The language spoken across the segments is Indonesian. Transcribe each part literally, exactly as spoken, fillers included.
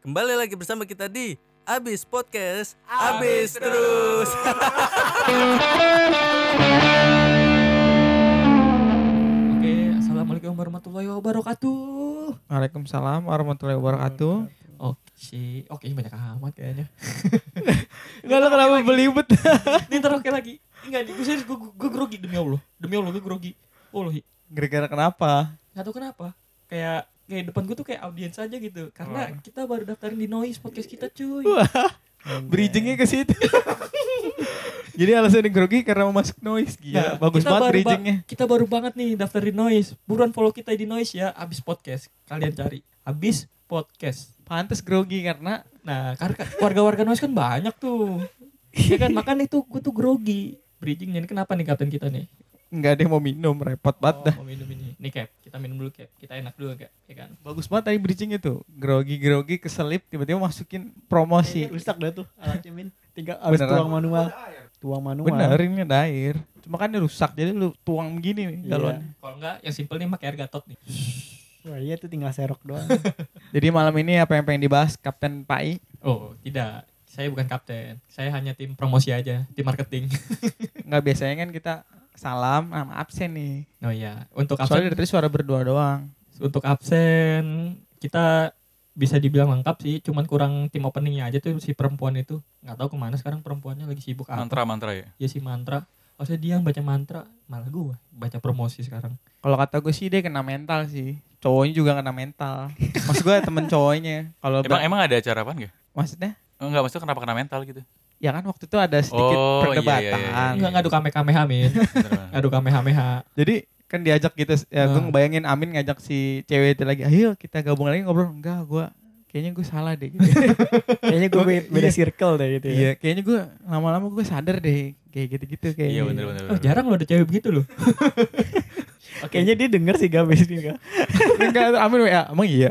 Kembali lagi bersama kita di Abis Podcast, Abis, Abis terus. Oke, assalamualaikum warahmatullahi wabarakatuh. Waalaikumsalam warahmatullahi wabarakatuh. Oke sih, oke banyak amat kayaknya. Enggak lo kenapa belibet? Ini ntar oke lagi. Enggak, gue serius, gue, gue grogi demi Allah. Demi Allah gue grogi. Allah. Gara-gara kenapa? Gak tau kenapa. Kayak kayak depan gue tuh kayak audiens aja gitu. Karena Oh. kita baru daftarin di Noise podcast kita cuy. Wah, bridgingnya ke situ. Jadi alasan grogi karena mau masuk Noise. Gila, Nah, bagus kita banget baru ba- bridgingnya. Kita baru banget nih daftar di Noise. Buruan follow kita di Noise ya, Abis Podcast. Kalian cari Abis Podcast. Pantes grogi karena Nah, karena warga-warga Noise kan banyak tuh. Ya kan, makanya itu gue tuh grogi. Bridgingnya ini kenapa nih kapten kita nih? nggak ada yang mau minum, repot banget dah. Oh, mau minum ini. Nih Cap, kita minum dulu Cap. Kita enak dulu Cap, ya kan? Bagus banget tadi bridgingnya tuh. Grogi-grogi keselip tiba-tiba masukin promosi. Rusak dah tuh alatnya Min. Tinggal harus Beneran. tuang manual. Tuang manual. Bener, ini ada air. Cuma kan ini rusak jadi lu tuang begini nih Iya. galon. Kalau enggak, yang simple nih pakai air gatot nih. Wah iya tuh tinggal serok doang. Jadi malam ini apa yang pengen dibahas Kapten Pai? Oh, tidak. Saya bukan kapten. Saya hanya tim promosi aja, tim marketing. Nggak, biasanya kan kita salam sama absen nih. Oh iya, untuk Soalnya absen, dari tadi suara berdua doang. untuk absen kita bisa dibilang lengkap sih, cuman kurang tim openingnya aja tuh si perempuan itu. Nggak tahu kemana sekarang perempuannya, lagi sibuk apa. Mantra-mantra ya. Ya si mantra. Harusnya dia yang baca mantra, malah gue baca promosi sekarang. Kalau kata gue sih dia kena mental sih. Cowoknya juga kena mental. Maksud gue temen cowoknya. Kalau Emang ber- emang ada acara apa enggak? maksudnya Enggak, maksudnya kenapa kena mental gitu? ya kan waktu itu ada sedikit Oh, perdebatan. iya, iya, iya. Enggak ngadu kamehameha min. Bener-bener. Ngadu kamehameha. Jadi kan diajak gitu, ya gue Nah. ngebayangin Amin ngajak si cewek itu lagi, ayo kita gabung lagi ngobrol. Enggak, gue kayaknya gue salah deh gitu. Kayaknya gue beda, beda Iya. circle deh gitu ya. Iya, kayaknya gue lama-lama gue sadar deh kayak gitu-gitu kayaknya. Iya bener-bener. Oh, jarang lo ada cewek begitu loh. Kayaknya dia denger sih Gabes juga. Enggak, Amin ya, emang iya.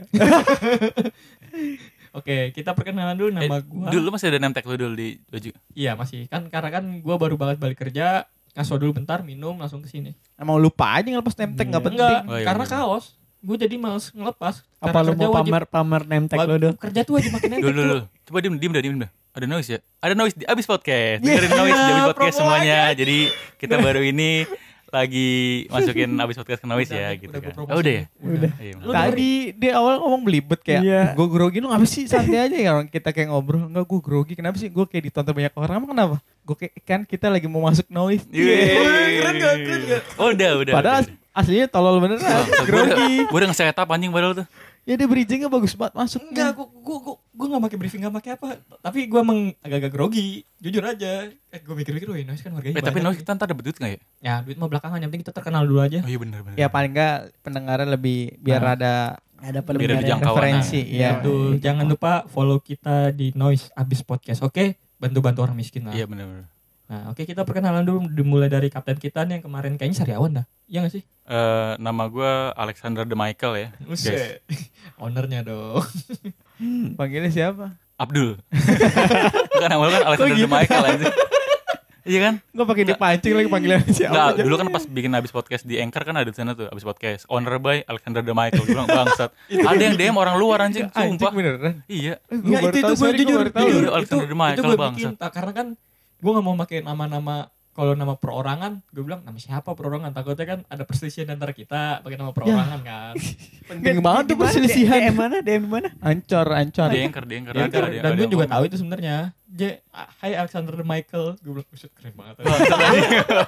Oke, kita perkenalan dulu Eh, nama gua. dulu masih ada name tag lu dulu di baju. Iya, masih. Kan karena kan gua baru banget balik kerja, ngaso dulu bentar, minum langsung ke sini. Emang lupa aja ngelepas name tag, nggak Iya. penting. Enggak, Oh, iya, karena iya. kaos. Gue jadi males ngelepas. Apa Karena lu kerja mau wajib- pamer pamer name tag wajib- lu dong? Kerja tuh wajib makin Dulu nempel. dulu. Coba diem diem dah diem dah. Ada noise ya? Ada noise di Abis Podcast. Dengerin noise di Abis Podcast promo semuanya. Jadi kita baru ini lagi masukin Abis Podcast ke noise Udah, ya udah, gitu udah kan. gua promosi. Oh udah ya? Udah. Iya, Lu bener. Tadi dia awal ngomong belibet kayak, Iya. gue grogi lu ngapa sih, santai aja ya orang kita kayak ngobrol. Enggak, gue grogi, kenapa sih gue kayak ditonton banyak orang, emang kenapa? Gue kayak kan kita lagi mau masuk noise. Yeay. Keren gak? Keren gak? Oh udah udah. Padahal udah, as- aslinya tolol beneran, udah. Gue udah, grogi. gue udah nge-setup anjing padahal tuh. Ya dia bridgingnya bagus banget masuk. Enggak, gua gua gua, gua gak pakai briefing, gak pakai apa. Tapi gua emang agak-agak grogi, jujur aja. Eh, gua mikir-mikir, wih, Noise kan harganya Eh tapi banyak noise nih. kita ntar dapat duit nggak ya? Ya, duit mah belakangan, yang penting kita terkenal dulu aja. Oh iya benar benar. Ya paling enggak pendengaran lebih biar Nah. ada Ada Biar pendengar ada jangkauan. referensi. Iya. Ya. Betul. Jangan lupa follow kita di Noise Abis Podcast, oke? Bantu-bantu orang miskin lah. Iya benar benar. Nah, oke, kita perkenalan dulu, dimulai dari kapten kita nih yang kemarin kayaknya Sariawan dah. Iya gak sih? Eh nama gue Alexander De Michael ya. Guys. Ownernya dong. Panggilnya siapa? Abdul. Bukan nama lu kan Alexander De Michael anjing. Iya kan? Gue pakai dipancing lagi panggilan siapa? Enggak, dulu kan pas bikin Abis Podcast di Anchor kan ada di sana tuh Abis Podcast. Owner by Alexander De Michael. Gue bilang bangsat. Ada yang D M orang luar anjing, Anjing sumpah. beneran. Iya. Enggak, itu itu gue jujur. baru tahu. Jujur, Iya, Alexander itu, De Michael, itu gue bangsat. bikin, tak, karena kan gue gak mau pakai nama-nama. Kalau nama perorangan, gue bilang nama siapa perorangan? Takutnya kan ada perselisihan antara kita pakai nama perorangan kan. Penting banget tuh Di mana? perselisihan. D M mana? D M mana? Ancor, ancor. Di Anchor, di Anchor. Ya, ada, kan, ada, dan ada gue yang juga komen. tahu itu sebenarnya. J, hai Alexander De Michael. Gue bilang, buset keren banget. Bangsat, anjing.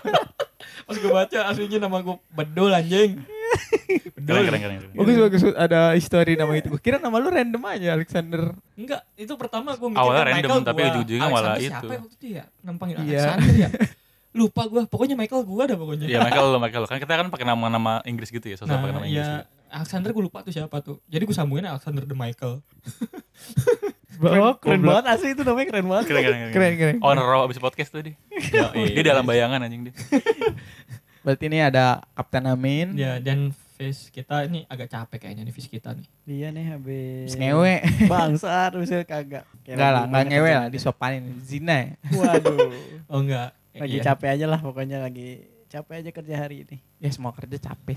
Pas gue baca aslinya nama gue Bedul anjing. Bedul. Keren keren keren. keren. Bagus bagus ada history nama itu. Gue kira nama lu random aja Alexander. Enggak, itu pertama gue mikir Awalnya kan random, Michael tapi gua. ujung-ujungnya malah Alexander itu. siapa ya waktu itu ya? Nampangin Iya. Alexander ya. Lupa gue, pokoknya Michael gue ada pokoknya. Iya Michael lo Michael lo. Kan kita kan pakai nama-nama Inggris gitu ya, sosok pakai Nah, nama Inggris. iya. Gitu. Alexander gue lupa tuh siapa tuh. Jadi gue sambungin Alexander De Michael. Oh, keren Goblok. banget asli itu namanya keren banget. Keren keren Keren keren. Owner Raw Abis Podcast tuh dia. Dia dalam bayangan anjing dia. Berarti ini ada Kapten Amin. Ya, dan face kita ini agak capek kayaknya nih face kita nih. Iya nih habis Terus ngewe. bangsat bisa kagak. Kayak Enggak lah, lagi enggak banyak ngewe kerjaan. lah, disopanin. Zina ya. Waduh. Oh enggak. Lagi Iya. capek aja lah pokoknya lagi capek aja kerja hari ini. Ya semua kerja capek sih.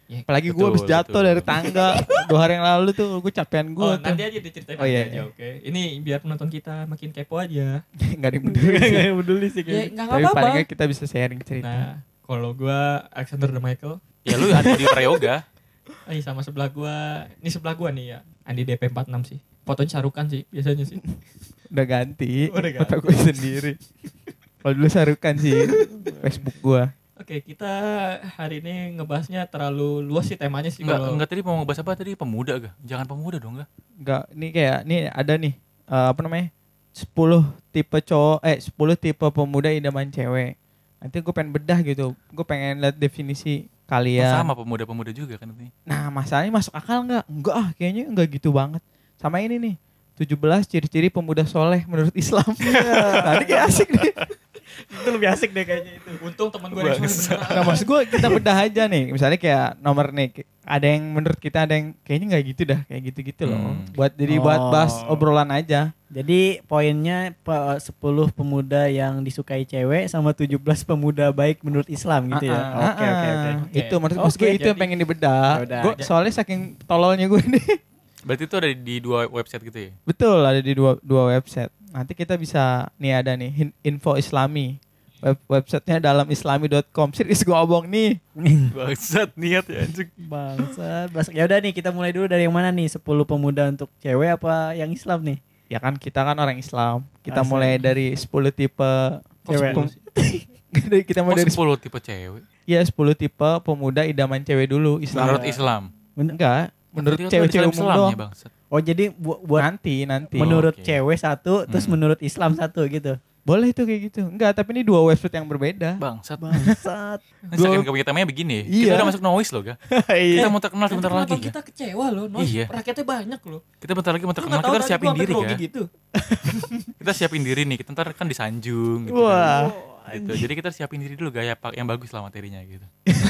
Ya, Apalagi gue habis Betul, jatuh betul. dari tangga dua hari yang lalu tuh, gue capean gue oh, tuh. nanti aja diceritain Oh, nanti iya, aja, iya. oke. Ini biar penonton kita makin kepo aja. Nggak ada yang peduli sih. Gak peduli sih Ya, kayaknya. enggak Tapi apa-apa. paling nggak kita bisa sharing cerita. Nah, kalau gua Alexander the Michael, Ya lu Andi Prayoga. eh sama sebelah gua, ini sebelah gua nih ya, Andi D P empat enam sih. Fotonya sarukan sih biasanya sih. Udah ganti, Udah ganti. foto gue sendiri. Kalau dulu sarukan sih Facebook gue. Oke, kita hari ini ngebahasnya terlalu luas sih temanya sih Enggak, kalau enggak tadi mau ngebahas apa tadi? Pemuda gak? Jangan pemuda dong enggak? Enggak, ini kayak nih ada nih eh, apa namanya? sepuluh tipe cowok eh sepuluh tipe pemuda idaman cewek. Nanti gue pengen bedah gitu. Gue pengen lihat definisi Oh, kalian. sama pemuda-pemuda juga kan ini. Nah, masalahnya masuk akal enggak? Enggak ah, kayaknya enggak gitu banget. Sama ini nih. tujuh belas ciri-ciri pemuda soleh menurut Islam. Nah, ini kayak asik nih. Itu lebih asik deh kayaknya itu. untung teman gua yang Bangsa. beneran. Nah, maksud gue kita bedah aja nih. Misalnya kayak nomor nih, ada yang menurut kita ada yang kayaknya nggak gitu dah, kayak gitu-gitu loh. Hmm. Buat jadi buat Oh. bahas obrolan aja. Jadi poinnya pe- sepuluh pemuda yang disukai cewek sama tujuh belas pemuda baik menurut Islam gitu ya. Ah, ah, Oke oke oke. ah. Oke. Itu maksud, Oke, maksud gue itu yang jadi- pengen dibedah. Yaudah. Gue soalnya saking tololnya gue nih. Berarti itu ada di dua website gitu ya? Betul, ada di dua dua website. Nanti kita bisa nih ada nih hin- info Islami. Web websitenya dalam islami dot com. Serius gue obong nih. Bangsat niat ya anjing. Bangsat. Bas- Ya udah nih kita mulai dulu dari yang mana nih? sepuluh pemuda untuk cewek apa yang Islam nih? Ya kan kita kan orang Islam. Kita Asik. mulai dari sepuluh tipe Cewek. pem- Dari- kita Oh, mulai dari sepuluh tipe cewek. ya sepuluh tipe pemuda idaman cewek dulu Islam. Menurut Islam. Enggak, menurut Tadi kan cewek-cewek Islam umum Islamnya, doang. bangsat. Oh jadi bu- buat Nanti nanti. menurut Oke. cewek satu, terus Hmm. menurut Islam satu gitu. Boleh tuh kayak gitu. Enggak, tapi ini dua website yang berbeda. Bangsat. Bangsat. Nah, saking kita temanya begini. Iya. Kita udah masuk noise loh, ga? Kita mau terkenal sebentar Nanti lagi, penonton ga? kita kecewa loh, Nos. Iya. Rakyatnya banyak loh. Kita bentar lagi mau Lu terkenal, nggak kita tahu harus tadi siapin gua sampai diri, grogi ga? gitu. Kita siapin diri nih, kita ntar kan disanjung gitu. Wah. kan. Gitu. Jadi kita siapin diri dulu gaya pak yang bagus lah materinya gitu.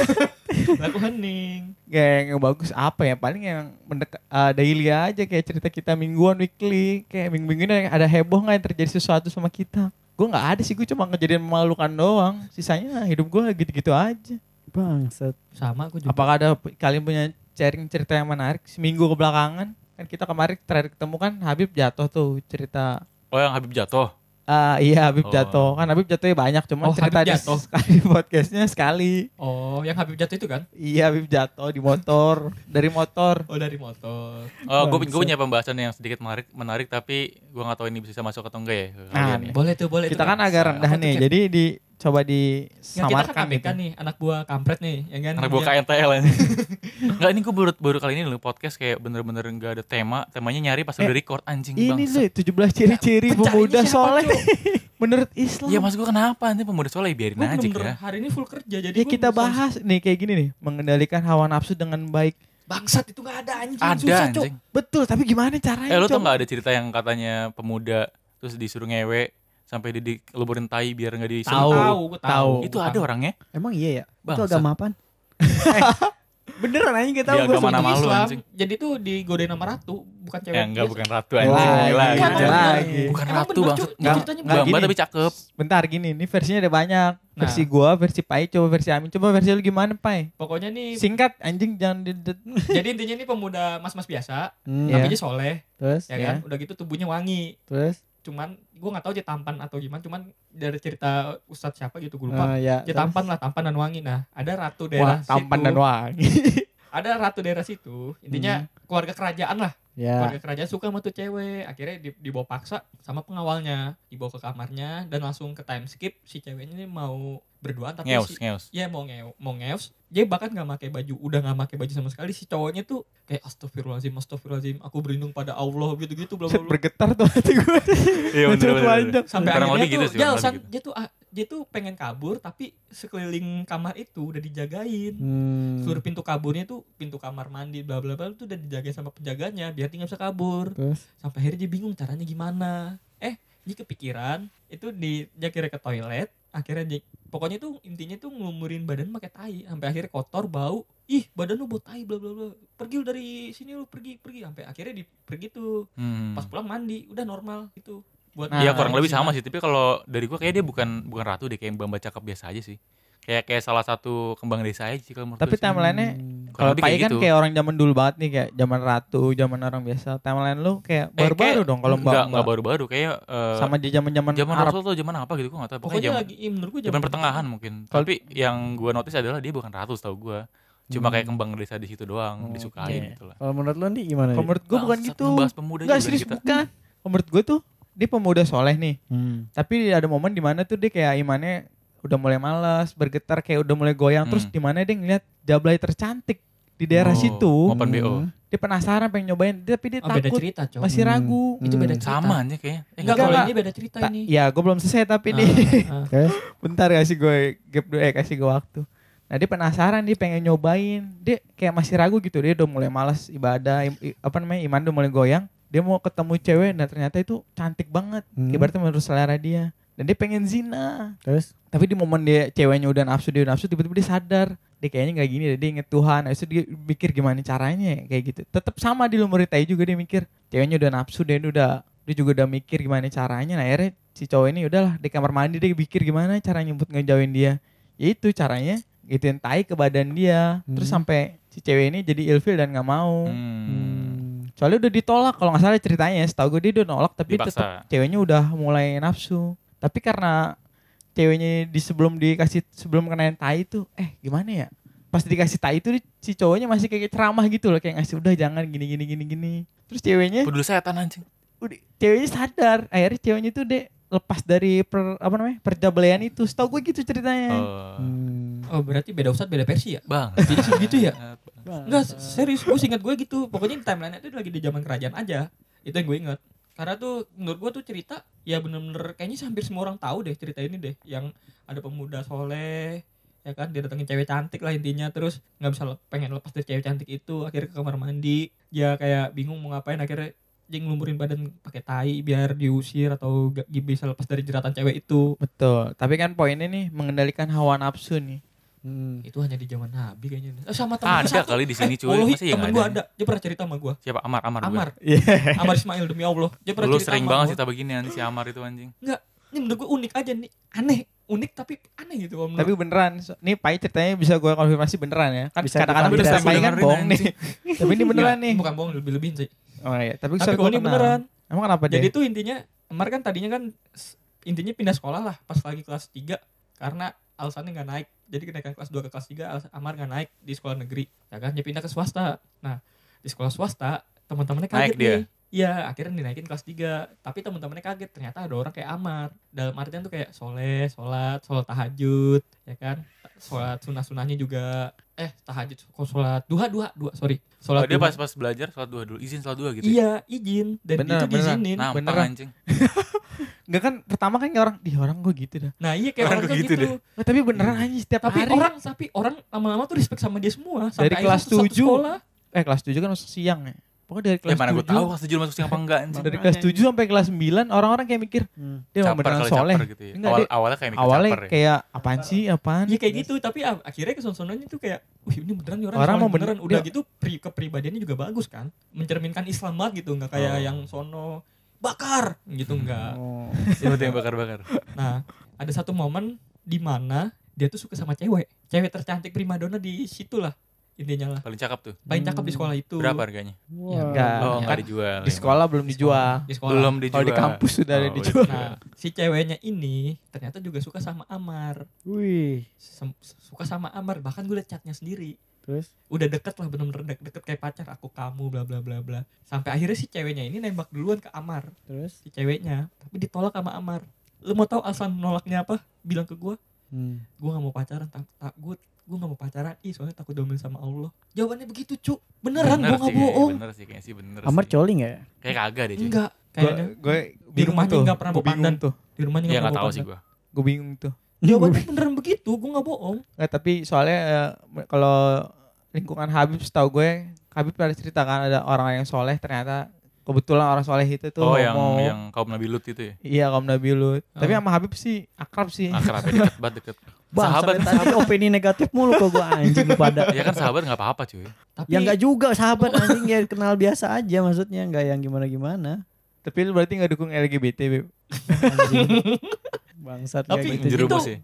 Laku hening. Kayak yang bagus apa ya? Paling yang mendekat uh, daily aja kayak cerita kita mingguan weekly. Kayak minggu-minggu ini ada heboh nggak yang terjadi sesuatu sama kita? Gue nggak ada sih, gue cuma ngejadiin memalukan doang. Sisanya hidup gue gitu-gitu aja. Bangsat. Sama aku juga. Apakah ada kalian punya sharing cerita yang menarik seminggu kebelakangan? Kan kita kemarin terakhir ketemu kan Habib jatuh tuh cerita. Oh, yang Habib jatuh. Ah iya Habib Oh. jatuh. Kan Habib jatuhnya banyak, cuma Oh, cerita Habib di jatuh. sekali di podcastnya sekali. Oh, yang Habib jatuh itu kan? Iya Habib jatuh di motor, dari motor. Oh, dari motor. Oh, gue Bangsat. punya pembahasan yang sedikit menarik, menarik tapi gue nggak tahu ini bisa masuk atau enggak ya. ke Nah, kalian ya. Boleh tuh, boleh Kita tuh. kan agak rendah Apa tuh, nih, Cep? jadi di coba Ya, kita kan disamarkan A B K gitu. nih, anak buah kampret nih, ya kan? Anak buah Dia- K N T L ini. Enggak, ini gue baru baru kali ini loh podcast kayak bener-bener enggak ada tema. Temanya nyari pas Eh, udah record anjing Ini bangsat. loh tujuh belas ciri-ciri Pencarinya pemuda siapa, soleh Cuk? menurut Islam. Iya, mas gue kenapa nanti pemuda soleh biarin Gua aja bener-bener ya. hari ini full kerja, jadi Ya gua kita bisa- bahas nih kayak gini nih, mengendalikan hawa nafsu dengan baik. Bangsat itu gak ada anjing, Ada susah, Cok. anjing. Betul, tapi gimana caranya? Eh, lu tau Cok? nggak ada cerita yang katanya pemuda terus disuruh ngewe sampai dia dileburin tai biar nggak Tahu. disentuh. Tahu, gua tahu. Tahu. Itu ada orangnya. Emang iya ya? Itu Bangsat. agama apaan? Eh, beneran aja gak tahu Di gue. agama nama lu, Islam. anjing. Jadi tuh digodain sama ratu, bukan cewek. Ya enggak, biasa. bukan ratu Lagi, anjing. Lagi, lagi, lagi. lagi. Bukan Emang ratu bener, bang. Cuk. Enggak, Ceritanya enggak Mbak gini. tapi cakep. Bentar gini, ini versinya ada banyak. Nah. Versi gua, versi Pai, coba versi Amin. Coba versi lu gimana, Pai? Pokoknya nih, Singkat anjing, jangan di, di- jadi intinya nih pemuda mas-mas biasa, Hmm, Iya. tapi dia soleh, Terus, ya Iya. kan? Udah gitu tubuhnya wangi. terus. Cuman gue nggak tahu dia tampan atau gimana, cuman dari cerita ustadz siapa gitu gue lupa. Ah, ya, Dia terus. tampan lah, tampan dan wangi. Nah, ada ratu Wah, daerah tampan situ. dan wangi. Ada ratu daerah situ, intinya keluarga kerajaan lah. Ya. Keluarga kerajaan suka sama tuh cewek. Akhirnya di- dibawa paksa sama pengawalnya, dibawa ke kamarnya dan langsung ke time skip. Si ceweknya ini mau berduaan tapi Ngeus, si, ngeus. ya mau ngeus, mau ngeus. Dia bahkan nggak pakai baju, udah nggak pakai baju sama sekali. Si cowoknya tuh kayak astagfirullahaladzim, astagfirullahaladzim, aku berlindung pada Allah gitu-gitu bla bla Set bla. bergetar tuh hati gue. Iya bener bener. bener. Sampai Kurang akhirnya lebih gitu tuh sih, Jal, kurang San, lebih gitu. dia tuh ah, dia tuh pengen kabur tapi sekeliling kamar itu udah dijagain. Hmm. Seluruh pintu kaburnya tuh pintu kamar mandi bla bla bla tuh udah dijagain sama penjaganya biar dia nggak bisa kabur. Terus. Sampai akhirnya dia bingung caranya gimana. Eh, dia kepikiran itu di dia kira ke toilet, akhirnya dia, pokoknya tuh intinya tuh ngumurin badan pakai tai sampai akhirnya kotor, bau. Ih, badan lu bau tai bla bla bla. Pergi lu dari sini lu, pergi pergi sampai akhirnya di pergi tuh. Hmm. Pas pulang mandi, udah normal gitu. Buat Nah, Iya kurang lebih siapa? sama sih, tapi kalau dari gua kayak dia bukan bukan ratu deh, kayak mbak cakep biasa aja sih. Kayak kayak salah satu kembang desa aja sih kalau menurut Tapi gua sih. timeline-nya Hmm. Kalau lebih Tai kayak kan gitu. kayak orang zaman dulu banget nih, kayak zaman ratu, zaman orang biasa. Timeline lu kayak Eh, baru-baru kayak- dong kalau enggak, mbak enggak baru-baru kayak eh, sama di zaman-zaman zaman Arab. Rasul atau zaman apa gitu gue nggak tahu. Pokoknya Pokoknya zaman lagi iya, menurut gue zaman pertengahan mungkin. Kalau- Tapi yang gue notice adalah dia bukan ratu setahu gue. Cuma Hmm. kayak kembang desa di situ doang, Oh, disukain oke. gitu lah. Kalau menurut lo nih gimana? Kalau menurut gue bukan Bangsat, gitu. ngebahas pemuda Enggak juga serius kita. bukan. Kalau menurut gue tuh dia pemuda soleh nih. Hmm. Tapi ada momen di mana tuh dia kayak imannya udah mulai malas, bergetar kayak udah mulai goyang. Hmm. Terus di mana dia ngeliat Jablay tercantik di daerah Oh, situ. Open B O. Hmm. Dia penasaran pengen nyobain, tapi dia Oh, beda takut, cerita, Cok. masih Hmm. ragu. Itu Hmm. beda cerita. Sama aja kayaknya. Eh, Enggak, Enggak, kalau enggak. ini beda cerita Ta- ini. ya gue belum selesai tapi nih. Ah, ah. Oke. Bentar kasih gue gap dulu, eh kasih gue waktu. Nah dia penasaran, dia pengen nyobain. Dia kayak masih ragu gitu, dia udah mulai malas ibadah, im- i- apa namanya, iman udah mulai goyang. Dia mau ketemu cewek dan ternyata itu cantik banget. Hmm. Ibaratnya menurut selera dia. Dan dia pengen zina. Terus? Tapi di momen dia ceweknya udah nafsu, dia udah nafsu, tiba-tiba dia sadar. Dia kayaknya gak gini deh, dia inget Tuhan. Habis itu dia mikir gimana caranya ya, kayak gitu. Tetap sama di lumur tai juga dia mikir. Ceweknya udah nafsu, dia udah dia juga udah mikir gimana caranya. Nah akhirnya si cowok ini udahlah di kamar mandi dia pikir gimana caranya buat ngejauhin dia. Ya itu caranya gituin tai ke badan dia. Terus Hmm. sampai si cewek ini jadi ilfil dan gak mau. Hmm. Hmm. Soalnya udah ditolak kalau nggak salah ceritanya. Setahu gue dia udah nolak tapi Dipaksa. tetap ceweknya udah mulai nafsu. Tapi karena ceweknya di sebelum dikasih sebelum kenain tai itu eh gimana ya? Pas dikasih tai itu si cowoknya masih kayak ceramah gitu loh, kayak ngasih udah jangan gini gini gini gini. Terus ceweknya Peduli setan anjing. udah ceweknya sadar. Akhirnya ceweknya tuh deh lepas dari per, apa namanya? perjabalean itu. Setahu gue gitu ceritanya. Oh. Hmm. Oh, berarti beda ustadz, beda versi ya? Bang. Jadi sih gitu ya? Bang. Enggak, serius, gue ingat gue gitu. Pokoknya timeline itu lagi di zaman kerajaan aja. Itu yang gue ingat. Karena tuh menurut gue tuh cerita ya bener-bener kayaknya hampir semua orang tahu deh cerita ini deh. Yang ada pemuda soleh, ya kan, dia datengin cewek cantik lah intinya. Terus nggak bisa le- pengen lepas dari cewek cantik itu. Akhirnya ke kamar mandi. Dia kayak bingung mau ngapain. Akhirnya dia ngelumurin badan pakai tai biar diusir atau gak bisa lepas dari jeratan cewek itu. Betul. Tapi kan poinnya nih mengendalikan hawa nafsu nih. Hmm. Itu hanya di zaman Nabi kayaknya. Eh, sama temen gue Ada satu. kali di sini Eh, cuy. wallahi, Masa ya temen nggak gue ada? ada. Dia pernah cerita sama gue. Siapa? Amar, Amar. bukan? Amar. Iya. Amar Ismail demi Allah. Dia pernah Lu cerita sering sama banget gua. cerita beginian si Amar itu anjing. Enggak, ini menurut gue unik aja nih. Aneh, unik tapi aneh gitu kalau Tapi menurut. beneran, so- nih Pai ceritanya bisa gue konfirmasi beneran ya. Kan Bisa kadang-kadang divalidasi. kita Pai kan Dengerin, bohong nih. anjing. Tapi ini beneran Enggak, nih. Bukan bohong, lebih-lebihin sih. Oh iya, tapi, Tapi soal kalau gua ini kenal. beneran. Emang kenapa deh? Jadi tuh intinya Amar kan tadinya kan s- intinya pindah sekolah lah pas lagi kelas tiga karena alasannya nggak naik. Jadi kenaikan kelas dua ke kelas tiga alasan Amar nggak naik di sekolah negeri. Ya kan, dia pindah ke swasta. Nah, di sekolah swasta teman-temannya kaget Naik dia? nih. Iya, akhirnya dinaikin kelas tiga. Tapi teman-temannya kaget, ternyata ada orang kayak Amar. Dalam artian tuh kayak soleh, sholat, sholat tahajud, ya kan? Sholat sunah-sunahnya juga, eh tahajud, kok sholat duha, duha, duha, sorry. Oh, Sholat dia duha. pas-pas belajar sholat dua dulu. Izin sholat dua gitu. ya? Iya, izin. Dan Bener, itu bener. diizinin. Nampang beneran. anjing. Enggak kan pertama kan kayak orang, di orang gue gitu dah. Nah iya kayak Orang orang, kayak gitu. gitu deh. Oh, tapi beneran anjing setiap Tapi hari. orang, tapi orang lama-lama tuh respect sama dia semua. Sampai Dari akhirnya kelas satu- satu tujuh. sekolah. Eh kelas tujuh kan masuk siang ya. Pokoknya dari Ya kelas mana gue tujuh. tahu kelas tujuh masuk siang apa enggak anjing. Dari kelas tujuh sampai kelas sembilan orang-orang kayak mikir Hmm. dia mau Caper beneran kali soleh. caper gitu ya. Enggak, Awal, dia- awalnya kayak mikir Awalnya caper ya. kayak apaan sih, apaan? Iya kayak gitu. Tapi ah, akhirnya kesonsonannya tuh kayak, wih ini beneran nih orang, Orang soleh mau beneran. bener- Udah dia- gitu pri, kepribadiannya juga bagus kan. Mencerminkan Islam banget gitu. Nggak kayak Oh. yang sono bakar gitu enggak. Oh. Siapa tuh yang bakar-bakar? Nah ada satu momen di mana dia tuh suka sama cewek. Cewek tercantik primadona di situ lah intinya lah. Paling cakep tuh. Paling cakep di sekolah itu. Berapa harganya? Wah. Enggak. Oh, ya. enggak dijual. Di sekolah belum Di dijual. sekolah. Di sekolah. Belum dijual. Kalau di kampus sudah ada Oh, dijual. udah Nah, si ceweknya ini ternyata juga suka sama Amar. Wih. Sem- suka sama Amar, bahkan gue liat chatnya sendiri. Terus? Udah deket lah, bener-bener de- deket kayak pacar, aku kamu bla bla bla bla. Sampai akhirnya si ceweknya ini nembak duluan ke Amar, Terus? si ceweknya, tapi ditolak sama Amar. Lu mau tahu alasan nolaknya apa? Bilang ke gue, Hmm. gue gak mau pacaran, tak, tak gue gue gak mau pacaran, ih soalnya takut domelin sama Allah. Jawabannya begitu cu, beneran Bener gue gak sih, kayaknya, bohong. Bener sih kayaknya sih bener Amar sih. coli nggak ya? Kayak kagak deh cuy. Enggak, Gue kayaknya gue Di rumahnya tuh. nggak pernah Gua bawa pandan. bingung tuh. di rumahnya Ya gak enggak pernah tahu bawa sih pandan. gua. Gue bingung tuh. Jawabannya beneran begitu, gue gak bohong. Nggak, tapi soalnya eh, kalau lingkungan Habib setahu gue, Habib pada cerita kan ada orang yang soleh ternyata kebetulan orang soleh itu tuh Oh yang mau yang kaum Nabi Lut itu ya. iya kaum Nabi Lut. Tapi Oh. sama Habib sih akrab sih. Akrab ya, deket banget deket. Bang, Sahabat sampai tadi opini negatif mulu kok gua anjing pada. Ya kan sahabat enggak apa-apa cuy. Tapi Ya enggak juga sahabat anjing ya kenal biasa aja maksudnya enggak yang gimana-gimana. Tapi lu berarti nggak dukung L G B T, Beb. Anjing. Bangsat tapi kayak gitu. Jerumus itu ya? gue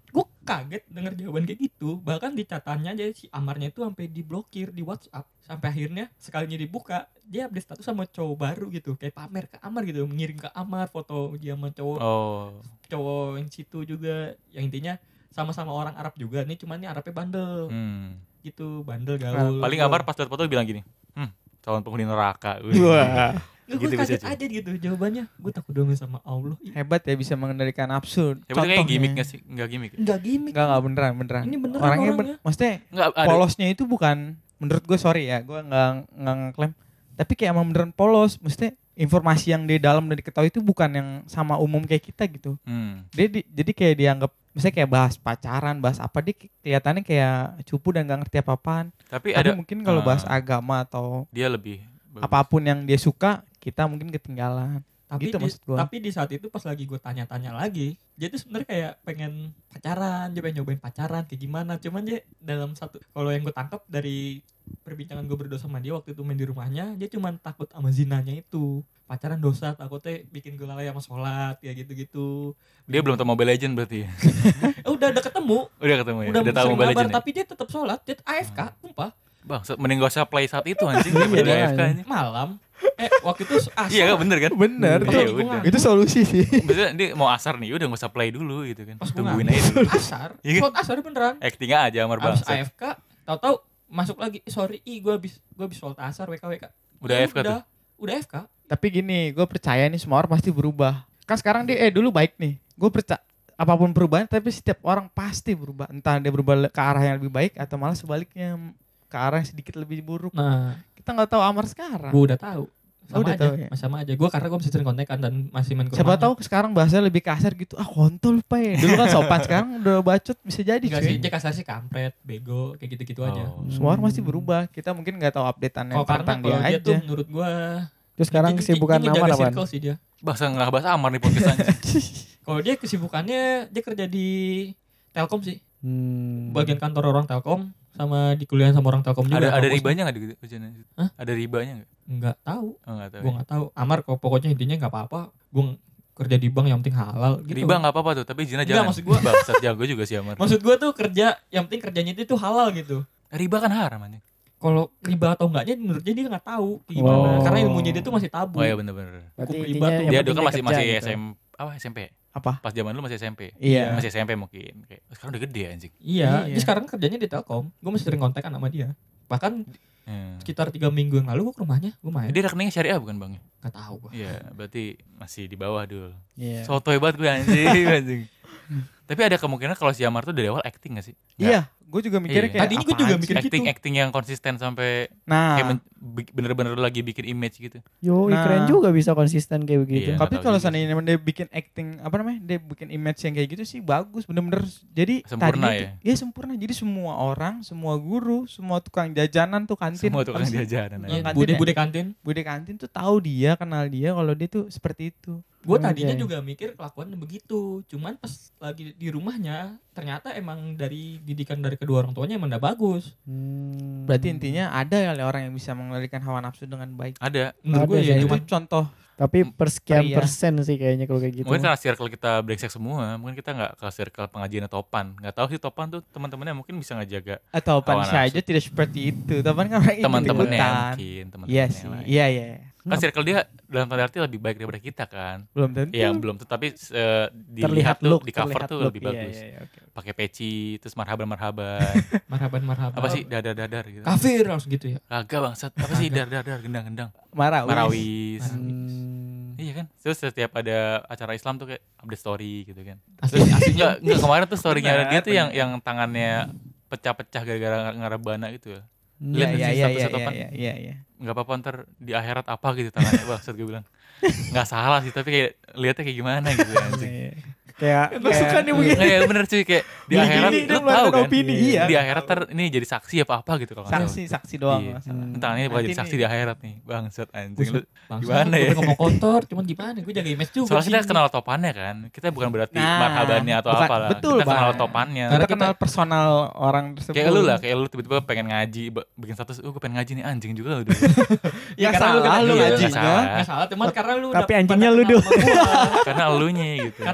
kaget denger jawaban kayak gitu. Bahkan di catatannya aja si Amarnya itu sampai diblokir di WhatsApp. Sampai akhirnya sekalinya dibuka, dia update status sama cowok baru gitu. Kayak pamer ke Amar gitu, mengirim ke Amar foto dia sama cowok Oh. cowok yang situ juga. Yang intinya sama-sama orang Arab juga nih, cuman nih Arabnya bandel. Hmm. Gitu, bandel gaul. Paling Amar pas lihat foto bilang gini, "Hmm, calon penghuni neraka." Wih. Wah, Gue gitu kaget biasanya. aja gitu jawabannya. Gue takut dong sama Allah. Ih, hebat ya bisa mengendalikan nafsu. Ya betul kayak Contohnya. gimmick gak sih? Enggak gimmick. Ya? Enggak gimmick. Enggak, enggak beneran, beneran. Ini beneran orangnya, ben- orangnya. maksudnya Enggak ada. polosnya itu bukan, menurut gue sorry ya, gue nggak nggak ngeklaim. Tapi kayak emang beneran polos. Maksudnya informasi yang di dalam dan diketahui itu bukan yang sama umum kayak kita gitu. Hmm. Dia di- jadi kayak dianggap, misalnya kayak bahas pacaran, bahas apa, dia kelihatannya kayak cupu dan gak ngerti apa-apaan. Tapi, Tapi ada mungkin kalau ah, bahas agama atau dia lebih bagus. apapun yang dia suka, kita mungkin ketinggalan. Tapi Gitu di, maksud gua. tapi di saat itu pas lagi gue tanya-tanya lagi, dia tuh sebenarnya kayak pengen pacaran, dia pengen nyobain pacaran kayak gimana. Cuman dia dalam satu, kalau yang gue tangkap dari perbincangan gue berdua sama dia waktu itu main di rumahnya, dia cuman takut sama zinanya itu. Pacaran dosa, takutnya bikin gue lalai sama sholat kayak gitu-gitu. Dia belum tahu Mobile Legend berarti. Ya? Eh, udah udah ketemu, Udah ketemu ya. udah, Udah tahu sering Mobile ngabar, Legend. Ya? tapi dia tetap sholat, dia A F K, sumpah. Bang, se- mending gak usah play saat itu anjing, dia menjadi Iya, A F K anjing. Malam, eh waktu itu asar. Iya kan bener kan? Bener, Iya, itu, udah. itu solusi sih. Maksudnya dia mau asar nih, udah gak usah play dulu gitu kan. Pas gue Tungguin aja dulu. asar, Iya kan? sholat asar beneran. Acting aja Amar Abis bangsa. A F K, tahu-tahu masuk lagi, sorry, ih gue habis gue habis sholat asar W K W K. Udah A F K tuh. Udah, udah A F K. Tapi gini, gue percaya nih semua orang pasti berubah. Kan sekarang dia, eh dulu baik nih. Gue percaya, apapun perubahan, tapi setiap orang pasti berubah. Entah dia berubah le- ke arah yang lebih baik, atau malah sebaliknya ke arah yang sedikit lebih buruk. Nah, Kita nggak tahu Amar sekarang. gue udah tahu. Sama Oh, udah aja, tahu ya? sama aja. Gue karena gue masih sering kontekan dan masih main ke Siapa rumahnya. tahu sekarang bahasa lebih kasar gitu. Ah kontol pak ya. Dulu kan sopan, sekarang udah bacot, bisa jadi Enggak sih, cuy. dia kasar sih kampret, bego, kayak gitu-gitu aja. Oh. Semua orang pasti berubah. Kita mungkin nggak tahu updateannya Oh, karena tentang kalau dia dia, aja. tuh menurut gue Terus sekarang dia- kesibukan dia Amar ngejaga apaan? circle sih dia. Bahasa nggak bahas Amar nih podcast anjing. Kalau dia kesibukannya dia kerja di Telkom sih. Hmm. Bagian kantor orang Telkom sama di kuliah sama orang Telkom juga. Ada ada kampusnya. ribanya nggak di ujiannya? Hah? Ada ribanya nggak? Enggak tahu. Oh nggak tahu. Gue Ya. nggak tahu. Amar kok pokoknya intinya nggak apa-apa. Gue kerja di bank yang penting halal gitu. Riba nggak apa-apa tuh, tapi zina Enggak, jangan. maksud gua- Bangsat jago juga sih Amar. Maksud gue tuh kerja yang penting kerjanya itu tuh halal gitu. Riba kan haram anjing. Kalau riba atau enggaknya menurutnya dia nggak tahu kayak gimana. Oh. Karena ilmunya dia tuh masih tabu. Oh iya bener-bener. Berarti Hukum intinya riba tuh. yang Dia penting dulu kan masih kerja masih gitu. S M apa S M P? Apa? Pas zaman dulu masih S M P. Iya. Masih S M P mungkin. Kayak sekarang udah gede anjing. Iya, Iya. dia sekarang kerjanya di Telkom. Gue masih sering kontekan sama dia. Bahkan Hmm. sekitar tiga minggu yang lalu gue ke rumahnya, gue main. Dia rekeningnya syariah bukan bang? Gak tahu gue. Iya, berarti masih di bawah dulu. Iya. Sotoy banget gue anjing, anjing. Tapi ada kemungkinan kalau si Amar tuh dari awal acting gak sih? Nggak. Iya, gue juga mikirnya Iya. kayak Tadinya gua apaan juga sih? mikir Acting gitu. acting yang konsisten sampai Nah, kayak men- bi- bener-bener lagi bikin image gitu. Yo, Nah. keren juga bisa konsisten kayak begitu. Iya. tapi nggak tahu kalau juga seandainya dia bikin acting apa namanya, dia bikin image yang kayak gitu sih bagus, bener-bener. Jadi Sempurna tadinya ya? tuh- Iya sempurna. Jadi semua orang, semua guru, semua tukang jajanan tuh kantin, Semua tukang apa sih? jajanan. Iya, anjing. kantin bude-bude kantin. Bude kantin tuh tahu dia, kenal dia kalau dia tuh seperti itu. Gue Oke. tadinya juga mikir kelakuannya begitu. Cuman pas lagi di rumahnya, ternyata emang dari didikan dari kedua orang tuanya emang udah bagus. Hmm. Berarti intinya ada kali orang yang bisa mengendalikan hawa nafsu dengan baik. Ada. Menurut gue Ada ya sih. Itu cuma contoh. Tapi per sekian Iya. persen sih kayaknya kalau kayak gitu. Mungkin karena circle kita brengsek semua, mungkin kita nggak ke circle pengajian Topan. Nggak tahu sih Topan tuh teman-temannya mungkin bisa ngejaga Atau Hawa pan nafsu. saja tidak seperti itu. Tapi kan orang teman-temannya ikut-ikutan. mungkin, teman-temannya Iya sih. lain. Iya iya. Kan circle dia dalam tanda arti lebih baik daripada kita kan. Belum tentu. Iya belum tuh, tapi eh, terlihat dilihat tuh look, di cover terlihat tuh look. lebih Iya, bagus. iya, iya, oke. Pakai peci, terus marhaban marhaban. marhaban marhaban. Apa sih dadar-dadar gitu. Kafir langsung gitu ya. Kagak bangsat. Apa sih dadar-dadar gendang-gendang. Marawis. Marawis. Hmm. Iya kan. Terus setiap ada acara Islam tuh kayak update story gitu kan. Asli Terus aslinya enggak, enggak kemarin tuh story-nya Benar, dia tuh yang benar. yang tangannya pecah-pecah gara-gara ngarabana gitu ya. Hmm. Iya Lihat iya sih iya status iya Topan. iya iya iya. Enggak apa-apa ntar di akhirat apa gitu tangannya. Bangsat gue bilang. Enggak salah sih, tapi kayak lihatnya kayak gimana gitu ya, anjing. Iya. Kayak Masukannya kayak- begini. Nggak, ya bener cuy kayak di Begini, akhirat dia lu tahu mengeluarkan kan. opini, iya. Di akhirat ter ini jadi saksi apa apa gitu kalau nggak salah. Saksi saksi doang. Iya. masalah. Hmm. Entar ini bakal Nanti jadi saksi nih. di akhirat nih. Bangsat anjing lu. Bangsat, Gimana ya? gue ngomong kotor, cuman gimana? Gue jaga image juga. Soalnya kita sih. kenal topannya kan. Kita bukan berarti Nah, marhabannya atau bukan- apalah. betul, Kita kenal Bang. topannya. Karena Kita kenal personal orang tersebut. Kayak lu lah, kayak lu tiba-tiba pengen ngaji, ba- bikin status, "Oh, gue pengen ngaji nih anjing juga lu." dulu." Ya Nggak karena lu salah kan lu iya, ngajinya. nggak salah. Nggak salah, cuman karena lu Tapi udah anjingnya pada lu, kenal Dul. sama gua. Karena elunya gitu. Karena Tapi gua lu aja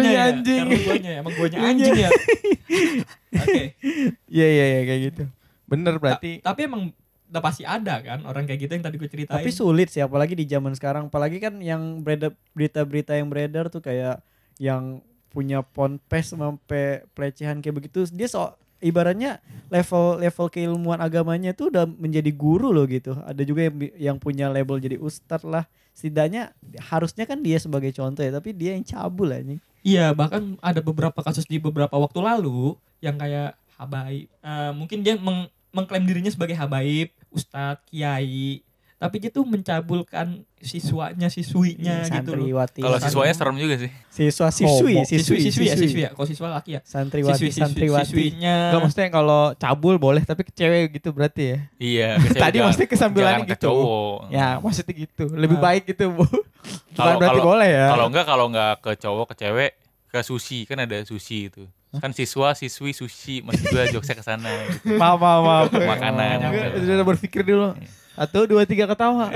ya. anjing. Karena guanya, emang guanya anjing ya. Oke. Iya iya iya kayak gitu. Bener berarti. Ta- tapi emang udah pasti ada kan orang kayak gitu yang tadi gue ceritain. Tapi sulit sih apalagi di zaman sekarang, apalagi kan yang beredar berita-berita yang beredar tuh kayak yang punya ponpes sampai pelecehan kayak begitu, dia so ibaratnya level level keilmuan agamanya tuh udah menjadi guru loh gitu. Ada juga yang yang punya label jadi ustadz lah. Setidaknya harusnya kan dia sebagai contoh ya, tapi dia yang cabul anjing. Iya, bahkan ada beberapa kasus di beberapa waktu lalu yang kayak habaib. Eh, mungkin dia meng- mengklaim dirinya sebagai habaib, ustadz, kiai, tapi dia tuh mencabulkan siswanya, siswinya gitu loh. Santriwati. Kalau Iya, siswanya sama. serem juga sih. Siswa siswi, Homo. siswi, siswi ya, siswi ya. Kalau siswa laki ya. Santriwati, Siswi, siswi, santriwati. siswinya. Enggak maksudnya kalau cabul boleh tapi ke cewek gitu berarti ya. Iya. Tadi maksudnya kesambilannya jangan ke gitu. cowok. Ya maksudnya gitu. Lebih Nah. baik gitu Bu. Bukan Kalau- berarti kalau- boleh ya. Kalau enggak kalau enggak ke cowok ke cewek ke sushi kan ada sushi itu. Kan siswa siswi sushi maksud gua jokesnya ke sana. Gitu. Maaf maaf maaf. Makanan. Enggak, Sudah berpikir dulu. Satu dua tiga ketawa.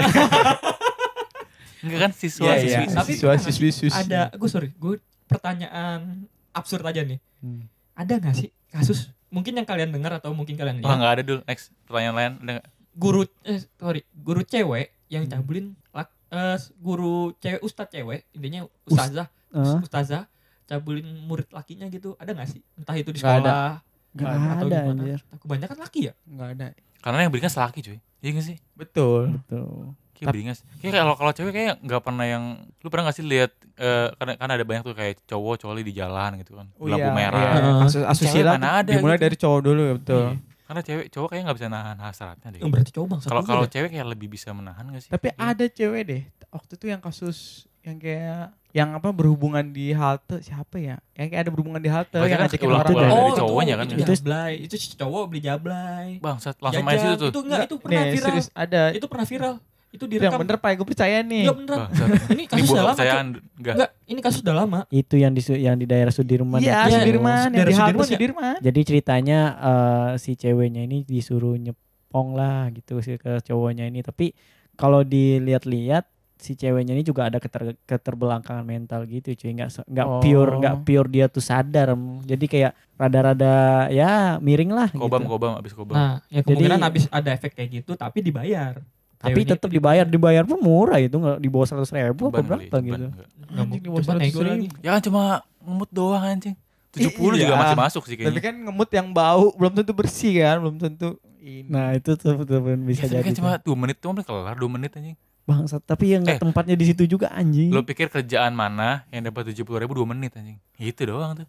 Enggak kan siswa Iya, siswi. iya. sushi. Tapi Siswa, pernah siswi, nggak sih sushi. ada, gue sorry, gue pertanyaan absurd aja nih. Hmm. Ada nggak sih kasus mungkin yang kalian dengar atau mungkin kalian Wah lihat enggak ada dulu. Next pertanyaan lain ada nggak? guru eh sorry guru cewek yang Hmm. cabulin lak, eh, guru cewek ustadz cewek intinya ustazah Hah? ustazah cabulin murid lakinya gitu, ada nggak sih? Entah itu di Nggak ada. sekolah Nggak atau ada, gimana? anjir. Kebanyakan laki ya. Enggak ada. Karena yang beringas laki cuy. Iya enggak sih? Betul. Betul. Kayak beringas. Kayak kalau kalau cewek kayak nggak pernah yang lu pernah nggak sih lihat eh, karena kan ada banyak tuh kayak cowok cowok di jalan gitu kan. Oh, Lampu iya, merah. iya. Heeh. Asus Cewek asusila mana tuh ada dimulai gitu. dari cowok dulu ya betul. Iya. Karena cewek cowok kayaknya nggak bisa nahan hasratnya deh. Yang berarti cowok bangsa. Kalau juga kalau ya? cewek kayak lebih bisa menahan nggak sih? Tapi Iya. ada cewek deh. Waktu itu yang kasus yang kayak yang apa berhubungan di halte siapa ya? Yang kayak ada berhubungan di halte Berarti yang kan ngajakin ulang- orang. ulang oh, dari itu, cowoknya kan. itu, Itu- jablay. Itu si cowok beli jablay. Bangsat langsung main Jajan. situ tuh. Itu enggak, itu pernah Nih, viral. serius ada. Itu pernah viral. Itu Itu yang direkam. bener Pak, gue percaya nih. Iya beneran. Bangsat. Ini Ini kasus buat udah lama. kepercayaan Cok. enggak. Enggak, ini kasus udah lama. Itu yang di su- yang di daerah Sudirman. Iya, itu. Sudirman, yang Daerah di halte Sudirman ya? Sudirman. Jadi ceritanya eh, si ceweknya ini disuruh nyepong lah gitu sih ke cowoknya ini. Tapi kalau dilihat-lihat si ceweknya ini juga ada keter- keterbelakangan mental gitu cuy. Nggak se- nggak Oh. pure nggak pure dia tuh sadar. Jadi kayak rada-rada ya miring lah Kobam gitu. kobam abis kobam. Nah, ya kemungkinan Jadi- habis ada efek kayak gitu tapi dibayar. Tapi Ceweknya tetap itu dibayar dibayar pun murah itu nggak di bawah seratus ribu apa Beban kali, berapa beban gitu. enggak. Nggak mau Anjing, di bawah coba seratus nego lagi. ribu. Ya kan cuma ngemut doang anjing. tujuh puluh juga Iya. masih masuk sih Tapi kayaknya. kan ngemut yang bau belum tentu bersih kan, belum tentu ini. Nah itu tuh betul bisa Ya, tapi jadi. kan tuh. cuma dua menit tuh udah kelar dua menit anjing. Bangsat, tapi yang nggak Eh. tempatnya di situ juga anjing. Lo pikir kerjaan mana yang dapat tujuh puluh ribu dua menit anjing? Itu doang tuh.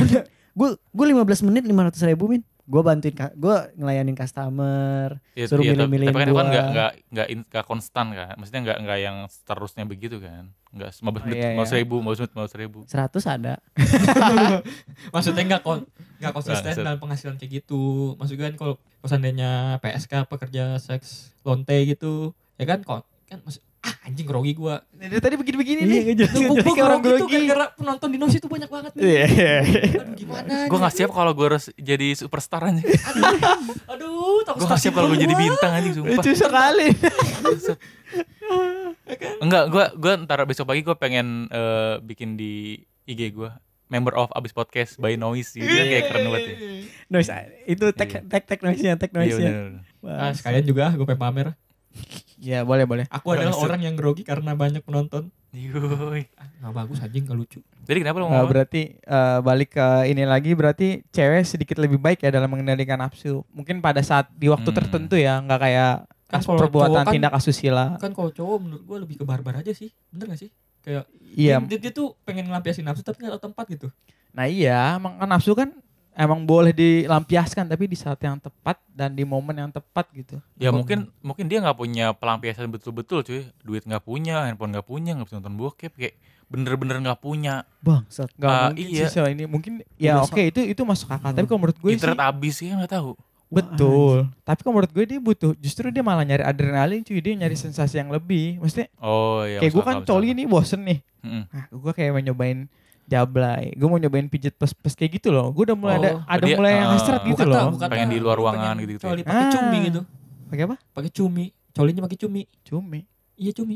Gue gue lima belas menit lima ratus ribu min. Gue bantuin gue ngelayanin customer. Ya, Suruh iya, tapi- milih-milihin tapi kan itu kan buah. nggak nggak nggak in- nggak konstan kan. Maksudnya nggak nggak yang seterusnya begitu kan. Nggak lima belas Oh, menit iya, lima iya. ribu lima belas menit lima ribu. Seratus ada. Maksudnya nggak kon nggak konsisten Bangsat. dalam penghasilan kayak gitu. Maksudnya kan kalau kalau seandainya P S K pekerja seks lonte gitu, ya kan kok kan maksud ah anjing grogi gua. Dari tadi begini-begini Iya, nih. ngejelas- Gua, ngejelas gua kayak orang grogi tuh grogi. gara-gara penonton di Nosi tuh banyak banget nih. Iya. Aduh, gimana? Gue nggak siap kalau gue harus jadi superstar anjing. Aduh, takut Gue nggak siap kalau gue jadi bintang anjing sumpah. Lucu sekali. Enggak, gue gue ntar besok pagi gue pengen eh, bikin di I G gue member of Abis Podcast by Noise gitu kan kayak keren banget ya. Noise itu tag Iya. tag tag noise nya tag Iya noise nya. bener. Ah, sekalian juga gue pengen pamer. Ya boleh boleh. Aku adalah Bangsat. orang yang grogi karena banyak penonton. Yoi. Ah, nggak bagus anjing, nggak lucu. Jadi kenapa lo Nah, ngomong? berarti eh, balik ke ini lagi berarti cewek sedikit lebih baik ya dalam mengendalikan nafsu. Mungkin pada saat di waktu Hmm. tertentu ya, nggak kayak Kan kalau perbuatan cowok kan- tindak asusila. Kan kalau cowok menurut gue lebih ke barbar aja sih. Bener gak sih? Kayak Iya. dia, dia tuh pengen ngelampiasin nafsu tapi nggak tahu tempat gitu. Nah iya, emang kan nafsu kan emang boleh dilampiaskan tapi di saat yang tepat dan di momen yang tepat gitu. Ya mungkin mungkin dia nggak punya pelampiasan betul-betul cuy. Duit nggak punya, handphone nggak punya, nggak bisa nonton bokep kayak bener-bener nggak punya. Bangsat. Gak Ah, mungkin iya. sih so ini mungkin ya Udah oke itu itu masuk akal. Tapi kalau menurut gue sih Internet habis sih nggak tahu. betul. Tapi kalau menurut gue dia butuh justru dia malah nyari adrenalin cuy, dia nyari sensasi yang lebih. Maksudnya Oh iya. kayak gue kan coli nih bosen nih. Mm-mm. Nah, gue kayak mau nyobain jablay, gue mau nyobain pijet pes-pes kayak gitu loh. Gue udah mulai ada Oh, ada dia- mulai yang ah, hasrat gitu Bukan loh. tak, bukan Pengen tak. di luar Lu ruangan pengen gitu-gitu Coli ya. pakai Ah. cumi gitu. Pakai apa? Pakai cumi. Colinya pakai cumi. Cumi. Iya cumi.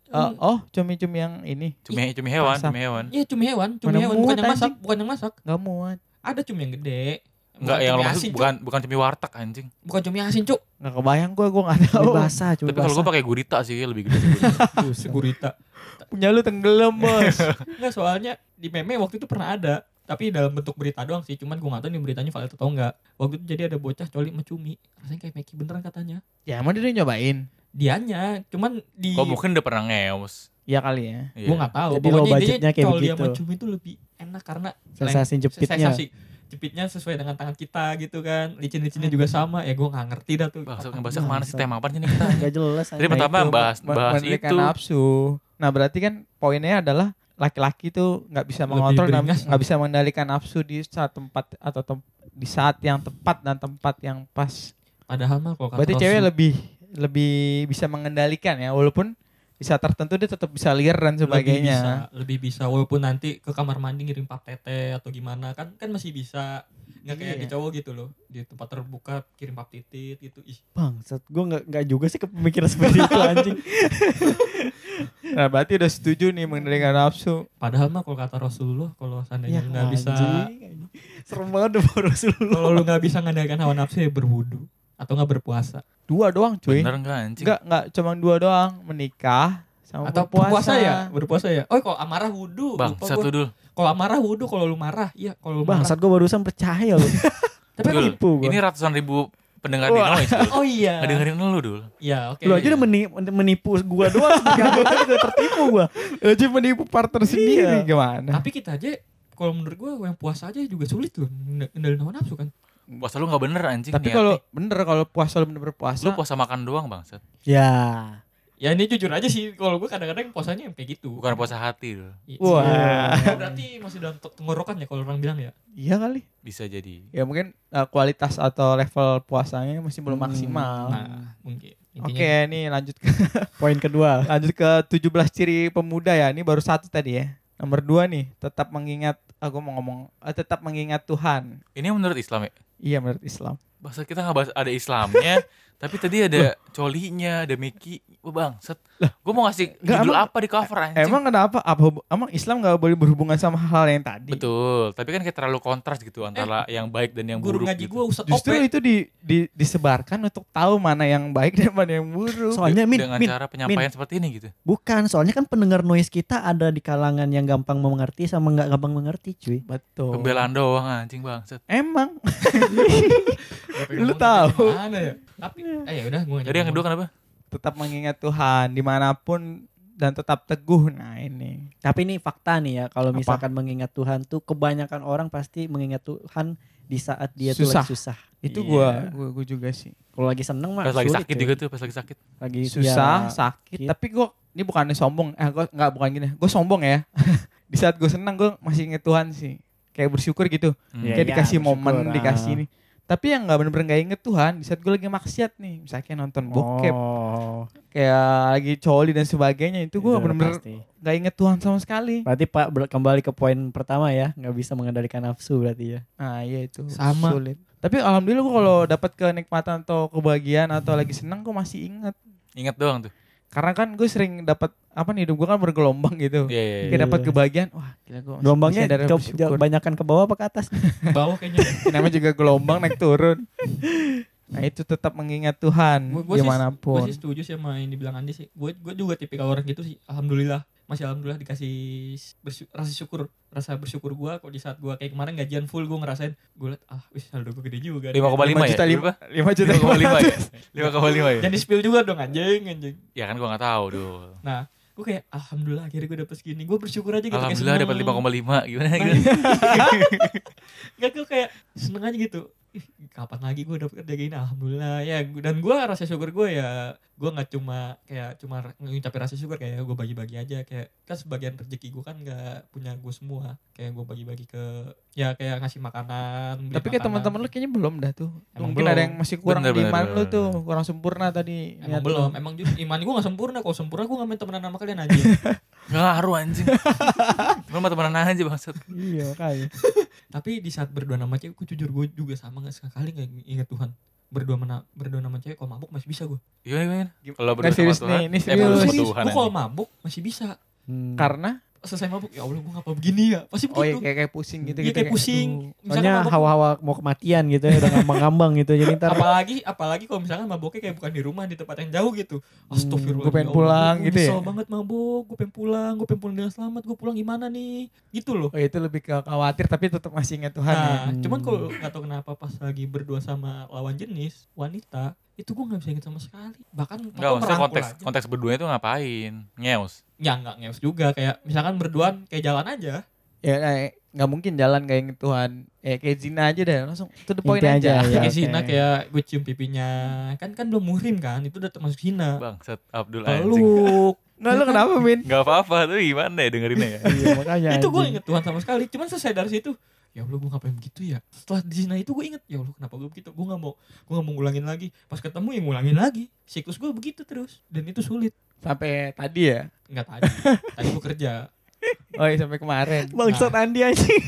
Eh, oh, cumi-cumi yang ini Cumi cumi hewan, Pasar. cumi hewan. Iya cumi hewan, cumi Mana hewan muat, bukan yang masak, anjing. bukan yang masak. nggak muat. Ada cumi yang gede. Enggak, Bukan yang lo cumi maksud asin, Cuk. bukan bukan cumi warteg anjing. Bukan cumi asin, Cuk. Nggak kebayang gue, gue nggak tahu. Cumi basah, cumi Tapi kalau basah. gue pakai gurita sih lebih gede. gurita. Segurita. Punya lu tenggelam bos. Enggak, soalnya di meme waktu itu pernah ada, tapi dalam bentuk berita doang sih, cuman gue nggak tahu nih beritanya valid atau enggak. Waktu itu jadi ada bocah coli sama cumi, rasanya kayak Meki beneran katanya. Ya emang dia udah nyobain. Dianya, cuman di Kok mungkin udah pernah ngeos. Iya kali ya. Iya. gue nggak tahu. Jadi low Pokoknya budgetnya intinya kayak coli sama begitu. cumi itu lebih enak karena Sensasi jepitnya. sensasi jepitnya sesuai dengan tangan kita gitu kan, licin-licinnya juga sama. Ya gue nggak ngerti dah tuh. Bahasa ngebahasnya kemana sih, Bangsat. tema apa sih nih kita? Gak jelas. Jadi anjing. pertama itu, bahas me- bahas mengendalikan itu. nafsu. Nah berarti kan poinnya adalah laki-laki tuh nggak bisa Lebih mengontrol, nggak beringas. nggak bisa mengendalikan nafsu di saat tempat atau tem- di saat yang tepat dan tempat yang pas. Padahal mah kalau kata Berarti Rasul- cewek lebih lebih bisa mengendalikan ya, walaupun di saat tertentu dia tetap bisa liar dan lebih bisa, sebagainya. lebih bisa walaupun nanti ke kamar mandi ngirim pap tete atau gimana kan kan masih bisa. Nggak kayak Iya. di cowok gitu loh, di tempat terbuka kirim pap titit gitu. Ih, Bangsat, gue gak, gak juga sih kepemikiran seperti itu anjing. Nah berarti udah setuju nih mengendalikan nafsu. padahal mah kalau kata Rasulullah kalau seandainya Ya, lu nggak bisa anjing, anjing. Serem banget udah Rasulullah. kalau lu nggak bisa mengendalikan hawa nafsu ya berwudu atau nggak berpuasa Dua doang cuy. Bener enggak anjing? Enggak, enggak cuma dua doang, menikah sama atau berpuasa. berpuasa ya berpuasa ya oh kalau amarah wudu Bang, lupa satu gua. dulu. Kalau amarah wudu, kalau lu marah iya kalau lu marah Bangsat, gue barusan percaya loh. Tapi Dul, tipu gue. ini ratusan ribu pendengar di Wah. noise. Dul. oh iya Nggak dengerin lu dulu. iya oke Lu aja udah meni- menipu gue doang sebagai anggota juga tertipu gue. Aja menipu partner sendiri Iya. gimana? tapi kita aja kalau menurut gua yang puasa aja juga sulit loh ngendalin hawa nafsu kan. Puasa lu nggak bener anjing. Tapi niatnya. kalau bener kalau puasa lu bener berpuasa, lu puasa makan doang bangsat. Ya. Ya ini jujur aja sih kalau gue kadang-kadang puasanya yang kayak gitu. Bukan puasa hati dulu. Iya. Wah. Oh, berarti masih dalam te- tenggorokan ya kalau orang bilang ya. iya kali. Bisa jadi. Ya mungkin uh, kualitas atau level puasanya masih belum Hmm. maksimal. Nah, mungkin. Oke, Intinya nih lanjut ke Poin kedua. lanjut ke tujuh belas ciri pemuda ya. Ini baru satu tadi ya. Nomor dua nih, tetap mengingat, aku mau ngomong, eh, tetap mengingat Tuhan. Ini menurut Islam ya? Iya menurut Islam. Bahasa kita nggak bahas ada Islamnya, tapi tadi ada colinya, ada Miki. Wah bangsat. Gue mau ngasih Nggak, judul emang- apa di cover anjing? Emang kenapa? Apa hub- emang Islam gak boleh berhubungan sama hal yang tadi? Betul, tapi kan kayak terlalu kontras gitu antara yang baik dan yang guru buruk ngaji gitu. gue Ustadz Justru Ope. itu di, di, disebarkan untuk tahu mana yang baik dan mana yang buruk. Soalnya Min, dengan Min, cara penyampaian seperti ini gitu. bukan. Soalnya kan pendengar noise kita ada di kalangan yang gampang mengerti sama nggak gampang mengerti, cuy. Betul. Pembelaan doang anjing bangsat. Emang. Gua pengen Lu ngomong tahu. tapi Mana ya? Tapi eh ya udah gue. Jadi yang kedua kenapa? Tetap mengingat Tuhan dimanapun dan tetap teguh. Nah ini. Tapi ini fakta nih ya, kalau Apa? misalkan mengingat Tuhan tuh kebanyakan orang pasti mengingat Tuhan di saat dia tuh Susah. lagi susah. Itu Iya. gua, gua, gua juga sih. Kalau lagi seneng mah Pas lagi sulit, sakit cuy. juga tuh, pas lagi sakit. Lagi Susah, ya, sakit. sakit. Tapi gua ini bukannya sombong. Eh gua nggak bukan gini. Gua sombong ya. Di saat gua senang gua masih inget Tuhan sih. Kayak bersyukur gitu. Hmm. Iya, Kayak iya, dikasih bersyukur. momen, Ah. dikasih ini. Tapi yang nggak bener-bener nggak inget Tuhan, di saat gue lagi maksiat nih, misalnya nonton bokep, Oh, kayak lagi coli dan sebagainya, itu gue itu bener-bener pasti. nggak inget Tuhan sama sekali. Berarti Pak ber- kembali ke poin pertama ya, nggak bisa mengendalikan nafsu berarti ya. Nah iya itu Sama. sulit. Tapi alhamdulillah gue kalau dapat kenikmatan atau kebahagiaan atau lagi senang gue masih inget. Ingat doang tuh. Karena kan gue sering dapat apa nih, hidup gue kan bergelombang gitu. Iya, iya, iya. Kayak dapat Iya. kebahagiaan, wah gila gue Gelombangnya ke, bersyukur. kebanyakan ke bawah apa ke atas? bawah kayaknya. Namanya juga gelombang naik turun. Nah itu tetap mengingat Tuhan Gue sih, dimanapun. gua sih setuju sih sama yang dibilang Andi sih. Gue gue juga tipikal orang gitu sih. Alhamdulillah masih alhamdulillah dikasih bersyukur, rasa syukur rasa bersyukur gue kok di saat gue kayak kemarin gajian full gue ngerasain gue liat ah wis saldo gue gede juga. lima koma lima ya? juta lima, Berapa? lima juta lima koma lima ya? lima koma lima ya? Jangan di spill juga dong anjing anjing. Ya kan gua enggak tahu dulu. Nah gue kayak alhamdulillah akhirnya gue dapet segini. Gue bersyukur aja gitu. kayak Alhamdulillah seneng. dapat lima koma lima. Gimana Nah, gimana? Gak gue kayak seneng aja gitu. Ih, kapan lagi gue dapet kerja gini alhamdulillah ya. Dan gue rasa syukur gue ya gue nggak cuma kayak cuma ngucapin rasa syukur kayak gue bagi-bagi aja kayak kan sebagian rezeki gue kan nggak punya gue semua kayak gue bagi-bagi ke ya kayak ngasih makanan beli Tapi kayak makanan. teman-teman lu kayaknya belum dah tuh. Emang Mungkin belum. ada yang masih kurang Bener, di bener, iman bener, lu bener. tuh, kurang sempurna tadi. Emang niat belum, lu. emang justru iman gue gak sempurna. Kalau sempurna gue gak main temenan sama kalian aja. Nggak ngaruh anjing. Lu mah temenan aja bangsat. Iya makanya. Tapi di saat berdua sama cewek, gue jujur gue juga sama gak sekali gak inget Tuhan. berdua mena, berdua sama cewek kalau mabuk masih bisa gue. Gimana gimana? Kalau Nggak, berdua sama serius Tuhan, nih, ini eh, serius. berdua sama Serius, Tuhan gue kalau anjing. mabuk masih bisa. Hmm. Karena Selesai mabuk, ya Allah gue ngapa begini ya? Pasti oh iya begitu. kayak kayak pusing gitu Iya gitu. kayak pusing. Misalkan Soalnya mabuk- hawa-hawa mau kematian gitu ya, udah ngambang-ngambang gitu. Jadi ntar apalagi apalagi kalau misalkan mabuknya kayak bukan di rumah, di tempat yang jauh gitu. Astagfirullah. gua pengen ya Allah, pulang gua gitu ya? Nyesel banget mabuk, gue pengen pulang, gue pengen pulang dengan selamat, gue pulang gimana nih? Gitu loh. Oh itu lebih ke khawatir tapi tetap masih ingat Tuhan ya. Nah, Hmm. cuman kalau nggak tahu kenapa pas lagi berdua sama lawan jenis wanita, itu gue nggak bisa inget sama sekali. Bahkan Enggak, foto maksudnya merangkul konteks aja. konteks berdua itu ngapain? Ngeus. Ya nggak ngeus juga, kayak misalkan berduaan kayak jalan aja. Ya kayak nggak mungkin jalan kayak inget Tuhan. Ya kayak zina aja deh langsung to the point Inti aja. aja, ya. kayak oke. zina, kayak gue cium pipinya, kan kan belum muhrim kan, itu udah termasuk zina. Bangsat Abdul anjing. Peluk. Nggak lu kenapa Min? Enggak apa-apa tuh gimana ya dengerinnya ya. iya makanya Itu gue anjing. inget Tuhan sama sekali. Cuman selesai dari situ, ya Allah gue ngapain begitu ya. Setelah di zina itu gue inget, ya Allah kenapa gue begitu. Gue nggak mau, gue nggak mau ngulangin lagi. Pas ketemu ya ngulangin lagi. Siklus gue begitu terus, dan itu sulit. Sampai tadi ya. Nggak tadi, tadi gue kerja. Oh iya sampai kemarin. Bangsat Andi anjing.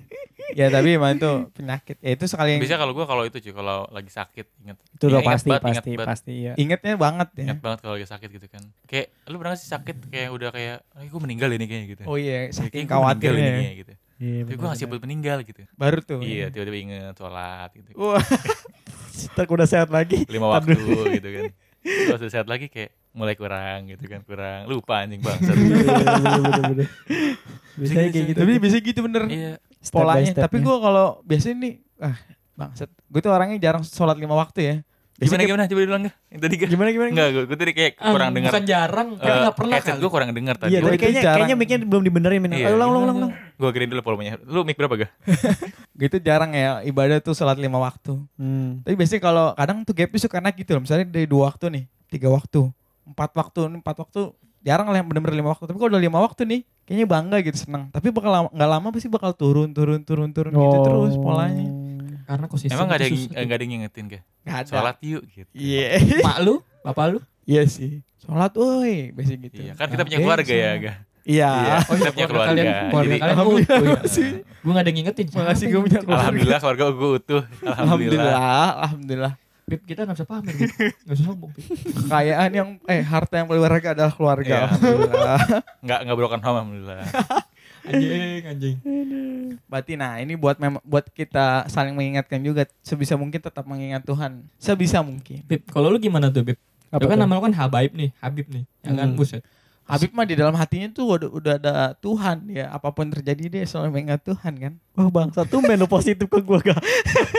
Ya tapi emang itu penyakit. Ya itu sekali yang Bisa kalau gua kalau itu cuy, kalau lagi sakit inget. Itu udah Ingat pasti banget, ingat pasti banget. pasti ya. ingetnya banget ya. Ingat banget kalau lagi sakit gitu kan. Kayak lu pernah gak sih sakit kayak udah kayak, "Eh, gue meninggal ini kayaknya" gitu. Oh iya, Kayak, saking "Gua meninggal ini khawatirnya. kayaknya," gitu. Iya. Tapi gue gak siap buat meninggal gitu. Baru tuh. Iya, tiba-tiba inget sholat gitu. Wah, Ntar gua udah sehat lagi. Lima waktu gitu kan. Terus udah sehat lagi kayak mulai kurang gitu kan, kurang. Lupa anjing bangsat. Bener-bener. Biasanya kayak gitu. tapi bisa gitu bener Iya. Step by polanya. stepnya. Tapi gue kalau biasanya nih, ah bangsat. Gue tuh orangnya jarang sholat lima waktu ya. Gimana Biasanya gimana coba diulang gak? Yang tadi kan. Gimana gimana? Enggak, gue, gue tadi kayak Ah, kurang dengar. bukan jarang, kan Eh, nggak pernah headset kali. gue kurang dengar tadi. Iya, Oh, tapi itu kayaknya jarang. kayaknya mic-nya belum dibenerin. Min. Iya, Ayo, ulang ulang ulang. ulang. Gue gedein dulu volumenya. Lu mic berapa gak? gitu jarang ya ibadah tuh sholat lima waktu. Hmm. Tapi biasanya kalau kadang tuh gapnya suka naik gitu loh. Misalnya dari dua waktu nih, tiga waktu, empat waktu, empat waktu. Jarang lah yang bener-bener lima waktu. Tapi kalau udah lima waktu nih, kayaknya bangga gitu, senang. Tapi bakal lama, gak lama pasti bakal turun, turun, turun, turun gitu terus polanya. Karena konsisten. Emang gak ada itu yang susah. gak ada yang ngingetin gak? Gak ada. Sholat yuk gitu. Iya. Mak lu, bapak lu. Iya sih. Sholat, woi, biasanya gitu. Iya, kan kita Nah, punya eh, keluarga ya, sholat. Gak? Iya. Iya, kita punya keluarga. kalian, keluarga Jadi, kalian alhamdulillah, utuh ya. makasih. Gue gak ada yang ngingetin. Makasih Siapa gue yang punya ngingetin? keluarga. alhamdulillah keluarga gue utuh. Alhamdulillah. Alhamdulillah, alhamdulillah. Bib, kita gak bisa pamer gitu. Gak usah sombong, Bib. Kekayaan yang eh harta yang paling berharga adalah keluarga. Iya. Alhamdulillah. Nggak nggak broken home alhamdulillah. Anjing, anjing. Berarti nah ini buat mem- buat kita saling mengingatkan juga sebisa mungkin tetap mengingat Tuhan. Sebisa mungkin. Bib, kalau lu gimana tuh, Bib? Apa Lu kan tuh? nama lu kan Habaib nih, Habib nih. Ya kan, Hmm. buset. Habib mah di dalam hatinya tuh udah, udah ada Tuhan ya. Apapun terjadi dia selalu mengingat Tuhan kan. Wah bangsa tuh menu positif ke gua gak.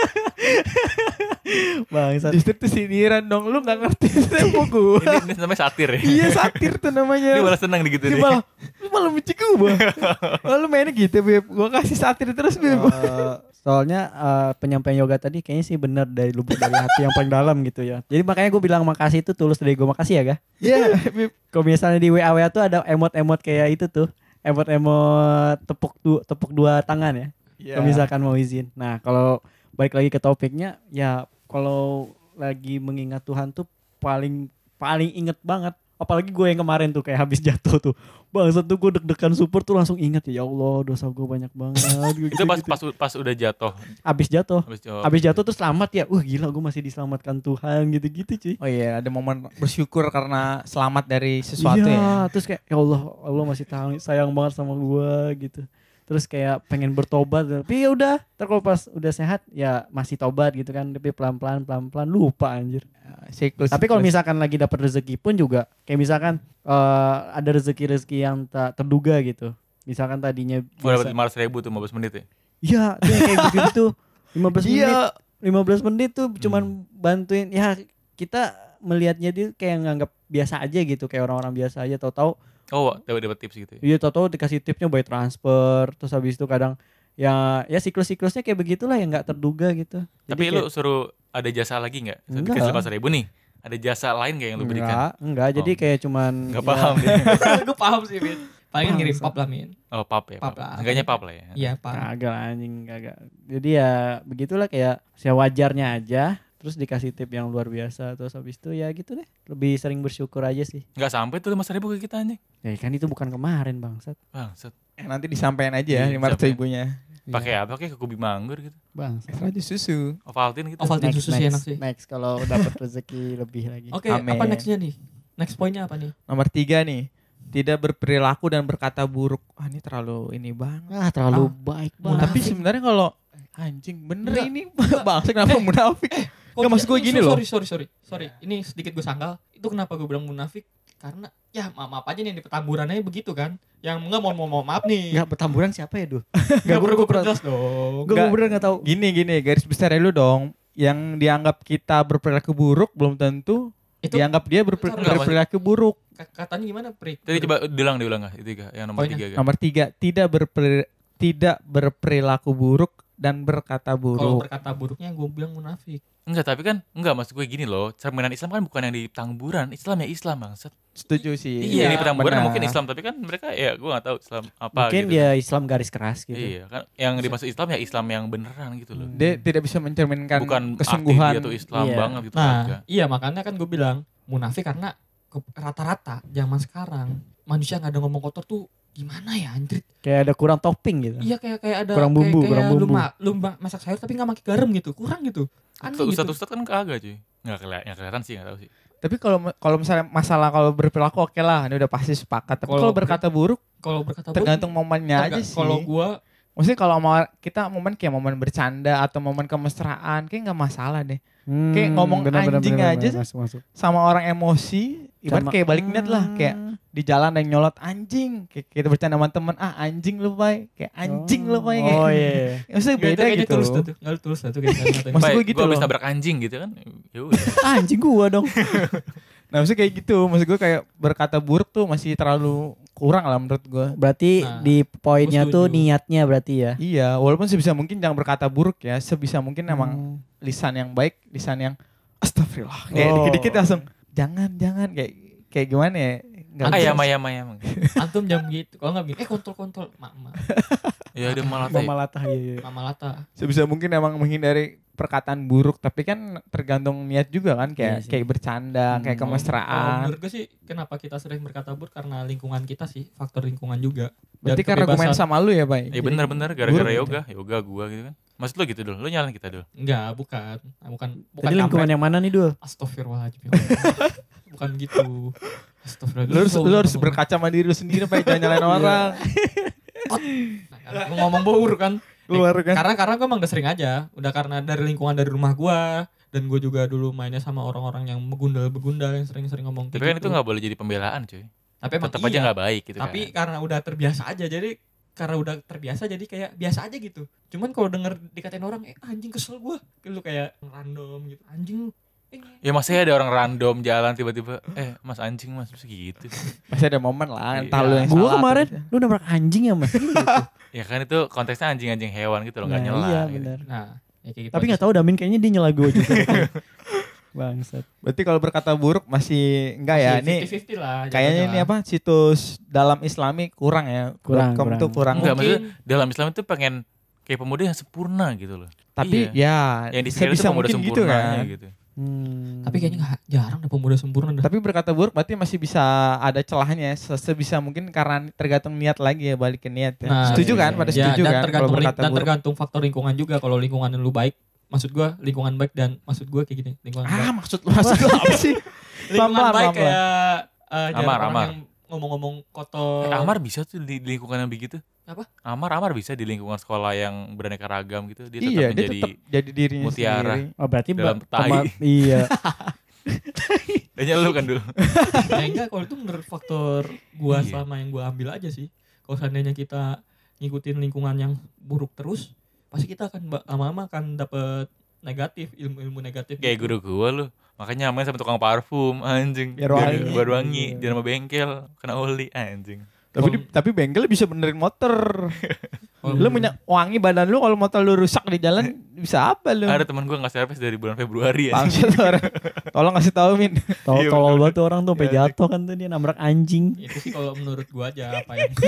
Bangsa. Justru tuh sindiran dong. Lu gak ngerti tempo gua. ini, ini namanya satir ya. Iya satir tuh namanya. Dia malah senang gitu Dia nih. malah, lu malah benci gua. Lalu mainnya gitu Beb. Gua kasih satir terus Beb. Eh, soalnya eh, penyampaian yoga tadi kayaknya sih benar dari lubuk dari hati yang paling dalam gitu ya. Jadi makanya gue bilang makasih itu tulus dari gue, makasih ya ga. Iya Beb. Kalau misalnya di W A W A tuh ada emot-emot kayak itu tuh, emot-emot tepuk du- tepuk dua tangan ya. Iya. Kalau misalkan mau izin. Nah kalau balik lagi ke topiknya, ya kalau lagi mengingat Tuhan tuh paling paling inget banget. Apalagi gue yang kemarin tuh kayak habis jatuh tuh. Bangsat tuh gue deg-degan super tuh langsung ingat ya, ya Allah dosa gue banyak banget. Itu pas pas pas udah jatuh. Abis jatuh. Habis jatuh. Abis jatuh tuh selamat ya. Wah gila gue masih diselamatkan Tuhan gitu-gitu cuy. Oh iya ada momen bersyukur karena selamat dari sesuatu Iya, ya. terus kayak ya Allah, Allah masih tahu sayang banget sama gua gitu. Terus kayak pengen bertobat, tapi ya udah, ntar kalau pas udah sehat ya masih tobat gitu kan, tapi pelan-pelan pelan-pelan lupa anjir. Siklus. Tapi kalau siklus. misalkan lagi dapat rezeki pun juga kayak misalkan eh, ada rezeki-rezeki yang tak terduga gitu. Misalkan tadinya Gue dapat biasa- lima ratus ribu tuh lima belas menit ya. Iya, tuh yang kayak gitu lima belas menit. Iya. lima belas menit tuh cuman bantuin ya, kita melihatnya dia kayak nganggap biasa aja gitu, kayak orang-orang biasa aja, tahu-tahu Oh, dapat dapat tips gitu ya. iya tahu-tahu dikasih tipsnya by transfer, terus habis itu kadang ya ya siklus-siklusnya kayak begitulah yang nggak terduga gitu. Jadi Tapi kayak- lu suruh ada jasa lagi nggak? Enggak. Dikasih lima ratus ribu nih. Ada jasa lain nggak yang lu berikan? enggak, enggak, jadi Oh. kayak cuman Nggak ya, paham deh. Gue paham sih, Min. Paling Paham, ngirim Sa. pap lah, Min. Oh, pap ya. Pap Pap. lah. Enggaknya pap lah ya. Iya, pap. kagak lah, anjing kagak. Jadi ya begitulah kayak sewajarnya aja, terus dikasih tip yang luar biasa, terus habis itu ya gitu deh. Lebih sering bersyukur aja sih. Nggak sampai tuh lima ratus ribu ke kita anjing. Ya kan itu bukan kemarin bangsat. Bangsat. Eh, nanti disampaikan aja ya Iya, lima ratus siap ya. ribunya. Pakai apa kayak ke Kopi Manggur gitu. Bang. Raju susu. Ovaltine gitu. Ovaltine Next, susu sih next, enak sih. Next kalau dapat rezeki lebih lagi. Oke, Amin. apa nextnya nih? Next poinnya apa nih? Nomor tiga nih, tidak berperilaku dan berkata buruk. Wah ini terlalu ini banget. Ah, terlalu Ah. baik Munafik. banget. Tapi sebenarnya kalau anjing bener Enggak. ini bangsa kenapa munafik? Kok Nggak, maksud gue dia- gini so- loh. Sorry, sorry, sorry. Sorry, ini sedikit gue sangkal. Itu kenapa gue bilang munafik? Karena ya maaf, maaf aja nih yang di petamburannya begitu kan. Yang enggak mau mau maaf nih. Enggak bertamburan siapa ya, Duh? Enggak perlu gue gue perjelas dong. Gue Nggak. bener enggak tahu. Gini gini garis besar lu dong. Yang dianggap kita berperilaku buruk belum tentu Itu dianggap dia berper- Enggak, Mas. berperilaku buruk. ka- katanya gimana, Prik? Tadi coba diulang diulang enggak? Itu Kak, yang nomor Poinnya. tiga kan. Nomor tiga, tidak berperi- tidak berperilaku buruk dan berkata Kalau buruk. berkata buruknya gue bilang munafik. Enggak, tapi kan enggak maksud gue gini loh. Cerminan Islam kan bukan yang di Petamburan. Islam ya Islam bangsat. Setuju sih. Iya, di Petamburan benar. mungkin Islam, tapi kan mereka ya gue enggak tahu Islam apa Mungkin gitu. dia Islam garis keras gitu. Iya, kan yang dimaksud Islam ya Islam yang beneran gitu loh. Dia tidak bisa mencerminkan Bukan kesungguhan. arti dia tuh Islam Iya. banget gitu Nah, kagak. iya makanya kan gue bilang munafik karena ke- rata-rata zaman sekarang manusia nggak ada ngomong kotor tuh gimana ya anjir. Kayak ada kurang topping gitu. Iya kayak kayak ada Kurang bumbu, kayak, kurang kayak lu, bumbu. ma- lu ma- masak sayur tapi nggak pakai garam gitu, kurang gitu. Aneh gitu. Ustadz-ustadz kan kagak cuy. Enggak kelihatan, kelihatan sih enggak tahu sih. Tapi kalau kalau misalnya masalah kalau berperilaku oke lah, ini udah pasti sepakat. Tapi Kalau kalau berkata buruk Kalau berkata buruk, tergantung momennya aja terga- sih. Kalau gua Maksudnya kalau mau kita momen kayak momen bercanda atau momen kemesraan kayak nggak masalah deh. Hmm, Kayak ngomong anjing aja masuk, masuk. Sama orang emosi, ibarat Sama- kayak balik niat lah, kayak di jalan yang nyolot anjing, kayak kita bercanda sama temen, ah anjing lu bay, kayak anjing lu bay, kayak. Oh iya. Maksudnya Nggak, itu beda kayaknya gitu. tulus tuh, tuh. Nggak tulus tuh kayak ngatain. Maksud gue Baik, gitu gua habis loh. nabrak anjing gitu kan. Ya udah. Ah, anjing gua dong. Nah maksudnya kayak gitu, maksud gue kayak berkata buruk tuh masih terlalu kurang lah menurut gue. Berarti Nah, di poinnya gua tuh setuju. niatnya berarti ya. Iya, walaupun sebisa mungkin jangan berkata buruk ya, sebisa mungkin emang Hmm. lisan yang baik, lisan yang astagfirullah. Kayak Oh. dikit-dikit langsung jangan jangan kayak kayak gimana ya? Nggak Ayam bisa. ayam ayam. Antum jam gitu. Kalau nggak begini, eh kontrol-kontrol mama. Ya udah malah Mama teh. latah iya, iya. Mama lata. Sebisa mungkin emang menghindari perkataan buruk, tapi kan tergantung niat juga kan, kayak Iya sih. kayak bercanda, Hmm. kayak Kalau kemesraan. menurut gue sih kenapa kita sering berkata buruk karena lingkungan kita sih, faktor lingkungan juga. Berarti Dan karena gue main kebebasan- sama lu ya, Bay? Ya benar-benar gara-gara buruk yoga, yoga gua gitu kan. Maksud lu gitu dulu, lu nyalain kita dulu. Enggak, bukan. Nah, bukan bukan Tadi lingkungan kampret. yang mana nih, Dul? Astagfirullahaladzim. ya Allah. Bukan gitu. Astagfirullahaladzim. Lu harus Lu lu harus ngomong- berkaca sama diri lu sendiri, Bay, jangan nyalain orang. Nah, kan, lu ngomong buruk kan. Luar kan. Karena karena gue emang udah sering aja. Udah karena dari lingkungan dari rumah gua, dan gue juga dulu mainnya sama orang-orang yang begundal-begundal yang sering-sering ngomong Tapi kayak kan gitu. itu nggak boleh jadi pembelaan cuy. Tapi emang Tetap iya. aja nggak baik gitu Tapi kan. karena udah terbiasa aja, jadi karena udah terbiasa jadi kayak biasa aja gitu. Cuman kalau denger dikatain orang, eh anjing kesel gua, lu kayak random gitu, anjing lu. Eh, Ya masih ada orang random jalan tiba-tiba, eh mas anjing mas, terus gitu. Masih ada momen lah, entah Iya. lu yang Gua salah kemarin atau- lu nabrak anjing ya, Mas? Ya kan itu konteksnya anjing-anjing hewan gitu loh, nggak Nah, nyela. iya gitu. benar. Nah, ya kayak gitu. Tapi aja nggak tahu Damin kayaknya dia nyela gue juga. Bangsat. Berarti kalau berkata buruk masih enggak ya? Masih Ini fifty fifty lah. kayaknya ini jatuhnya. apa situs dalam Islami kurang ya. Kurang, .com kurang. tuh kurang. Enggak, Mungkin- maksudnya dalam Islam itu pengen kayak pemuda yang sempurna gitu loh. Tapi Iya. ya Yang di itu sebisa pemuda mungkin gitu sempurnanya kan. gitu. Hmm. Tapi kayaknya nggak jarang ada pemuda sempurna dah. Tapi berkata buruk berarti masih bisa ada celahnya se- sebisa mungkin karena tergantung niat lagi ya, balik ke niat ya. Nah, setuju iya, kan? iya. Pada Ya, setuju dan kan kalau tergantung ling- berkata dan buruk. tergantung faktor lingkungan juga. Kalau lingkungan lu baik, maksud gua lingkungan baik dan maksud gua kayak gini, lingkungan Ah, baik. maksud lu maksud lu apa sih? Lingkungan pelan-pelan, baik pelan-pelan. kayak eh, jarang Amar, orang Amar. yang ngomong-ngomong kotor. Eh, Amar bisa tuh di, di lingkungan yang begitu. Apa? Amar Amar bisa di lingkungan sekolah yang beraneka ragam gitu. Dia tetap Iya, dia menjadi tetap jadi dirinya mutiara. sendiri. Oh, berarti dalam ba- tai. tema- iya. Kayaknya lu kan dulu. Ya enggak, kalau itu menurut faktor gua Iya. selama yang gua ambil aja sih. Kalau seandainya kita ngikutin lingkungan yang buruk terus, pasti kita akan ba- lama-lama akan dapet negatif, ilmu-ilmu negatif. Kayak gitu. guru gua lu. Makanya main sama tukang parfum anjing. Biar wangi. Biar wangi. Iya. Jangan sama bengkel kena oli anjing. Tapi di- tapi bengkel bisa benerin motor. Kalau- Lu minyak wangi badan lu kalau motor lu rusak di jalan bisa apa lu? Ada teman gua nggak servis dari bulan Februari ya. Bangsat orang. Tolong kasih tahu Min. Tol Iya, tolol bener. banget tuh orang tuh sampai Iya, jatuh kan tuh dia nabrak anjing. itu sih kalau menurut gua aja apa yang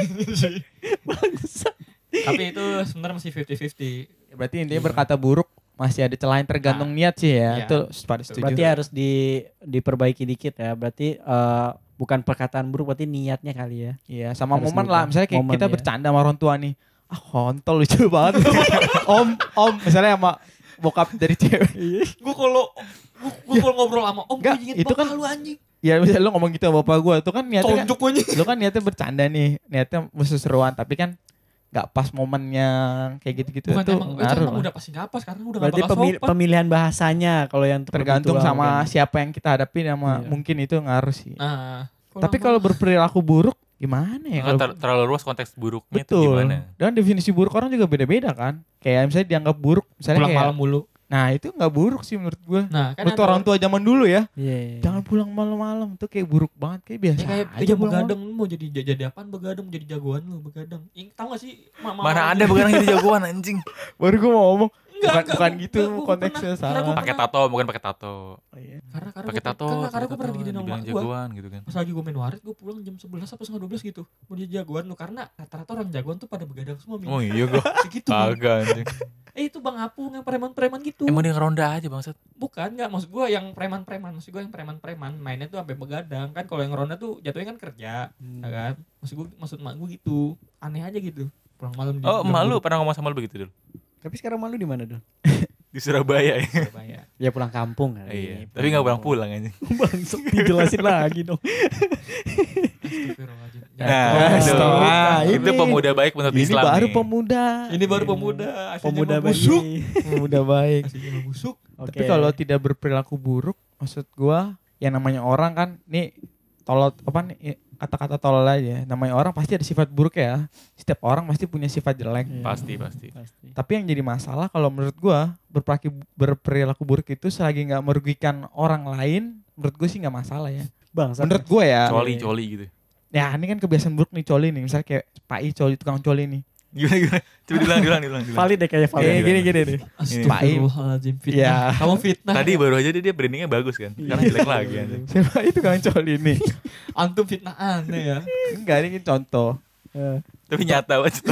Bangsat. tapi itu sebenarnya masih fifty fifty. Berarti intinya berkata buruk masih ada celah yang tergantung niat sih ya. Iya. Itu pada setuju. Berarti harus di diperbaiki dikit ya. Berarti eh, bukan perkataan buruk, berarti niatnya kali ya. Iya, sama Harus momen diubah. lah. Misalnya kayak Momen, kita ya. bercanda sama orang tua nih. ah kontol lucu banget. om, om misalnya sama bokap dari cewek. Gue kalau gue kalau ngobrol sama om, Enggak, gue ingin itu kan lu anjing. Ya misalnya lu ngomong gitu sama bapak gue, itu kan niatnya kan, Tonjok gue nih. lu kan niatnya bercanda nih, niatnya musuh seruan, tapi kan nggak pas momennya kayak gitu-gitu Bukan tuh emang, itu ngaruh emang lah. udah pasti nggak pas karena udah nggak Berarti bakal pemil- sopan. pemilihan bahasanya kalau yang Tergantung betul sama kan. siapa yang kita hadapi sama Iya. mungkin itu ngaruh sih. Nah, Tapi kalau berperilaku buruk gimana ya? Nggak Kalau ter- terlalu luas konteks buruknya itu betul. gimana? Dan definisi buruk orang juga beda-beda kan. Kayak misalnya dianggap buruk, misalnya pulang kayak, malam mulu. nah itu nggak buruk sih menurut gue. Nah, kan Menurut ada orang tua zaman dulu ya, Iya. jangan pulang malam-malam tuh kayak buruk banget, kayak biasa. ya kayak aja ya pulang begadang lu mau jadi jadi apaan begadang mau jadi jagoan lu begadang. Ing, tahu gak sih mama Mana ada begadang jadi jagoan anjing. malam. Baru gue mau ngomong, Enggak, bukan, enggak, bukan gua- gitu gua- gua konteksnya pernah- salah. karena gua Pakai tato, bukan pakai tato. Oh, iya. Karena karena Pakai gua- tato, karena, karena pakai gue pernah tato, diginiin sama dibilang mak gue. jagoan gitu kan. Pas lagi gue main warit gue pulang jam sebelas apa setengah dua belas gitu. Mau jadi jagoan lu karena rata-rata orang jagoan tuh pada begadang semua. Min. Oh iya gua Gitu. kagak anjing. Eh itu Bang Apung yang preman-preman gitu. Emang dia ngeronda aja bangsat. Bukan, enggak maksud gue yang preman-preman, maksud gue yang preman-preman mainnya tuh sampai begadang kan. Kalau yang ronda tuh jatuhnya kan kerja, Hmm. ya kan? Maksud gue, maksud mak gue gitu, aneh aja gitu. Pulang malam di Oh, jam emak lu dua pernah ngomong sama lu begitu dulu? Tapi sekarang malu di mana dong? Di Surabaya ya. Surabaya. Ya pulang kampung kali. Iya, tapi enggak pulang-pulang anjing. Bangsat dijelasin lagi dong. Astagfirullahaladzim. Nah, Jangan. itu, Nah, itu ini. pemuda baik menurut Ini Islam baru nih. pemuda. Ini baru pemuda, aslinya Pemuda mah busuk. bayi. Pemuda baik. Aslinya mah busuk. Oke. Tapi kalau tidak berperilaku buruk, maksud gua yang namanya orang kan, nih tolol apa nih kata-kata tolol aja. Namanya orang pasti ada sifat buruk ya. Setiap orang pasti punya sifat jelek. Iya. Pasti, pasti. Pasti. Tapi yang jadi masalah kalau menurut gua berperilaku berperilaku buruk itu selagi nggak merugikan orang lain, menurut gua sih nggak masalah ya. Bangsat. Menurut gua ya. Coli, coli gitu. Ya ini kan kebiasaan buruk nih coli nih. Misalnya kayak Pak I coli, tukang coli nih. Gimana gimana? Coba diulang, diulang, diulang. diulang. valid deh kayaknya valid. Eh Iya, gini iya. gini nih. Astagfirullahaladzim, fitnah. Ya. Kamu fitnah. Tadi baru aja dia, dia brandingnya bagus kan. Sekarang jelek lagi anjing. Siapa itu tukang coli nih? Antum fitnah aneh ya. Enggak, ini contoh. Eh, Tapi nyata banget.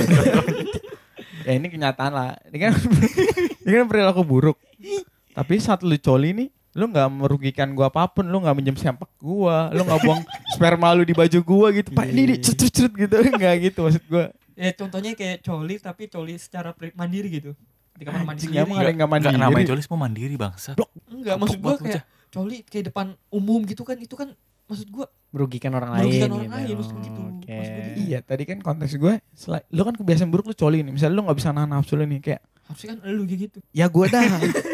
Ya ini kenyataan lah. Ini kan ini kan perilaku buruk. Tapi saat lu coli nih, lu nggak merugikan gua apapun, lu nggak minjem sempak gua, lu nggak buang sperma lu di baju gua gitu. Pak ini nih cut cut cut gitu, enggak gitu maksud gua. Ya contohnya kayak coli tapi coli secara pri- mandiri gitu. Di kamar mandi Anjing, sendiri. emang ada yang nggak Enggak mandiri. namanya coli semua mandiri bangsat. Enggak, maksud gua Goblok kayak coli kayak depan umum gitu kan. Itu kan maksud gua merugikan orang lain. merugikan orang gitu. lain maksud gua gitu. Oke. Maksud gua gitu. Iya, tadi kan konteks gue, sel- lu kan kebiasaan buruk lu coli nih. Misalnya lu nggak bisa nahan nafsu lu nih kayak, Harusnya kan lu kayak gitu. ya gue dah.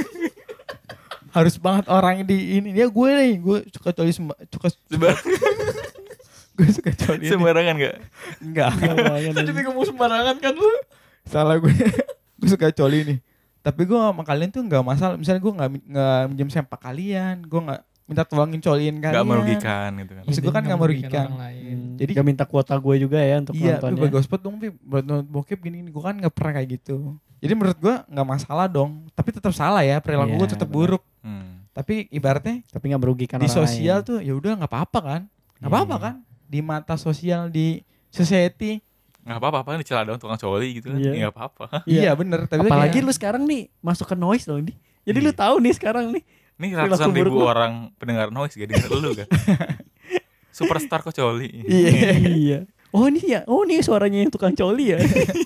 Harus banget orang di ini. Ya gue nih, gue suka coli semba, suka Sembar- gue suka coli. ini. Sembarangan enggak? Enggak. Tadi ngomong sembarangan kan lu. Salah gue. Gue suka coli nih. Tapi gue sama kalian tuh nggak masalah. Misalnya gue nggak nggak minjem sempak kalian, gue nggak minta tolongin coliin kalian. Enggak merugikan gitu kan. Maksud gua kan nggak merugikan. orang lain. Hmm. Jadi- Gak minta kuota gue juga ya untuk Iya, lu nontonnya. bagus dong, Pi. Buat nonton bokep gini-gini. Gue kan nggak pernah kayak gitu. Jadi menurut gue nggak masalah dong. Tapi tetap salah ya. Perilaku Iya, gue tetap benar. buruk. Hmm. Tapi ibaratnya Tapi gak merugikan di orang sosial lain. tuh ya udah nggak apa-apa kan. Nggak Iya. apa-apa kan. Di mata sosial, di society. Enggak apa-apa, apa dicela dong tukang coli gitu kan. Iya. Enggak apa-apa. Iya, bener. Tapi Apalagi kayak- lu sekarang nih masuk ke noise loh nih. Jadi Iya. lu tahu nih sekarang nih. Ini Perilaku ratusan ribu buruk lu. orang pendengar noise gak denger lu kan. Superstar kok coli. Iya. Iya. Oh ini ya. Oh ini suaranya yang tukang coli ya.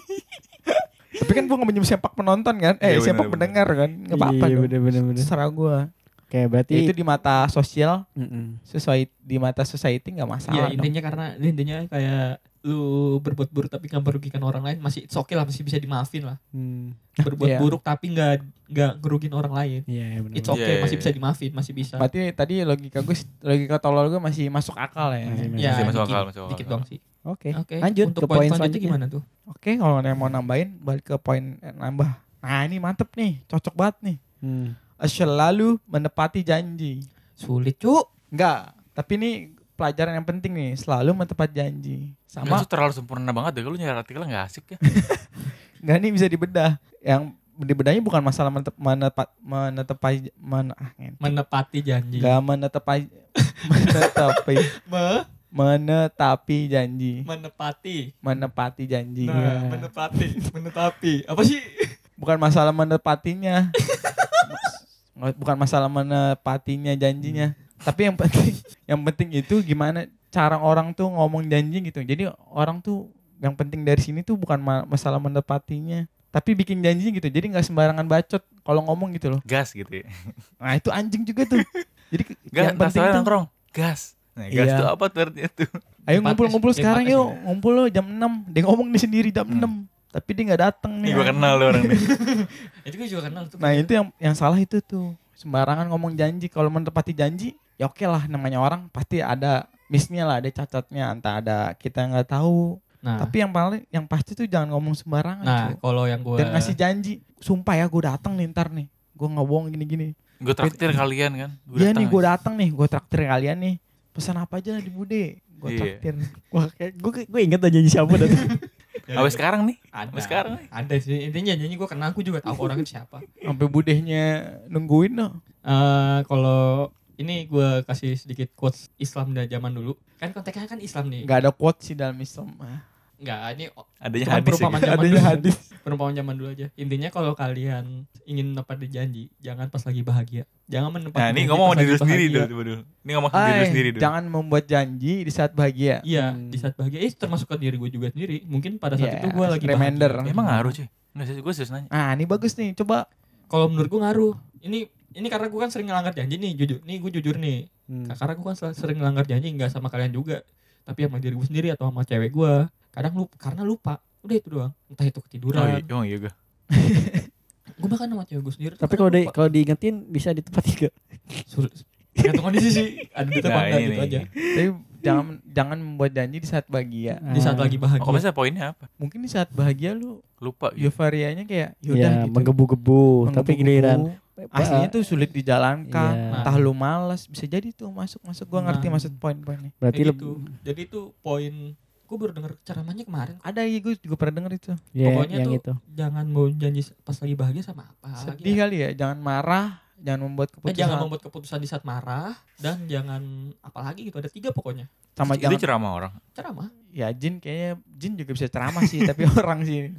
Tapi kan gue nggak minjem sepak penonton kan. Eh, Iya, bener, sepak bener. pendengar kan. Nggak apa-apa Iya, dong. bener-bener, bener. Terserah gue. Oke berarti. Ya, itu di mata sosial, Mm-mm. sesuai di mata society nggak Iya masalah dong. intinya karena intinya kayak lu berbuat buruk tapi nggak merugikan orang lain masih it's okay lah, masih bisa dimaafin lah. Hmm. Berbuat Iya. buruk tapi nggak nggak ngerugin orang lain, Iya benar. it's okay, Iya, masih iya. bisa dimaafin, masih bisa. Berarti tadi logika gue, logika tolol gue masih masuk akal ya. Masih- Ya, Masih masuk dikit, akal, masuk akal. dikit dong sih. Oke. Oke. Lanjut Untuk ke poin poin selanjutnya selanjutnya. gimana tuh? Oke, kalau ada yang mau nambahin, balik ke poin eh, nambah. Nah ini mantep nih, cocok banget nih. Hmm. Selalu menepati janji. Sulit cuk. Enggak, tapi ini pelajaran yang penting nih, selalu menepati janji. Sama Sama, itu terlalu sempurna banget deh. Lu nyari artikel gak asik ya. enggak nih bisa dibedah. Yang dibedahnya bukan masalah menetep, menepat, menetepai, men, ah, ngen- Menepati janji. enggak menetepai, menetepi, Me- menetapi janji. menepati. Menepati janji. Nah, Iya. menepati, menetapi. Apa sih? Bukan masalah menepatinya. Mas- bukan masalah menepatinya janjinya. Tapi yang penting yang penting itu gimana cara orang tuh ngomong janji gitu. Jadi orang tuh yang penting dari sini tuh bukan ma- masalah menepatinya, tapi bikin janji gitu. Jadi nggak sembarangan bacot kalau ngomong gitu loh. Gas gitu ya. Nah itu anjing juga tuh. Jadi ke- Gas, yang penting penting tuh, nongkrong. Gas. Nah, gas Iya. tuh apa tuh artinya tuh? ayo Empat ngumpul-ngumpul S, sekarang empat S yuk, ya. ngumpul lo jam enam. Dia ngomong di sendiri jam Hmm. enam, tapi dia nggak datang nih. Nih gue kenal tuh orang nih. Itu gue juga kenal tuh. Nah itu yang yang salah itu tuh, sembarangan ngomong janji. Kalau menepati janji ya oke lah, namanya orang pasti ada missnya lah, ada cacatnya, entah ada kita yang nggak tahu. Nah, Tapi yang paling yang pasti tuh jangan ngomong sembarangan. nah cuy. kalau yang gue Dan ngasih janji, sumpah ya gue datang nih ntar nih, gue nggak bohong gini-gini. Gue traktir kalian kan. Gua Iya datang nih gue aja. datang nih, gue traktir kalian nih, pesan apa aja di Bude, gue Iya. traktir. Wah, kayak gue gue inget aja janji siapa dah. Sampai sekarang nih. ada. Sampai sekarang nih. Ada sih. Intinya janji gue kenal, aku juga tahu orangnya siapa. Sampai Budehnya nungguin loh. Eh kalau ini gue kasih sedikit quotes Islam dari zaman dulu. Kan konteksnya kan Islam nih. Nggak ada quote sih dalam Islam. Ah. Enggak, ini Adanya Cuma hadis. perumpamaan Ya, zaman Adanya dulu. hadis. perumpamaan zaman dulu aja. Intinya kalau kalian ingin menepati janji, jangan pas lagi bahagia. Jangan menepati Nah, ini janji ngomong pas sama diri lagi lu sendiri bahagia. dulu, coba dulu. Ini ngomong sama diri lu Ay, sendiri dulu. jangan membuat janji di saat bahagia. Iya, Hmm. di saat bahagia. Eh, termasuk ke diri gue juga sendiri. Mungkin pada saat Iya, itu gue lagi reminder. bahagia. Emang ngaruh cuy? Enggak sih, gue serius nanya. Ah ini bagus nih, coba. Kalau menurut gue ngaruh. Ini ini karena gue kan sering ngelanggar janji nih, jujur. Nih gue jujur nih. Hmm. Karena gue kan sel- sering ngelanggar janji, nggak sama kalian juga, tapi sama diri gue sendiri atau sama cewek gue. Kadang lupa, karena lupa. Udah itu doang. Entah itu Oh ketiduran. iya, emang iya gue. Gue bahkan sama cewek gue sendiri. Tapi kalau di kalau diingetin bisa ditepati gak? Tergantung kondisi sih. Ada di Nah, tempat ini gitu nih. aja. Tapi jangan jangan membuat janji di saat bahagia. Di saat lagi Oh, bahagia. maksudnya poinnya apa? Mungkin di saat bahagia lu Lupa gitu. euforianya kayak Ya, yaudah gitu. menggebu-gebu, tapi Menggebu-gebu. giliran Aslinya tuh sulit dijalankan. Iya. Entah lu malas, bisa jadi tuh masuk-masuk. Gua ngerti Nah. maksud poin-poinnya. berarti Kayak lebih gitu. Jadi itu poin. Gue baru denger ceramahnya kemarin. Ada ya, gue juga pernah denger itu. ya, Pokoknya yang tuh itu. jangan mau janji pas lagi bahagia sama apa Sedih kali ya, jangan marah, jangan membuat Eh, keputusan. jangan membuat keputusan di saat marah, dan jangan apalagi gitu, ada tiga pokoknya. Sama Itu jangan ceramah orang. Ceramah. ya Jin kayaknya Jin juga bisa ceramah sih, tapi orang sih.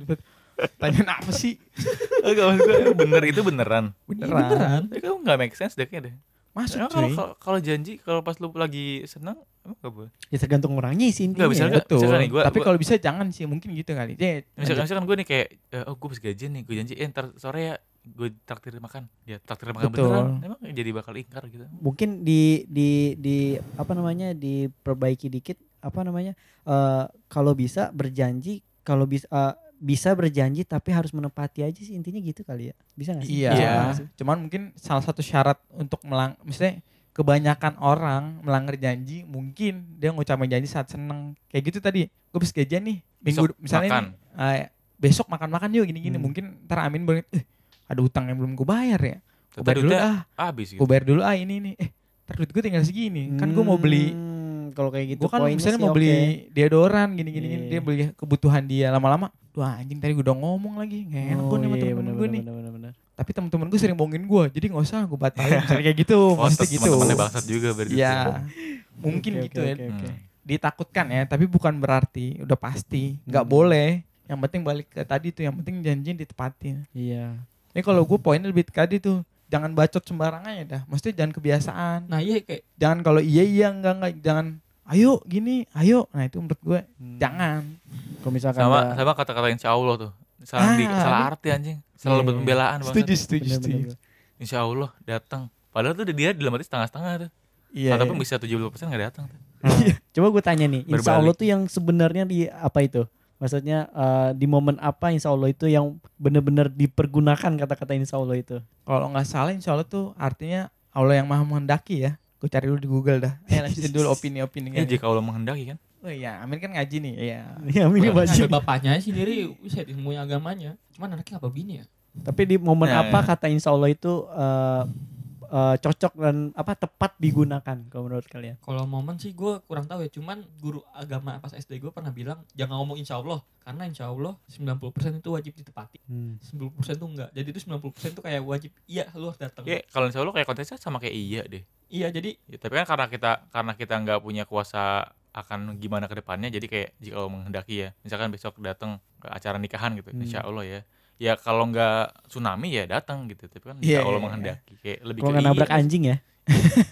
Tanya apa sih? Enggak, maksud gue bener itu beneran. Iya, Beneran. beneran. Tapi kamu gak make sense deh kayaknya deh. Masuk Emang kalau cuy. kalau- kalau janji kalau pas lu lagi senang emang gak boleh. Ya tergantung orangnya sih intinya. Nggak, bisa nggak? Betul. misalkan nih, gua- tapi gua- kalau bisa jangan sih, mungkin gitu kali. Ya, Misalkan, misalkan gue nih kayak eh, oh gue pas gajian nih gue janji eh ntar sore ya gue traktir makan. Ya traktir makan Betul. beneran. Emang jadi bakal ingkar gitu. Mungkin di di di apa namanya diperbaiki dikit apa namanya eh kalau bisa berjanji kalau bisa eh, bisa berjanji tapi harus menepati aja sih intinya gitu kali ya, bisa nggak sih? Iya. Iya. Cuman mungkin salah satu syarat untuk melang, misalnya kebanyakan orang melanggar janji, mungkin dia ngucapin janji saat seneng. Kayak gitu tadi. Gue habis gajian nih. Minggu Besok misalnya makan. nih, eh, besok makan-makan yuk gini-gini. Hmm. Mungkin ntar Amin banget, eh, ada utang yang belum gue bayar ya. Gue Tapi bayar dulu duitnya ah. habis gitu. Gue bayar dulu ah ini nih. Eh, ntar duit gue tinggal segini. Kan gue mau beli, Hmm, kalau kayak gitu gue kan poinnya misalnya sih mau oke. beli deodoran gini-gini. Iya. gini. Dia beli kebutuhan dia lama-lama. Wah anjing tadi gue udah ngomong lagi. Gak enak gue nih sama iya, temen-temen gue nih. bener, bener, bener. Tapi temen-temen gue sering bohongin gue, jadi nggak usah gue batalin. Misalnya kayak gitu, Oh, maksudnya tetep gitu. teman-temannya bangsat juga berarti. Ya, mungkin Oke, gitu oke, ya. oke, oke. Hmm. Ditakutkan ya, tapi bukan berarti udah pasti nggak Hmm. boleh. Yang penting balik ke tadi tuh, yang penting janji ditepatin. Iya. Ini kalau gue poinnya lebih ke tadi tuh, jangan bacot sembarangan ya dah. Maksudnya jangan kebiasaan. Nah iya kayak Jangan kalau iya iya enggak enggak, jangan. Ayo gini, ayo. Nah itu menurut gue Hmm. jangan. Kalau misalkan Sama ada- sama kata-kata insya Allah tuh. Salah di Ah, salah arti anjing. Salah Iya, lebih iya. pembelaan Setuju, banget. setuju, bener, setuju. bener, bener. Insya Allah datang. Padahal tuh dia dalam arti setengah-setengah tuh. Iya. Ataupun iya. bisa tujuh puluh persen gak datang tuh. Coba gue tanya nih, insya Berbalik. Allah tuh yang sebenarnya di apa itu? Maksudnya eh, di momen apa insya Allah itu yang benar-benar dipergunakan kata-kata insya Allah itu? Kalau nggak salah insya Allah tuh artinya Allah yang maha menghendaki ya. Gue cari dulu di Google dah. Eh lanjutin dulu opini-opini. Ya jika Allah menghendaki kan. Oh iya, Amin kan ngaji nih. Iya. Ya ini Bukan wajib. ada bapaknya sendiri, bisa ilmunya agamanya. Cuman anaknya apa begini ya? Tapi di momen Ya, apa ya. kata insya Allah itu eh, eh, cocok dan apa tepat digunakan kalau menurut kalian? Kalau momen sih gue kurang tahu ya. Cuman guru agama pas S D gue pernah bilang jangan ngomong insya Allah, karena insya Allah sembilan puluh persen itu wajib ditepati, Hmm. sembilan puluh persen itu enggak. Jadi itu sembilan puluh persen itu kayak wajib, iya lu harus datang. Ya kalau insya Allah kayak konteksnya sama kayak iya deh. Iya jadi Ya, tapi kan karena kita karena kita nggak punya kuasa akan gimana ke depannya, jadi kayak jika Allah menghendaki ya. Misalkan besok datang ke acara nikahan gitu, Hmm. insya Allah ya. Ya kalau nggak tsunami ya datang gitu. Tapi kan Iya, jika Allah iya, menghendaki kayak lebih Kalau ke nggak iya. nabrak anjing ya?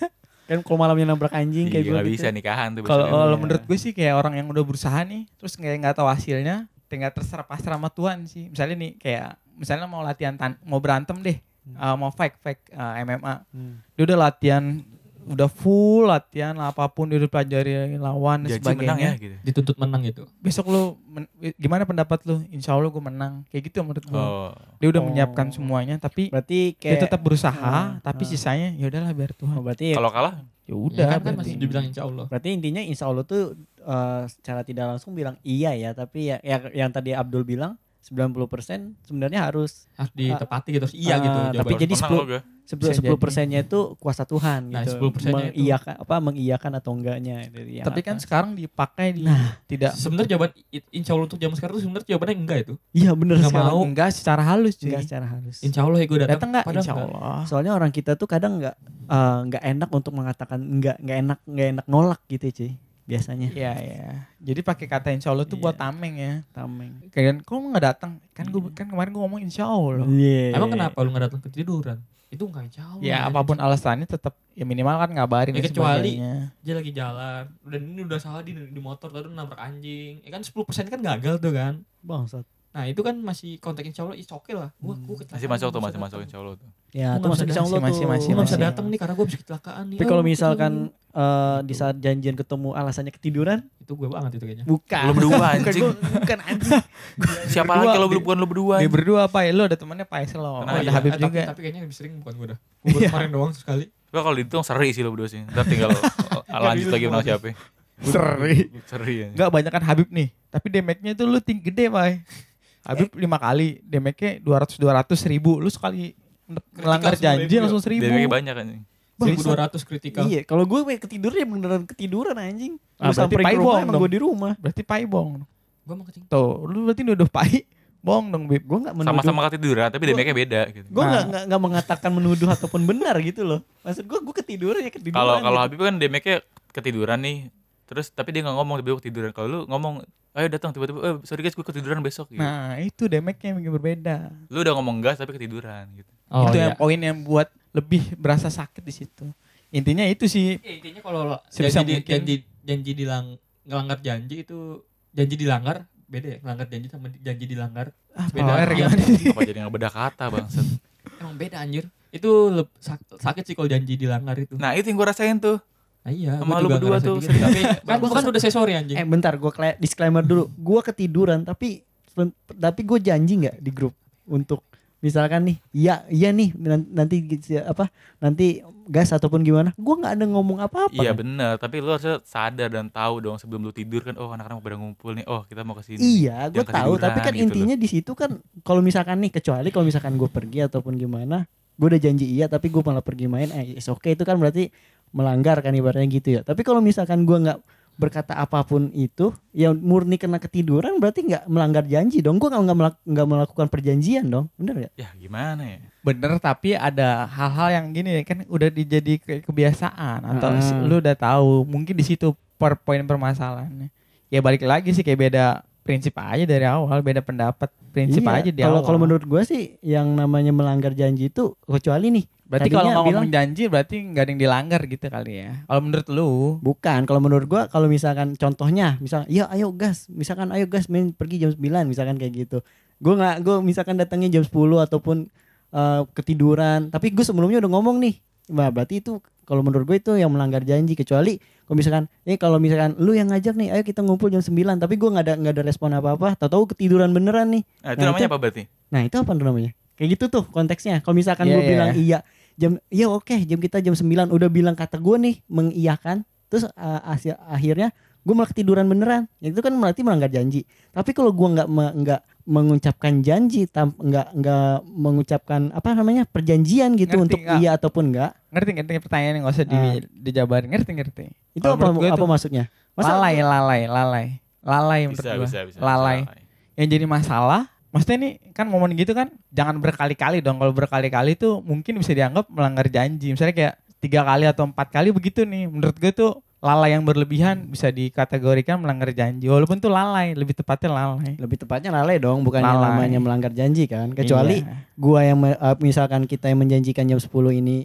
Kan kalau malamnya nabrak anjing kayak Iya gue nggak gitu. bisa nikahan tuh. Kalau besoknya. kalau Iya. menurut gue sih kayak orang yang udah berusaha nih, terus kayak nggak tahu hasilnya, tinggal terserah pasrah sama Tuhan sih. Misalnya nih kayak misalnya mau latihan tan- mau berantem deh, uh, mau fight fight uh, M M A, Hmm. dia udah latihan, udah full latihan apapun dia udah pelajari lawan dan Janji sebagainya. menang ya gitu. Dituntut menang gitu. Besok lu men- gimana pendapat lu? Insya Allah gue menang. Kayak gitu menurut gue. Oh. Dia udah Oh. menyiapkan semuanya, tapi Berarti dia kayak tetap berusaha, Ah, tapi ah. sisanya ya udahlah biar Tuhan. oh, berarti Kalau kalah Ya Ya udah. kan, kan berarti. masih dibilang insya Allah. berarti intinya insya Allah tuh eh, secara tidak langsung bilang iya ya, tapi ya, ya yang tadi Abdul bilang sembilan puluh persen sebenarnya harus Harus ditepati gitu. Harus iya Ah, gitu. tapi jawaban. jadi menang sepuluh lo, Ga. sepuluh Bisa sepuluh jadi. persennya itu kuasa Tuhan Nah, gitu. sepuluh persennya itu. mengiyakan apa mengiyakan atau enggaknya dari yang Tapi kan atas. sekarang dipakai di Nah. tidak Sebenarnya jawaban i- insya Allah untuk zaman sekarang tuh sebenarnya jawabannya enggak itu. iya bener Nggak sekarang. mau. enggak secara halus cuy. Enggak secara halus. Insya Allah ya gue datang. Datang enggak? Padahal Insya enggak. Allah. Soalnya orang kita tuh kadang nggak eh, nggak enak untuk mengatakan enggak nggak enak nggak enak nolak gitu cuy biasanya. Iya ya. Jadi pakai kata insya Allah tuh Iya. buat tameng ya. Tameng. Kayak kok nggak datang? Kan gue kan kemarin gue ngomong insya Allah. Iya. Emang kenapa lu nggak datang ketiduran? Itu enggak insya Allah. Ya anjing. apapun alasannya tetap ya minimal kan ngabarin Ya, dan kecuali- sebagainya. Dia lagi jalan. Dan ini udah salah di, di motor tadi nabrak anjing. Ya kan sepuluh persen kan gagal tuh kan. Bangsat. Nah itu kan masih konteks insya Allah is oke lah. Gua, Hmm. gua kecelakaan, masih masuk tuh, gua masih bisa masuk datang. insya Allah tuh. Ya, Gua itu nggak masuk bisa insya Allah datang, tuh. masih- masih- Gua nggak bisa masih. datang nih karena gue bisa kecelakaan nih. Tapi Oh, kalau gitu. misalkan eh, di saat janjian ketemu alasannya ketiduran, itu gue banget itu kayaknya. bukan. Lo berdua, Bukan, anjing. gua- bukan anjing. Siapa Berdua, lagi lo di- bukan lo berdua? Dia anjing. berdua apa ya? Lu ada temannya Pak Eslo, Kenapa? ada Iya. Habib Eh, tapi, juga. tapi kayaknya lebih sering bukan gue dah. Gue baru kemarin doang sekali. Gua kalau dihitung seri sih lo berdua sih. Ntar tinggal oh, lanjut lagi menang siapa. Seri. Seri ya. Enggak banyak kan Habib nih. Tapi damage-nya tuh lu tinggi gede, Pak. Habib lima kali, damage-nya dua ratus dua ratus ribu. Lu sekali melanggar sepuluh janji ribu langsung seribu. Dia banyak kan. seribu dua ratus kritikal. Iya, kalau gue ketiduran ya beneran ketiduran anjing. Ah, Gue berarti sampai pai ke rumah bohong emang dong. gue di rumah. Berarti pai bong. Gue emang kecing. Tuh, lu berarti nuduh pai. Bong dong, Bib. Gue nggak menuduh. Sama-sama ketiduran tapi damage-nya beda gitu. Gue nggak Nah. nggak nggak mengatakan menuduh ataupun benar gitu loh. Maksud gue gue ketiduran ya ketiduran. Kalau kalau gitu. Habib kan damage-nya ketiduran nih. Terus tapi dia nggak ngomong tiba-tiba ketiduran. Kalau lu ngomong, ayo datang tiba-tiba, eh sorry guys gue ketiduran besok gitu. Nah, itu damage-nya yang bikin berbeda. Lu udah ngomong gas tapi ketiduran gitu. Oh, itu iya. yang poin yang buat lebih berasa sakit di situ. Intinya itu sih. Ya, intinya kalau Sebisa janji, di, mungkin. janji janji dilang ngelanggar janji itu janji dilanggar beda ya, ngelanggar janji sama di- janji dilanggar Ah, beda. power Iya. gimana sih? Apa jadi nggak beda kata bangsat. Emang beda anjir. Itu leb- sak- sakit sih kalau janji dilanggar itu. Nah itu yang gue rasain tuh. Nah, iya, sama gua lu juga berdua ngerasain tuh gitu. sering. Tapi kan gua kan udah saya sorry anjing. Eh bentar, gue disclaimer dulu. Gue ketiduran tapi tapi gue janji nggak di grup untuk misalkan nih, iya iya nih nan- nanti gitu, apa nanti gas ataupun gimana. Gue nggak ada ngomong apa-apa. Iya kan? benar, tapi lu harusnya sadar dan tahu dong sebelum lu tidur kan, oh anak-anak pada ngumpul nih, oh kita mau kesini. Iya, gue Jangan tahu. ketiduran Tapi kan gitu intinya di situ kan, kalau misalkan nih, kecuali kalau misalkan gue pergi ataupun gimana, gue udah janji iya, tapi gue malah pergi main, eh, oke okay, itu kan berarti melanggar kan ibaratnya gitu ya. Tapi kalau misalkan gue nggak berkata apapun itu, ya murni kena ketiduran, berarti nggak melanggar janji dong. Gue nggak nggak melak- nggak melakukan perjanjian dong, bener gak? Ya gimana ya? Bener, tapi ada hal-hal yang gini kan udah dijadi kayak kebiasaan atau Ah. s- lu udah tahu mungkin di situ per poin permasalahannya. Ya balik lagi sih kayak beda prinsip aja dari awal, beda pendapat prinsip Iya, aja di Kalau awal. kalau menurut gue sih, yang namanya melanggar janji itu kecuali nih. berarti kalau tadinya ngomong bilang- janji berarti nggak ada yang dilanggar gitu kali ya. Kalau menurut lu? Bukan, kalau menurut gua kalau misalkan contohnya, misalkan ya ayo gas, misalkan ayo gas main pergi jam sembilan misalkan kayak gitu. Gua nggak gua misalkan datangnya jam sepuluh ataupun eh, ketiduran, tapi gue sebelumnya udah ngomong nih. Nah, berarti itu kalau menurut gue itu yang melanggar janji, kecuali kalau misalkan eh kalau misalkan lu yang ngajak nih, ayo kita ngumpul jam sembilan, tapi gua nggak ada nggak ada respon apa-apa, tahu-tahu ketiduran beneran nih. Nah itu Nah, namanya itu- apa berarti? Nah, itu apa namanya? Kayak gitu tuh konteksnya. Kalau misalkan Iya, gue iya. bilang iya, jam iya oke, jam kita jam sembilan udah bilang kata gue nih mengiyakan, terus uh, akhir, akhirnya gue malah ketiduran beneran. Ya, itu kan berarti melanggar janji. Tapi kalau gue nggak me- nggak mengucapkan janji, tam, nggak nggak mengucapkan apa namanya perjanjian gitu Ngerti untuk nggak? iya ataupun enggak, Ngerti ngerti pertanyaannya nggak usah di, Ah. dijabarin, ngerti ngerti. itu Kalau apa menurut gue apa tuh maksudnya? Masa- lalai lalai lalai lalai menurut Bisa, gua. bisa, bisa. lalai. bisa. Yang jadi masalah, maksudnya nih kan momen gitu kan jangan berkali-kali dong. Kalau berkali-kali tuh mungkin bisa dianggap melanggar janji. Misalnya kayak tiga kali atau empat kali begitu nih. Menurut gue tuh lalai yang berlebihan bisa dikategorikan melanggar janji. Walaupun tuh lalai, lebih tepatnya lalai. Lebih tepatnya lalai dong, bukan yang Lalai. namanya melanggar janji kan. Kecuali Iya. gua yang me- uh, misalkan kita yang menjanjikan jam sepuluh ini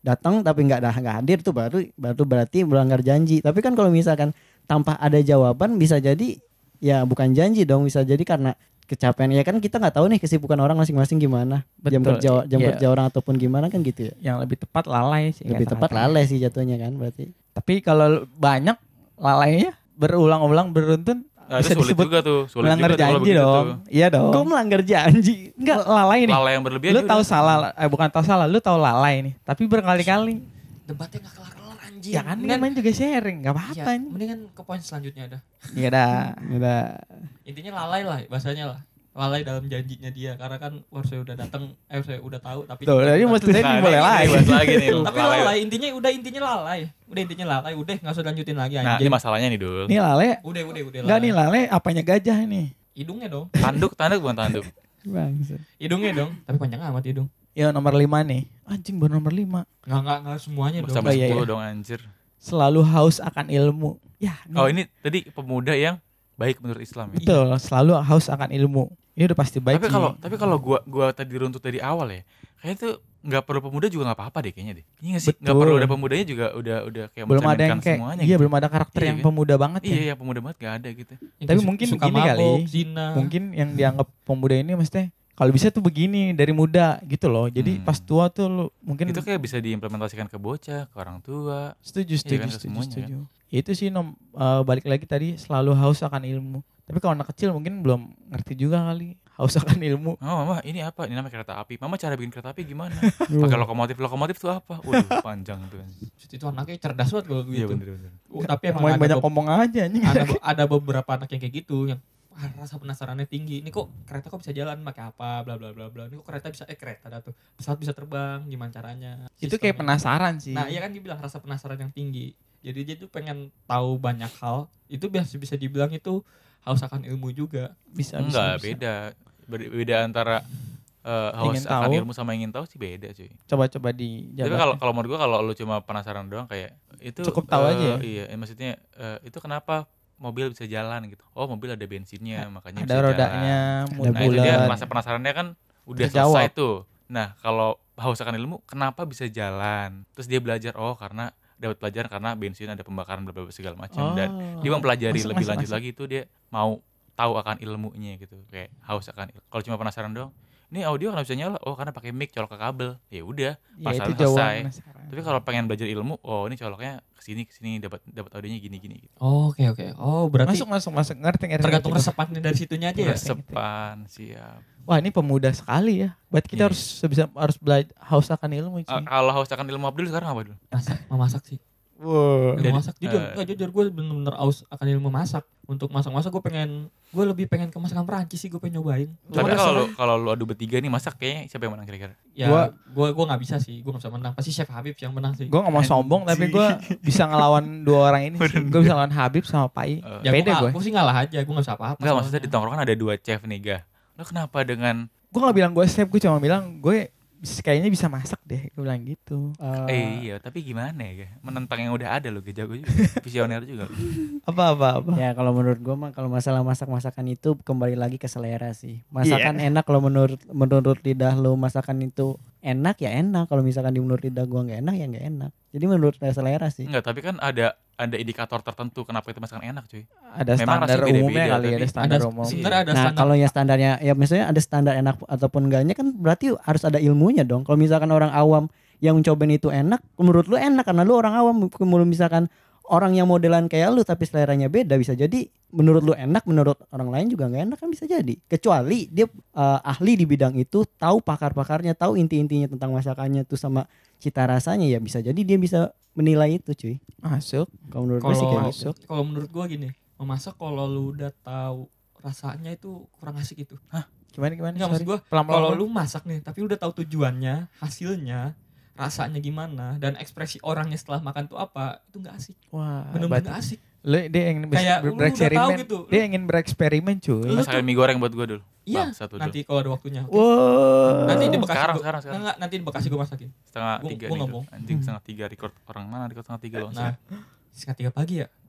datang tapi nggak dah nggak hadir tuh baru baru berarti melanggar janji. Tapi kan kalau misalkan tanpa ada jawaban bisa jadi ya bukan janji dong, bisa jadi karena kecapean. Ya kan kita nggak tahu nih kesibukan orang masing-masing gimana, jam Betul. kerja jam Iya. kerja orang ataupun gimana kan gitu ya. Yang lebih tepat lalai sih. Lebih tepat kata-kata. lalai sih jatuhnya kan berarti. Tapi kalau banyak lalainya berulang-ulang beruntun Nah, itu sulit juga tuh, sulit melanggar juga tuh kalau janji begitu dong. tuh. Iya dong. Kok melanggar janji? Enggak lalai nih. Lalai yang berlebihan Lu juga tahu udah. salah, eh bukan tahu salah, lu tahu lalai nih. Tapi berkali-kali. Debatnya gak kelar-kelar anjir. Ya kan Mendingan- namanya juga sharing, enggak apa-apa Iya, nih. mendingan ke poin selanjutnya dah. Iya dah. Udah. Intinya lalai lah bahasanya lah. Lalai dalam janjinya dia karena kan wah saya udah datang, eh saya udah tahu tapi Tuh, jadi maksudnya Nah, ini boleh ini lalai. bahas lagi nih. tapi lalai intinya udah intinya lalai. Udah intinya lalai, udah enggak usah lanjutin lagi Nah, anjir. ini masalahnya nih, Dul. Nih lale, Udah udah udah enggak nih lale apanya gajah nih. Hidungnya dong. Tanduk, tanduk bukan tanduk. Bangsat. Hidungnya dong, tapi panjang amat hidung. Ya nomor lima nih. Anjing baru nomor lima. Enggak enggak enggak semuanya dong. Sampai Oh, iya, sepuluh iya. dong anjir. Selalu haus akan ilmu. Ya, nih. Oh, ini tadi pemuda yang baik menurut Islam ya. Betul, selalu haus akan ilmu. Ini udah pasti baik. Tapi nih. kalau tapi kalau gua gua tadi runtut dari awal ya, kayaknya tuh nggak perlu pemuda juga nggak apa-apa deh kayaknya deh. Iya nggak sih? Nggak Betul. perlu ada pemudanya juga udah udah kayak belum ada yang mencerminkan kayak semuanya iya gitu. belum ada karakter Iya yang kan? pemuda banget Iya, ya. yang pemuda banget nggak ada gitu. Yang Tapi su- mungkin suka gini kali. mabok, zina. Mungkin yang dianggap pemuda ini maksudnya kalau bisa tuh begini dari muda gitu loh. Jadi Hmm. pas tua tuh lu mungkin Itu kayak bisa diimplementasikan ke bocah, ke orang tua. setuju setuju kan, ke setuju semuanya, setuju. Itu sih nom, eh, balik lagi tadi selalu haus akan ilmu. Tapi kalau anak kecil mungkin belum ngerti juga kali haus akan ilmu. Oh mama ini apa? Ini namanya kereta api. Mama cara bikin kereta api gimana? Pakai lokomotif. Lokomotif tuh apa? Waduh panjang tuh. Itu anaknya cerdas banget kalau Iya gitu. bener-bener. Oh, tapi emang Mau ada, banyak be- ngomong aja anjing. ada be- ada beberapa anak yang kayak gitu yang ah, rasa penasarannya tinggi. Ini kok kereta kok bisa jalan pakai apa bla bla bla bla. Ini kok kereta bisa eh kereta dah tuh. Pesawat bisa terbang gimana caranya? Itu kayak Sistemnya. penasaran sih. Nah, iya kan dibilang rasa penasaran yang tinggi. Jadi dia tuh pengen tahu banyak hal. Itu biasa bisa dibilang itu haus akan ilmu juga. bisa Enggak, bisa, bisa. beda. Ber- Beda antara eh, haus Ingin akan tahu. ilmu sama ingin tahu sih beda cuy. Coba-coba di Tapi kalau kalau menurut gua kalau lu cuma penasaran doang kayak itu Cukup tahu eh, aja ya? Iya, eh, maksudnya eh, itu kenapa mobil bisa jalan gitu. Oh, mobil ada bensinnya makanya ada bisa rodanya, jalan. muter Nah, itu dia bulat. masa penasarannya kan udah Terjawab. selesai tuh. Nah, kalau haus akan ilmu kenapa bisa jalan? Terus dia belajar oh karena dapat pelajaran karena bensin ada pembakaran bla bla bla segala macam dan dia mempelajari Masuk, lebih masuk, lanjut masuk. lagi itu dia mau tahu akan ilmunya gitu kayak haus akan il- kalau cuma penasaran doang ini audio kenapa bisa nyala oh karena pakai mic colok ke kabel ya udah Ya, masalah itu jawaban selesai penasaran. tapi kalau pengen belajar ilmu oh ini coloknya kesini kesini dapat dapat audionya gini gini gitu. Oh, oke oke. Oh, berarti Masuk masuk masuk ngerti ngerti. tergantung ngerti. resepannya dari situnya aja ya. Resepan siap. Wah ini pemuda sekali ya. Berarti kita Iya. harus sebisa harus belajar haus akan ilmu Ah, cuy. kalau haus akan ilmu Abdul sekarang apa dulu Masak, memasak sih. Wow. Ilmu Jadi, masak jujur, eh, enggak jujur gue bener-bener aus akan ilmu masak. Untuk masak-masak gue pengen, gue lebih pengen ke masakan Perancis sih gue pengen nyobain. tapi Cuma kalau lu, rasanya- kalau lu adu bertiga nih masak kayaknya siapa yang menang kira-kira ya Gua- gue gue nggak bisa sih, gue nggak bisa menang. Pasti Chef Habib yang menang sih. Gue gak mau sombong tapi gue bisa ngelawan dua orang ini. Gue bisa ngelawan Habib sama Pai. Eh, ya gue, Pede gue. gue sih ngalah aja, gue nggak bisa apa-apa. enggak maksudnya di soalnya. tongkrongan ada dua chef nih ga lu kenapa dengan Gue gak bilang gue chef, gue cuma bilang gue bis- kayaknya bisa masak deh. Gue bilang gitu. Eh, eh iya tapi gimana ya Ga? Menentang yang udah ada lo ga jago juga visioner juga lu. Apa apa apa. Ya kalau menurut gua mah kalau masalah masak-masakan itu kembali lagi ke selera sih. Masakan enak kalau menurut menurut lidah lo masakan itu enak ya enak. Kalau misalkan di menurut lidah gua nggak enak ya nggak enak. Jadi menurut saya selera sih. enggak tapi kan ada ada indikator tertentu kenapa itu masakan enak cuy Ada Memang standar rasanya umumnya beda-beda, kali ya. Ada tapi- standar ada umum. sebenarnya ada Nah standar. kalau yang standarnya ya misalnya ada standar enak ataupun enggaknya kan berarti harus ada ilmunya dong. Kalau misalkan orang awam yang mencobain itu enak, menurut lu enak karena lu orang awam. Kalau misalkan orang yang modelan kayak lu tapi seleranya beda bisa jadi menurut lu enak, menurut orang lain juga nggak enak kan bisa jadi. Kecuali dia eh, ahli di bidang itu, tahu pakar-pakarnya, tahu inti-intinya tentang masakannya tuh sama cita rasanya ya bisa jadi dia bisa menilai itu cuy. Masuk. Kalau menurut gue sih Kalau kayak gitu. kalau menurut gue gini, memasak kalau lu udah tahu rasanya itu kurang asik itu. Gimana gimana? Enggak maksud Sorry. gue, Pelan-pelan. kalau lu masak nih tapi udah tahu tujuannya, hasilnya, rasanya gimana dan ekspresi orangnya setelah makan tuh apa, itu nggak asik. Wah, Bener-bener berarti nggak asik. lu dia ingin ber- Kayak ber- lu udah bereksperimen. tahu gitu. Dia ingin bereksperimen cuy. Lu masakan mie goreng buat gua dulu Iya, Bang, satu nanti kalau ada waktunya. Oke. Wow. Nanti di Bekasi Sekarang, gua- sekarang, sekarang. Enggak, nanti di Bekasi gue masakin. setengah Gua- tiga gua nih nggak Dul. bohong. anjing setengah tiga record orang mana record setengah tiga loh Nah, setengah tiga pagi ya.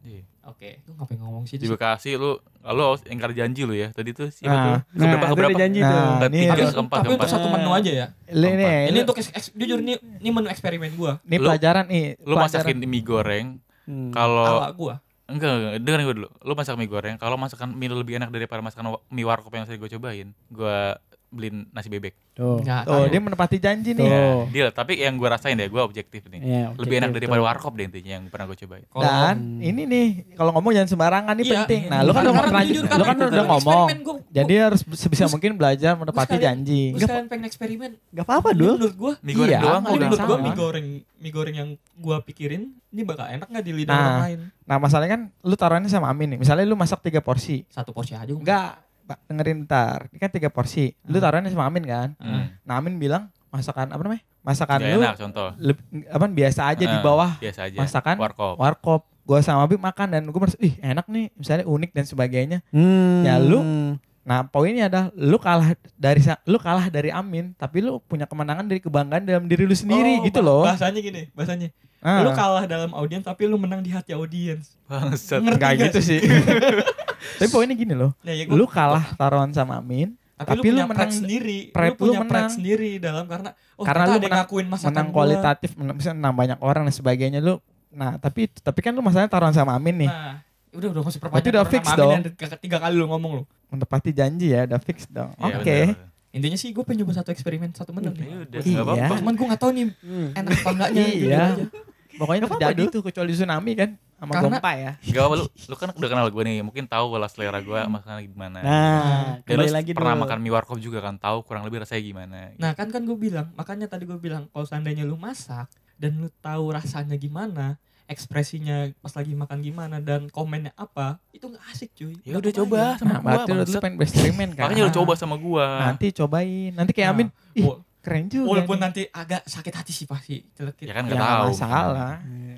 Iya. Oke, lu ngapain ngomong sih Di itu? Bekasi lu lu harus ingkar janji lu ya. Tadi tuh siapa Nah, tuh? Nah, Keberapa itu keberapa? udah janji Nah, tuh. ini Ketiga, Tapi, keempat, tapi untuk keempat. satu menu aja ya. Ini nih, Ini lu- untuk eks- eks- jujur nih, ini menu eksperimen gua. ini Lu- pelajaran nih. Lu pelajaran. masakin mie goreng Hmm. kalau Ala gua. enggak, enggak, dengerin gue dulu. Lu masak mie goreng, kalau masakan mie lu lebih enak daripada masakan wa- mie warkop yang saya gue cobain, gue beliin nasi bebek. Tuh. Enggak Oh, tahu. dia menepati janji nih. Tuh. Ya, Oh. deal. Tapi yang gue rasain deh, gue objektif nih. Iya, Lebih enak objektif daripada tuh. warkop deh intinya yang pernah gue cobain. Kalau- Dan ini nih kalau ngomong jangan sembarangan nih Iya, penting. iya. Nah, lu kan Karena- udah karena pernah jujur, lu karena kan itu udah kan ngomong. eksperimen, gua- Jadi harus sebisa Gua- mungkin belajar menepati sekalian- janji. Gua sekalian pengen eksperimen. Gak apa-apa dul. Menurut gua, Mie goreng Iya, doang nggak kok ada udah menurut gua sama. mie goreng, mie goreng yang gua pikirin ini bakal enak nggak di lidah Nah. orang lain? Nah, masalahnya kan lu taruhannya sama Amin nih. Misalnya lu masak tiga porsi. Satu porsi aja. gua. Enggak, Pak, dengerin ntar. Ini kan tiga porsi. Lu Hmm. taruhannya sama Amin kan? Hmm. Nah, Amin bilang masakan apa namanya? Masakan Gak lu enak contoh. leb- apa biasa aja di Eh, bawah biasa aja. masakan Warkop. warkop. Gua sama Abi makan dan gue merasa ih enak nih, misalnya unik dan sebagainya. Hmm. Ya, lu Nah, poinnya adalah lu kalah dari sa- lu kalah dari Amin, tapi lu punya kemenangan dari kebanggaan dalam diri lu sendiri Oh, gitu bah- loh. Bahasanya gini, bahasanya. Ah, Lu kalah dalam audiens tapi lu menang di hati audiens. Bangsat. Ngerti enggak nggak gitu sih. Tapi poinnya gini loh. Nah, ya gua- Lu kalah taruhan sama Amin, tapi, tapi lu lu punya menang- pride sendiri. pride lu lu punya pride menang. sendiri dalam karena oh Karena ternyata lu ada yang menang- ngakuin masakan menang gua. kualitatif, menang, misalnya menang banyak orang dan sebagainya lu. Nah, tapi tapi kan lu masalahnya taruhan sama Amin nih. Nah, udah udah masih Berarti perpanjang. udah Orang fix Amin dong. yang tiga, tiga kali lu ngomong lu. Menepati janji ya, udah fix dong. Iya, Oke. bener. Intinya sih gue pengen coba satu eksperimen satu menu Ya nih. udah, Iya. enggak apa-apa. Cuman gue gak tahu nih enak apa enggaknya. Iya. jujur aja. Pokoknya Nggak apa-apa, terjadi Dul. tuh kecuali tsunami kan sama Karena- gempa ya. Enggak apa lu, lu kan udah kenal gue nih, mungkin tahu lah selera gue masakan gimana. Nah, Dan lu kembali lagi pernah dul. makan mie warkop juga kan, tahu kurang lebih rasanya gimana. Nah kan kan gue bilang, makanya tadi gue bilang kalau seandainya lu masak dan lu tahu rasanya gimana, ekspresinya pas lagi makan gimana dan komennya apa, itu nggak asik cuy. Ya Nggak udah kebayang. coba sama Nah, gua. berarti lu, lu bangsat. pengen eksperimen kan. Makanya lu coba sama gua. Nanti cobain. Nanti kayak Nah, Amin, ih wa- keren juga. Walaupun nih. nanti agak sakit hati sih pasti. Celekit. Ya kan Ya enggak nggak tahu. masalah.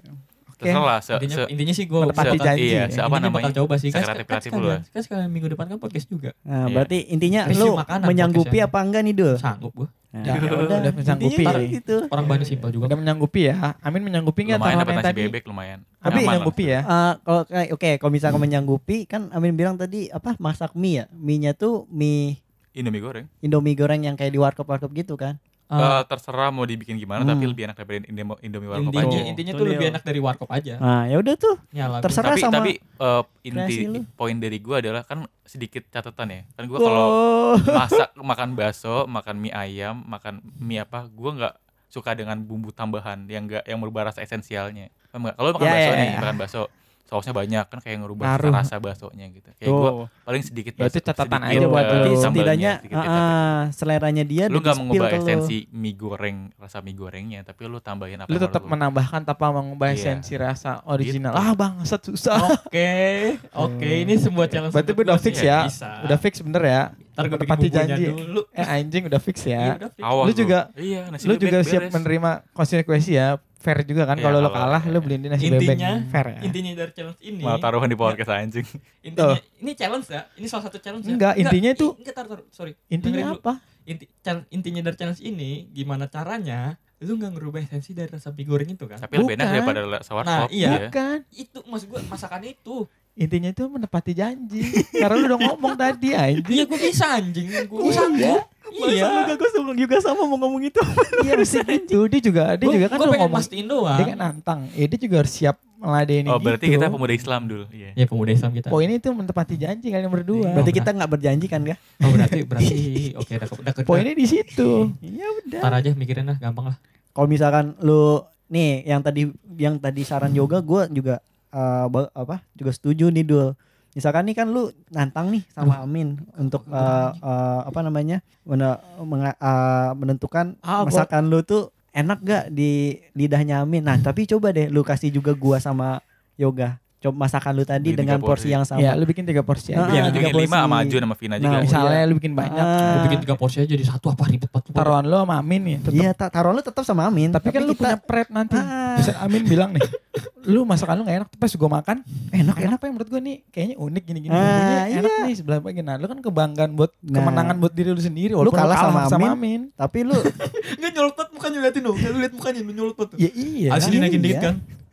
Oke. Terserah se, intinya, se- intinya sih gue menepati janji. Iya, se apa bakal namanya? coba sih. Kan, kan, Sekreatif-kreatif lu sekalian, lah. kan sekalian minggu depan kan podcast juga. Nah, Iya. berarti intinya Review lu makanan menyanggupi podcastnya. apa enggak nih dul? Sanggup gue. Nah, Ya, ya udah udah menyanggupi. intinya gitu. Orang bahannya simpel juga. Udah menyanggupi ya. Amin menyanggupi nggak Lumayan taruhan dapat yang nasi tadi? bebek lumayan. Tapi Nyaman lah. menyanggupi ya. Eh, kalau kayak oke, kalau misalkan menyanggupi kan Amin bilang tadi apa masak mie ya? Mie-nya tuh mie Indomie goreng. Indomie goreng yang kayak di warkop-warkop gitu kan? Eh, Eh, terserah mau dibikin gimana Hmm. tapi lebih enak daripada Indomie, Indomie warkop intinya aja. intinya Tuh, tuh Leo. lebih enak dari warkop aja. Nah, ya udah tuh. Nyala. Terserah. Tapi sama tapi eh, kreasi inti lu. poin dari gua adalah kan sedikit catatan ya. Kan gua kalau Oh. masak makan bakso, makan mie ayam, makan mie apa, gua nggak suka dengan bumbu tambahan yang enggak yang merubah rasa esensialnya. Paham nggak? Kalau makan Ya, bakso ya, nih, ya. makan bakso sausnya banyak kan kayak ngerubah Ngaruh. rasa baksonya gitu. Kayak gua Tuh. paling sedikit Ya, itu bakso, catatan sedikit, aja buat eh, lu. Jadi sambalnya, setidaknya sedikit ah, kecap. ah, seleranya dia Lu nggak di-spill mengubah ke lu. esensi mie goreng, rasa mie gorengnya, tapi lu tambahin apa Lu yang tetap menurut lu. menambahkan tanpa mengubah Iya. esensi rasa original. Gitu. Ah, bangsat susah. Oke, oke, ini sebuah challenge. Berarti untuk udah gua fix sih. ya. Bisa. Udah fix bener ya. Ntar gue bikin Menepati bumbunya janji. dulu. Eh anjing udah fix Iya, ya. udah fix. Awas Lu juga iya, nasi Lu bebek juga siap beres. menerima konsekuensi ya. Fair juga kan Iya, kalau lu kalau- kalah lu iya. beliin dia nasi Intinya, bebek. Fair ya. intinya dari challenge ini. Malah taruhan di podcast anjing. Intinya, ini challenge ya. Ini salah satu challenge ya. Enggak, intinya i- itu- Enggak, tar, tar, sorry. Intinya Dengerin dulu. apa? Inti, chal- intinya dari challenge ini, gimana caranya lu nggak ngerubah esensi dari rasa mie goreng itu kan? Tapi lebih enak Bukan. daripada rasa warkop. Nah, iya. Bukan. Itu maksud gue masakannya itu. Intinya itu menepati janji. Karena lu udah ngomong tadi Iya, anjing. gue bisa anjing. Gue Iya. sanggup. Iya. gue juga sama mau ngomong itu. Iya mesti gitu. Dia juga dia juga kan gue udah pengen ngomong. mastiin doang. Dia kan nantang. Ya dia juga harus siap meladeni Oh, gitu. berarti kita pemuda Islam dulu. Iya. Ya pemuda Islam kita. Poin itu menepati janji kalian berdua. Berarti kita nggak berjanji kan ya? Oh berarti berarti oke udah udah udah. Poinnya di situ. Iya udah. Ntar aja mikirin lah, gampang lah. Kalau misalkan lu nih yang tadi yang tadi saran yoga gue juga eh, ba- apa juga setuju nih Dul. Misalkan nih kan lu nantang nih sama Amin untuk eh, eh, apa namanya mene- menga- eh, menentukan Ah, gua- masakan lu tuh enak gak di lidahnya Amin. Nah tapi coba deh lu kasih juga gua sama yoga. Coba masakan lu tadi Bikin dengan tiga porsi porsi. yang sama. Ya lu bikin tiga porsi Ah, aja. Yang tiga bikin lima porsi. sama Ajun sama Vina juga. Nah, Misalnya lu bikin banyak. Ah. Lu bikin tiga porsi aja jadi satu apa ribet banget. Taruhan lu sama Amin ya. tetep. Iya, ta- taruhan lu tetap sama Amin. Tapi kan lu kita- punya pride nanti. Ah. Bisa Amin bilang nih, lu masakan lu gak enak, pas gue makan enak enak. enak apa yang menurut gue nih kayaknya unik gini-gini. Ah, Bumbunya enak iya. nih sebelah bagian. Nah, lu kan kebanggaan buat Nah. kemenangan buat diri lu sendiri. Lu Walaupun kalah sama Amin. Amin. Tapi lu Enggak nyolot banget mukanya liatin dong. Lu lihat mukanya lu nyolot banget. Ya iya. Asli iya. naikin dikit kan.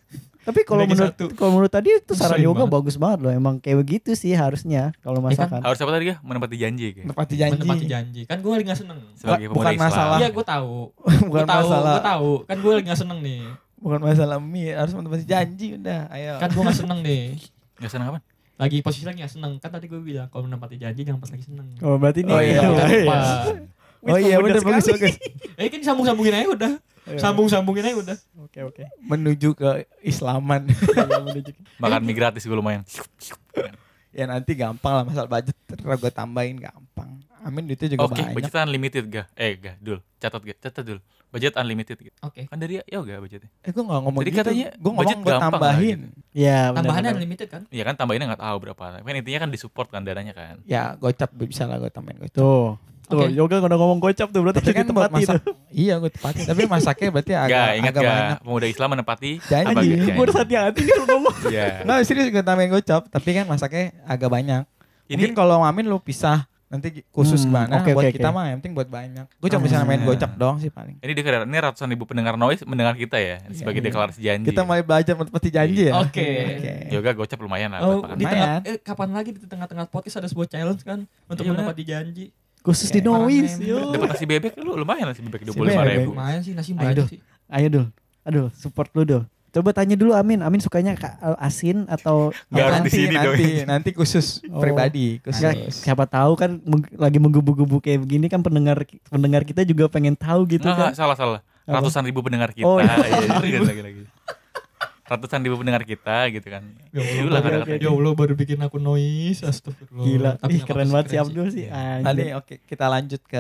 Tapi kalau Lagi menurut satu. kalau menurut tadi itu saran Ngeselin yoga banget. bagus banget loh. Emang kayak begitu sih harusnya kalau kan masakan. Harus apa tadi ya? Menepati janji kayak. Menepati janji. Menepati janji. Kan gue lagi gak seneng. Sebagai Bukan pemuda Islam. masalah. Iya gue tahu. Bukan Gue tahu, masalah. gue tahu. Kan gue lagi gak seneng nih. Bukan masalah mie, harus menepati janji udah. Ayo. Kan gue gak seneng nih. Gak seneng apa? Lagi posisi lagi gak seneng. Kan tadi gue bilang kalau menepati janji jangan pas lagi seneng. Oh berarti ini Oh, iya. Kita oh, lupa. Oh iya benar bagus bagus. Eh kan sambung-sambungin aja udah. Sambung-sambungin aja udah. Oke oke. Menuju ke Islaman. Makan mie gratis gue lumayan. Ya nanti gampang lah masalah budget. Terus gue tambahin gampang. Amin duitnya juga Oke, banyak. budget unlimited ga? Eh ga, dul. Catat ga, catat dul. Budget unlimited gitu. Oke. Kan dari yoga budgetnya. Eh gue gak ngomong Jadi gitu. katanya gue budget ngomong gue gampang tambahin. Ya benar. Tambahannya benar. unlimited kan? Iya kan tambahinnya nggak tahu berapa. Kan intinya kan disupport kan dananya kan. Ya gocap bisa lah gue tambahin gocap. Tuh. Tuh, Oke. yoga udah ngomong gocap tuh berarti Tapi kan buat ditepati masak. tuh. Iya gue tepatin. Tapi masaknya berarti agak, Gak, ingat agak gak? banyak. Pemuda Islam menepati Janji. apa gitu? Gue udah hati-hati nih lu ngomong. Iya. Nggak serius gue tambahin gocap. Tapi kan masaknya agak banyak. Ini Mungkin kalau Amin lu pisah. Nanti khusus Hmm, gimana. oke, buat oke, kita oke. mah yang penting buat banyak. Gue cuma bisa Ah. namain gocap doang sih paling. ini dia ini ratusan ribu pendengar noise mendengar kita ya sebagai Iya. deklarasi janji. Kita mulai belajar menepati janji ya. Oke. Oke. Yoga gocap lumayan lah. Oh, buat makan. di tengah Lumayan. eh, kapan lagi di tengah-tengah podcast ada sebuah challenge kan untuk Iya, menepati janji. Khusus Oke. di noise. Para yo. Dapat nasi bebek lu lumayan nasi bebek dua Si puluh lima bebek. ribu. Lumayan sih nasi Ayo, banyak Dul. sih. Ayo dul. Aduh, support lu dul. Coba tanya dulu Amin. Amin sukanya ka- asin atau Nggak harus di nanti, sini dong. nanti, nanti khusus Oh. pribadi. Khusus. Nggak, siapa tahu kan meng- lagi menggebu-gebu kayak begini kan pendengar pendengar kita juga pengen tahu gitu Nggak, kan. nggak, salah salah. Apa? Ratusan ribu pendengar kita. Oh, iya. Iya, iya, lagi lagi. Ratusan ribu pendengar kita gitu kan. Ya Allah, Itulah baru- kadang-kadang. ya Allah baru bikin aku noise. Astagfirullah. Gila. Tapi Ih, nggak keren apa-apa banget si keren Abdul sih. Iya. Tadi Anjir. oke kita lanjut ke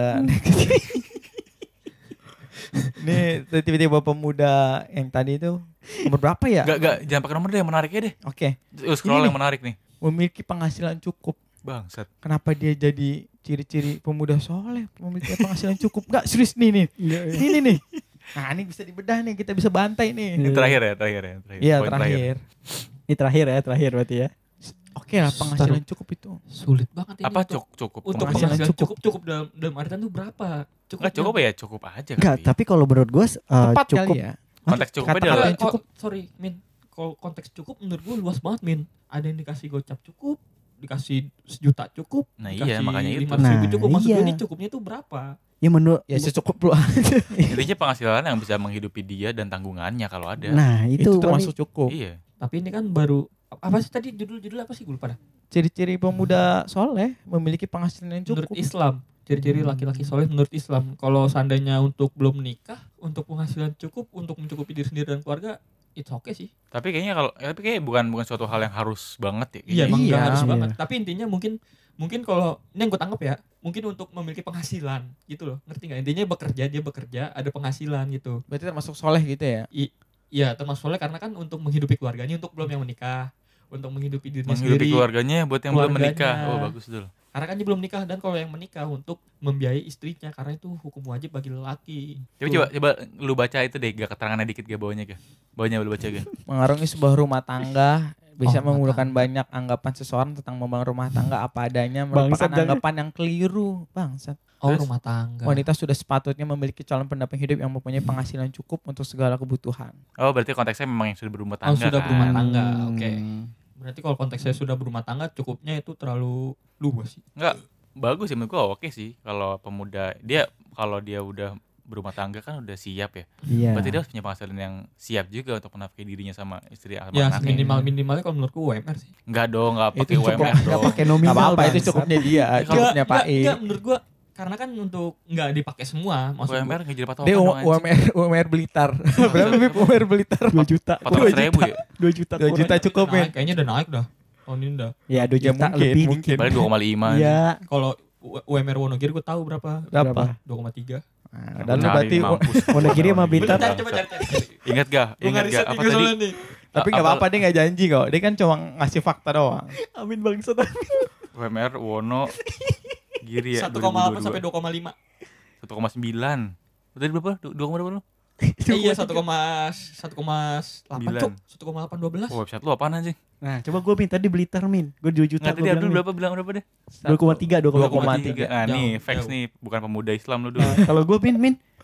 Ini tiba-tiba pemuda yang tadi itu nomor berapa ya? Gak, gak, jangan pakai nomor deh, yang menariknya deh. Oke, Yuk, scroll Ini yang menarik nih. memiliki penghasilan cukup. Bangsat. Kenapa dia jadi ciri-ciri pemuda soleh, memiliki penghasilan cukup? Gak serius nih nih. Iya, iya. Ini nih. Nah, ini bisa dibedah nih, kita bisa bantai nih. Ini terakhir ya, terakhir ya. Terakhir. Iya, Poin terakhir. Ini terakhir ya, terakhir berarti ya. Oke lah, penghasilan cukup itu. Sulit banget ini. Apa untuk- cukup cukup? Untuk Penghasilan penghasilan cukup. cukup cukup dalam dalam artian tuh berapa? Cukup Enggak cukup ya, cukup aja Enggak, kali. tapi kalau menurut gue Tepat cukup. kali ya. Konteks cukupnya Kata- adalah kata- Enggak, cukup. kok- sorry, Min. Kalau konteks cukup menurut gue luas banget, Min. Ada yang dikasih gocap cukup, dikasih sejuta cukup, Nah iya, dikasih makanya itu. lima ratus ribu Nah, cukup. Maksud gue iya. ini cukupnya tuh berapa? Ya menurut Ya secukup lu aja. Intinya penghasilan yang bisa menghidupi dia dan tanggungannya kalau ada. Nah, Itu itu, termasuk cukup. Iya. Tapi ini kan baru apa sih tadi judul-judul apa sih gue lupa dah. Ciri-ciri pemuda soleh memiliki penghasilan yang Menurut cukup. Islam, ciri-ciri Hmm. laki-laki soleh menurut Islam. Kalau seandainya untuk belum menikah, untuk penghasilan cukup untuk mencukupi diri sendiri dan keluarga, it's okay sih. Tapi kayaknya kalau tapi kayak bukan bukan suatu hal yang harus banget ya. Iya, kayaknya. emang Iya, nggak harus iya. banget. Tapi intinya mungkin mungkin kalau ini yang gue tangkap ya, mungkin untuk memiliki penghasilan gitu loh. Ngerti nggak? Intinya bekerja, dia bekerja, ada penghasilan gitu. Berarti termasuk soleh gitu ya. Iya, termasuk soleh karena kan untuk menghidupi keluarganya, untuk belum yang menikah, untuk menghidupi dirinya Menghidupi sendiri. keluarganya buat yang belum Keluarganya. menikah. Oh, bagus dulu. Karena kan dia belum nikah, dan kalau yang menikah untuk membiayai istrinya karena itu hukum wajib bagi lelaki. Coba Tuh. coba coba lu baca itu deh, gak keterangannya dikit gak bawahnya gak? Bawahnya lu baca gak? Mengarungi sebuah rumah tangga bisa Oh, rumah menggunakan tangga. banyak anggapan seseorang tentang membangun rumah tangga apa adanya merupakan Bangsat, jangan. anggapan yang keliru. Bangsat. Oh, Terus? rumah tangga. Wanita sudah sepatutnya memiliki calon pendamping hidup yang mempunyai penghasilan cukup untuk segala kebutuhan. Oh, berarti konteksnya memang yang sudah berumah Oh, tangga. sudah kan? berumah tangga. Hmm. Oke. Berarti kalau konteksnya sudah berumah tangga, cukupnya itu terlalu luas sih. Enggak, bagus sih menurut gua oke sih kalau pemuda dia kalau dia udah berumah tangga kan udah siap ya. Iya. Berarti dia harus punya penghasilan yang siap juga untuk menafkahi dirinya sama istri sama Ya anaknya. minimal minimalnya kalau menurutku U M R sih. Enggak dong, enggak Itu pakai U M cukup, R Gak dong. pakai Gak nominal. apa-apa itu bangsat. cukupnya dia, Kalau- cukupnya Pak Enggak, I. enggak, menurut gua karena kan untuk nggak dipakai semua, maksud U M gua. R nggak jadi patokan Dia dong, U- anjing. UMR UMR Blitar. Berapa Bib U M R Blitar? dua juta. empat ratus ribu ya? dua juta. dua kurang. juta cukup, Naik, men. kayaknya udah naik dah. Tahun ini dah. Ya dua Ya, juta mungkin, lebih mungkin. dikit. Paling dua koma lima. Iya. Kalau U- UMR Wonogiri gue tahu berapa? Berapa? dua koma tiga. Nah, dan lu berarti Wonogiri sama Blitar. Cari, coba cari, cari. Ingat gak? Gue Ingat nggak gak? riset Apa juga tadi? soalnya nih. tapi nggak Apa- apa-apa dia nggak janji kok. Dia kan cuma ngasih fakta doang. Amin bangsat. U M R Wono Giri ya. satu koma delapan sampai dua koma lima. satu koma sembilan. Tadi berapa? dua koma berapa lu? Eh, iya satu koma delapan Sembilan. cuk. satu koma delapan dua belas. Oh, website lu apaan anjing? Nah, coba gue minta di Blitar min. Gue dua juta Enggak gue tadi bilang. Abdul nih. berapa bilang berapa deh? dua koma tiga, dua dua koma koma tiga. tiga. Nah, nih Jauh, facts jauh. nih, bukan pemuda Islam lu dulu. Nah, kalau gue min min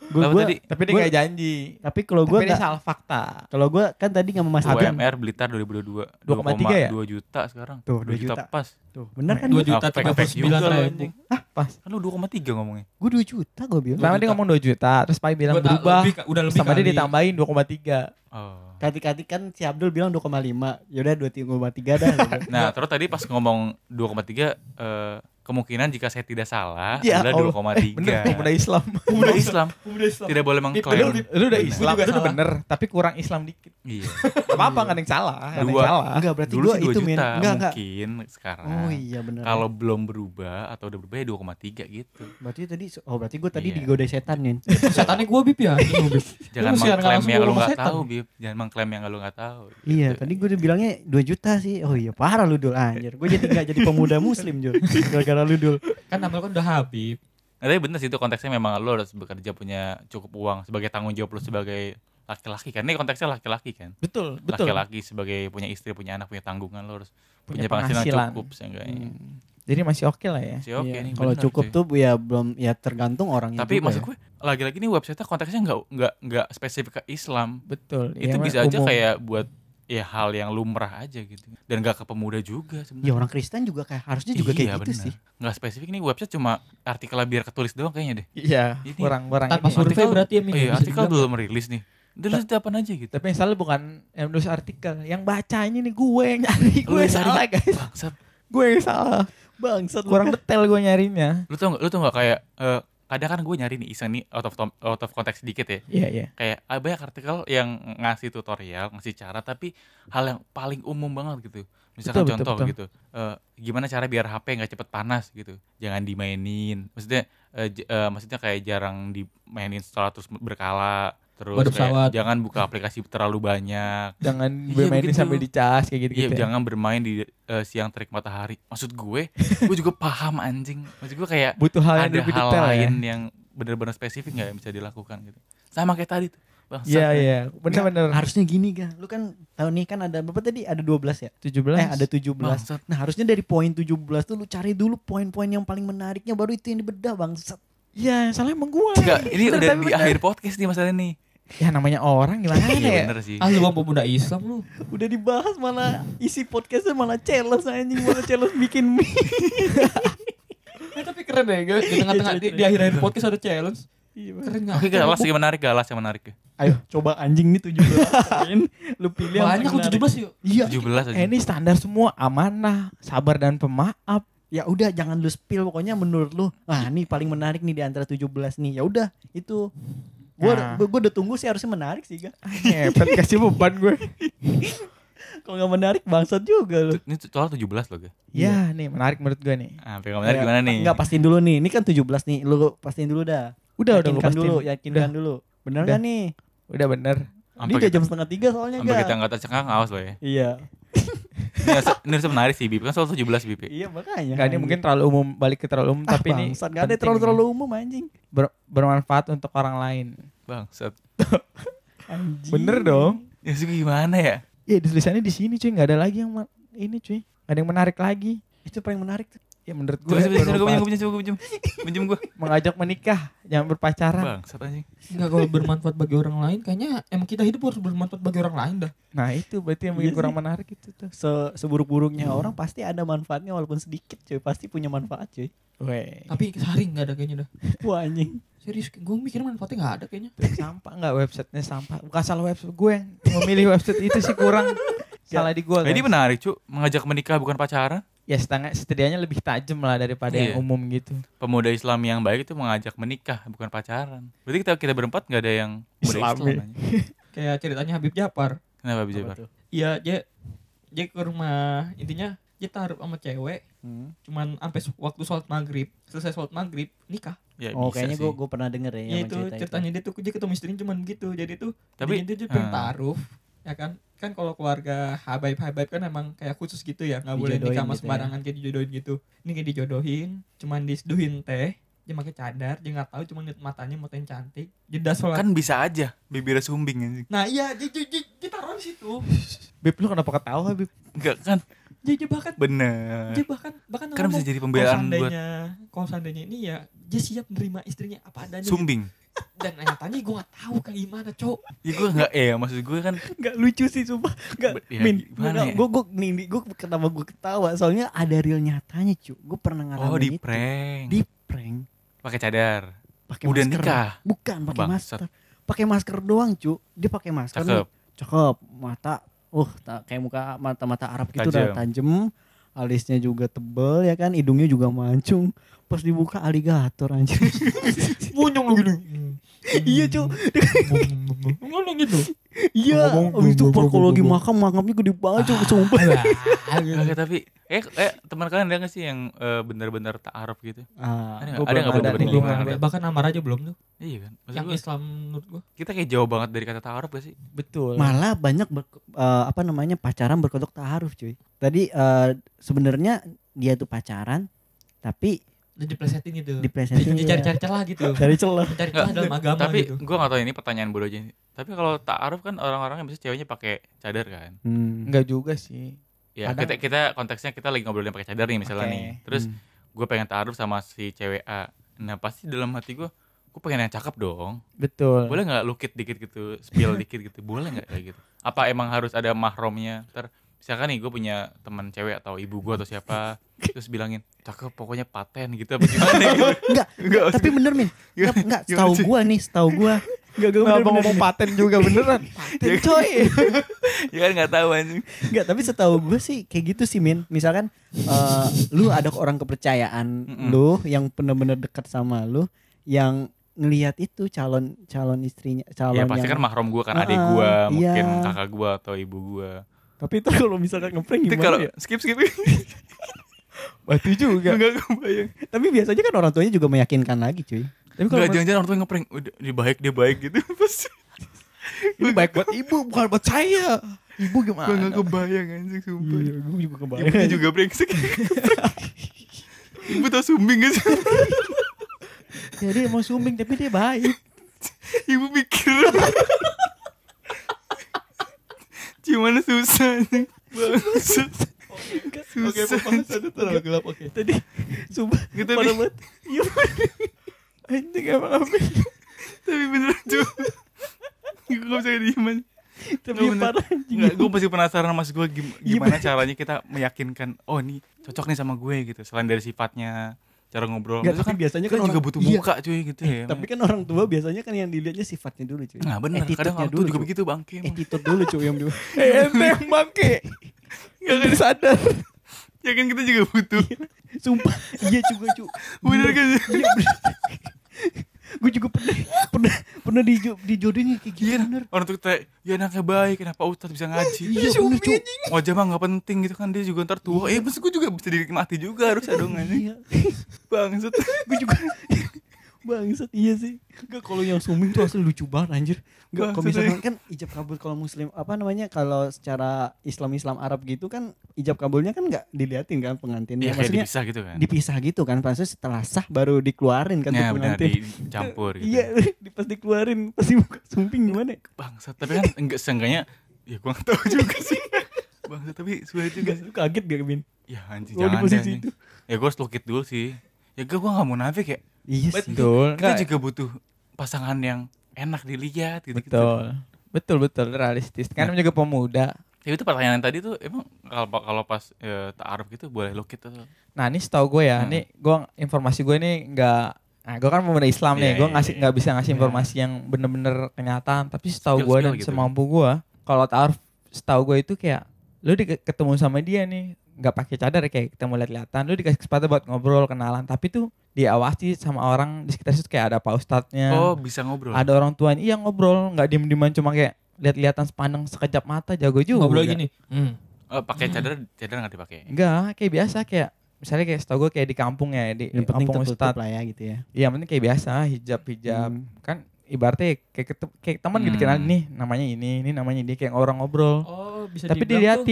Gue Apa gua tadi? Tapi dia Gua- nggak janji. tapi kalau gue Tapi dia salah fakta. kalau gue kan tadi nggak memastikan. U M R Blitar dua ribu dua puluh dua dua koma tiga ya? dua juta sekarang. Tuh, dua dua juta juta. pas. Tuh, bener kan? dua Gue juta Ah, tiga puluh fake-fake sembilan juga lu, ribu. anjing. Ah, pas. Kan lu dua koma tiga ngomongnya. dua juta gue bilang. Pertama dia juta. ngomong dua juta, terus Pai bilang Gua tak- berubah. lebih, udah lebih Sama dia kali. ditambahin dua koma tiga. Oh. Kati-kati kan si Abdul bilang dua koma lima. Yaudah dua koma tiga dah. gitu. Nah, terus tadi pas ngomong dua koma tiga eh kemungkinan jika saya tidak salah Ya adalah Allah. dua koma Eh, bener, tiga. pemuda Islam. Pemuda Islam Pemuda Islam. tidak boleh Bip, mengklaim. bener, Lu udah Bener. Islam, Gua juga lu udah salah. bener, tapi kurang Islam dikit. Iya. Gak apa-apa, gak ada yang salah. Gak ada yang Dua. salah. Enggak berarti Dulu gue sih dua itu men. juta Enggak enggak. mungkin sekarang. Oh iya benar. Kalau belum berubah atau udah berubah ya dua koma tiga gitu. berarti tadi oh berarti gue tadi Iya. digoda setan nih. Setannya gue bip ya. anjing, lu, Bip. Jangan Lu mesti mengklaim langsung yang lu ngomong nggak setan. tahu, Bib. Jangan mengklaim yang lu nggak tahu. Iya, Gitu. tadi gue udah bilangnya dua juta sih. Oh iya, parah lu Dul. Anjir, gue jadi enggak jadi pemuda muslim, Jul. Gara-gara lu Dul. Kan nama lu kan udah Habib. Nah, tapi bener sih itu konteksnya memang lo harus bekerja punya cukup uang sebagai tanggung jawab lo sebagai laki-laki kan. Ini konteksnya laki-laki kan. Betul, betul. Laki-laki sebagai punya istri, punya anak, punya tanggungan lo harus Punya punya, penghasilan penghasilan. cukup seenggaknya. Hmm. Jadi masih oke lah ya. Sih oke Iya, nih. kalau bener cukup sih. tuh ya belum ya tergantung orangnya. Tapi juga maksud ya. gue lagi-lagi nih website-nya konteksnya nggak nggak nggak spesifik ke Islam. Betul. Itu Iya, bisa aja umum. kayak buat ya hal yang lumrah aja gitu. Dan gak ke pemuda juga Ya sebenarnya. orang Kristen juga kayak harusnya juga Iya, kayak gitu bener. sih. Nggak spesifik nih website cuma artikelnya biar ketulis doang kayaknya deh. Iya, Ini kurang-kurang Tanpa ini. survei Artikel- berarti ya, Mi, Iya, bisa artikel dibilang. belum rilis nih. Udah lu depan aja gitu. Tapi yang salah bukan yang nulis artikel, yang bacanya nih gue yang nyari, Lu gue yang salah nyari. guys. Bangsat. Gue yang salah. Bangsat lu. Kurang detail gue nyarinya. Lu tau gak, lu tau gak kayak eh, kadang kan gue nyari nih iseng nih out of tom- out of konteks sedikit ya. Iya, iya. Kayak ah, banyak artikel yang ngasih tutorial, ngasih cara tapi hal yang paling umum banget gitu. Misalkan Betul, betul, contoh betul. gitu. eh, gimana cara biar H P nggak cepet panas gitu. Jangan dimainin. Maksudnya eh, j- eh, maksudnya kayak jarang dimainin setelah terus berkala. Terus Badut kayak pesawat. jangan buka aplikasi terlalu banyak. Jangan Iya, bermain begitu. sampai dicas kayak gitu Iya, gitu. jangan bermain di eh, siang terik matahari. Maksud gue, gue juga paham anjing. Maksud gue kayak Butuh hal yang ada lebih hal detail ya. lain yang benar-benar spesifik nggak yang bisa dilakukan gitu. Sama kayak tadi tuh. Bangsat, Iya, kan? iya. Bener-bener. Harusnya gini ga. Lu kan tahu nih kan ada berapa tadi? Ada dua belas ya? tujuh belas. Eh ada tujuh belas. Bangsat. Nah, harusnya dari poin tujuh belas tuh lu cari dulu poin-poin yang paling menariknya baru itu yang dibedah bangsat. Iya, yang salah emang gue. Enggak, ini Bener, udah tapi di bener. akhir podcast nih masalah nih. Ya namanya orang gimana Iya ya? bener sih. Ah lu bang pemuda Islam lu. Udah dibahas malah isi podcastnya malah challenge anjing malah challenge bikin mie. Eh, tapi keren deh guys. Di tengah-tengah di, di akhir-akhir podcast ada challenge. Keren gak? Oke, galas yang menarik, galas yang menarik. Ayo coba anjing nih tujuh belas poin. Lu pilih yang Banyak paling lu tujuh belas yuk. Iya. tujuh belas aja. Eh, ini standar semua, amanah, sabar dan pemaaf. Ya udah jangan lu spill pokoknya menurut lu. Wah, ini paling menarik nih di antara tujuh belas nih. Ya udah itu. Gua, Nah. gua gua udah tunggu sih harusnya menarik sih ga. Ngepet kasih beban gue. Kalau nggak menarik bangsat juga lu. Ini soal tujuh belas loh, gue. Ya, nih menarik menurut gue nih. Ah, pengen menarik Ya, gimana nih? Enggak pastiin dulu nih. Ini kan tujuh belas nih. Lu pastiin dulu dah. Udah, udah gue yakinkan pastiin. dulu, yakinkan dulu. Bener Udah. nggak nih? Udah bener. Ini Sampai udah kita, jam setengah tiga soalnya sampai kita enggak? nggak tercengang, awas loh ya. Iya. Ini harus- ini harus menarik sih, Bib. Kan soal tujuh belas, Bib. Iya makanya. Enggak, ini mungkin terlalu umum, balik ke terlalu umum, ah, tapi ini bangsat, nggak ada penting terlalu terlalu nih. umum anjing. Ber- bermanfaat untuk orang lain. Bangsat. Anjing. Bener dong. Ya sih gimana ya? Ya, tulisannya di sini cuy, nggak ada lagi yang ma- ini cuy, nggak ada yang menarik lagi. Itu paling menarik tuh. Ya menurut gue Coba coba coba gue bermanfaat. pinjam, gue pinjam, gue pinjam. Pinjam gue. Mengajak menikah, jangan berpacaran. Bangsat anjing. Enggak, kalau bermanfaat bagi orang lain kayaknya emang kita hidup harus bermanfaat bagi orang lain dah. Nah itu berarti yang Iya bikin kurang sih. menarik itu tuh. Se seburuk-buruknya orang pasti ada manfaatnya walaupun sedikit cuy. Pasti punya manfaat cuy. Weh, Tapi sehari enggak ada kayaknya dah. Wah anjing. Serius, gue mikir manfaatnya enggak ada kayaknya. sampah nggak websitenya sampah. Bukan salah website gue yang memilih website itu sih kurang. Salah di gue. Nah, ini menarik, Cuk. Mengajak menikah bukan pacaran. Ya setengah setidaknya lebih tajam lah daripada Iya. yang umum gitu. Pemuda Islam yang baik itu mengajak menikah bukan pacaran. Berarti kita kita berempat nggak ada yang pemuda Islami. Islam. anjing. Kayak ceritanya Habib Jafar. Kenapa bisa, Apa Bar? tuh? Iya, dia dia ke rumah, intinya dia taruh sama cewek, Hmm. cuman sampai su- waktu sholat maghrib, selesai sholat maghrib nikah. Ya, Oh bisa kayaknya sih. gue gue pernah denger ya. Ya yang itu cerita ceritanya dia tuh dia ketemu istrinya cuman begitu. Jadi tuh Tapi, dia dia pengen ah. taruh, ya kan? Kan kalau keluarga habaib-habaib kan emang kayak khusus gitu ya, nggak boleh Dijodohin nikah sama gitu ya. sembarangan kayak dijodohin gitu. Ini kayak dijodohin, cuman diseduhin teh, dia pakai cadar, dia nggak tahu cuman lihat matanya matanya cantik. Jeda sholat. Kan bisa aja bibirnya sumbing anjing. Nah iya, dia, dia, dia, dia taruh di situ. Beb lu kenapa ketawa Beb? Enggak kan? Dia, dia bahkan Bener. dia bahkan bahkan Kan bisa jadi kalau pembelaan buat seandainya kalau seandainya ini ya dia siap menerima istrinya apa adanya. sumbing. Dan nyatanya gue gak tahu kayak gimana, Cok. Ya gue nggak eh maksud gue kan Gak lucu sih sumpah. Gak, Ya, Min, gimana ya? gue gue nih, nih gue kenapa gue ketawa? Soalnya ada real nyatanya, cu. Gue pernah ngalamin oh di itu. prank. Di prank. Pakai cadar. Pakai Udah masker. nikah. Bukan pakai Bangsat. masker. Pakai masker doang, cu. Dia pakai masker. Cakep. Nih. Cakep. Mata, uh, ta- kayak muka mata-mata Arab gitu udah tajam. Alisnya juga tebel ya kan, hidungnya juga mancung. Pas dibuka aligator anjir. Munyung lu gitu. Iya, cu. Ngomong gitu. Iya, abis itu pas kalau lagi makan makamnya gede banget, cu. Sumpah. Oke tapi eh eh teman kalian ada nggak sih yang eh, benar-benar ta'aruf gitu? Ah, Ada nggak? gua Ada belum nggak ada bener-bener nih. Belum Belum ada. ada. Bahkan Amar aja belum tuh. Iya kan? Maksud Yang gue, Islam menurut gue. kita kayak jauh banget dari kata ta'aruf gak sih? Betul. Malah banyak ber, eh, apa namanya pacaran berkodok taaruf, cuy. Tadi eh, sebenarnya dia tuh pacaran tapi Udah diplesetin gitu. Diplesetin, Dia iya. cari-cari celah gitu. dari celah. Cari celah dalam agama Tapi gitu. gue gak tahu ini pertanyaan bodoh aja. Tapi kalau ta'aruf kan orang-orang yang biasanya ceweknya pakai cadar kan? Hmm. Enggak juga sih. Ya Kadang- kita kita konteksnya kita lagi ngobrolin pakai cadar nih misalnya Oke. nih. Terus Hmm. gue pengen ta'aruf sama si cewek A. Nah pasti dalam hati gue, gue pengen yang cakep dong. Betul. Boleh nggak lukit dikit gitu, spill dikit gitu? Boleh nggak kayak gitu? Apa emang harus ada mahromnya? Ter misalkan nih gue punya teman cewek atau ibu gue atau siapa, terus bilangin cakep pokoknya paten gitu apa gimana gitu? Enggak, Enggak, tapi bener Min. Enggak, enggak setahu sih? gua nih, setahu gua. Enggak gua Kenapa ngomong paten juga beneran? Paten coy. ya kan nggak tahu anjing. Enggak, tapi setahu gua sih kayak gitu sih Min. Misalkan eh, lu ada orang kepercayaan Mm-mm. lu yang bener-bener dekat sama lu yang ngelihat itu calon calon istrinya, calon Ya pasti yang kan mahrom gue kan, Ah, adik gue, mungkin iya. kakak gue atau ibu gue. Tapi itu kalau misalkan ngeprank Itu gimana kalau ya? skip skip Batu juga. nggak kebayang. Tapi biasanya kan orang tuanya juga meyakinkan lagi, cuy. Tapi kalau Nggak jangan-jangan orang tua ngeprank, udah dia baik dia baik gitu. Pas ini baik buat ibu bukan buat saya. Ibu gue gimana? nggak kebayang anjing sumpah. Iya, gue juga kebayang. Ibunya juga brengsek. Ibu tau sumbing gak sih? Ya dia mau sumbing tapi dia baik. Ibu mikir. Gimana susah nih. Bangsat. Oke, pembahasan itu terlalu gelap. Oke. Tadi sumpah Gitu, parah Bi. banget. Iya. Anjing emang apa? Tapi bener tuh. Gue gak bisa dieman. Tapi Nggak, bener. parah anjing. Nggak, gue masih penasaran mas gue gimana caranya kita meyakinkan, oh nih cocok nih sama gue gitu. Selain dari sifatnya, cara ngobrol. Nggak, Maksudnya tapi biasanya kita kan juga orang- butuh iya. muka cuy gitu ya. Tapi kan orang tua biasanya kan yang dilihatnya sifatnya dulu, cuy. Nah bener, kadang Attitude-nya orang tua dulu, juga cuy. begitu bangke. emang. Attitude dulu, cuy, yang dulu. Eh ente yang bangke. Gak ada sadar. Ya kan kita juga butuh. Sumpah, iya juga, cuy. Bener kan? Iya bener. Gue juga pernah pernah pernah dijo dijodohin kayak gitu, Iya, bener. orang tuh kayak, ya anaknya baik, kenapa Ustadz bisa ngaji? Iya bener, cuy. Wajah mah gak penting gitu kan, dia juga ntar tua. Eh maksud gue juga bisa dinikmati juga harus dong anjing. Iya. Bangsat. Gue juga bangsat, iya sih. Enggak, kalau yang sumbing tuh asli lucu banget anjir. Enggak, kalau Bangsat, misalkan kan ijab kabul kalau muslim apa namanya, kalau secara Islam Islam Arab gitu kan ijab kabulnya kan enggak diliatin kan pengantinnya. Iya kayak Maksudnya dipisah gitu kan. dipisah gitu kan, pasti setelah sah baru dikeluarin kan Ya tuh benar, pengantin. dicampur gitu. Iya, di- pas dikeluarin pasti muka sumbing gimana? ya? Bangsat, tapi kan enggak seenggaknya, ya gue gak tau juga sih. Bangsat, tapi sulit juga sih. Lu kaget gak, Bin? Ya anjing, Kalau di jangan posisi deh, itu. anjing. Ya gue harus look it dulu sih. Ya gue gue gak mau nafik ya. Iya But sih. Betul. Kita Nggak, juga butuh pasangan yang enak dilihat gitu. betul. Betul betul realistis. Kan juga pemuda. Tapi itu pertanyaan yang tadi tuh emang kalau kalau pas e, ta'aruf gitu boleh look it atau? Nah ini setahu gue ya, Hmm. nih gue informasi gue nih nggak, nah gue kan pemuda Islam nih, Iya, gue iya, ngasih iya. nggak bisa ngasih Iya. informasi yang bener-bener kenyataan, tapi setahu gue Spill-spill dan gitu. semampu gue, kalau ta'aruf setahu gue itu kayak lu di, ketemu sama dia nih, nggak pakai cadar kayak kita mau lihat-lihatan, lu dikasih kesempatan buat ngobrol kenalan, tapi tuh diawasi sama orang di sekitar situ kayak ada pak ustadznya, Oh bisa ngobrol. ada orang tuanya, iya ngobrol, nggak diem-dieman cuma kayak lihat-lihatan sepandang sekejap mata, jago juga. Ngobrol gini. Hmm. Oh, pakai cadar, cadar nggak dipakai. Enggak, kayak biasa kayak misalnya kayak setahu gue kayak di kampung ya, di Yang penting kampung tertutup ustadz. lah ya gitu ya. Iya, penting kayak biasa hijab hijab Hmm. kan ibaratnya kayak ketem- kayak teman gitu Hmm. dikenal nih namanya ini, ini namanya ini kayak orang ngobrol. Oh, bisa Tapi dibilang tuh diliatin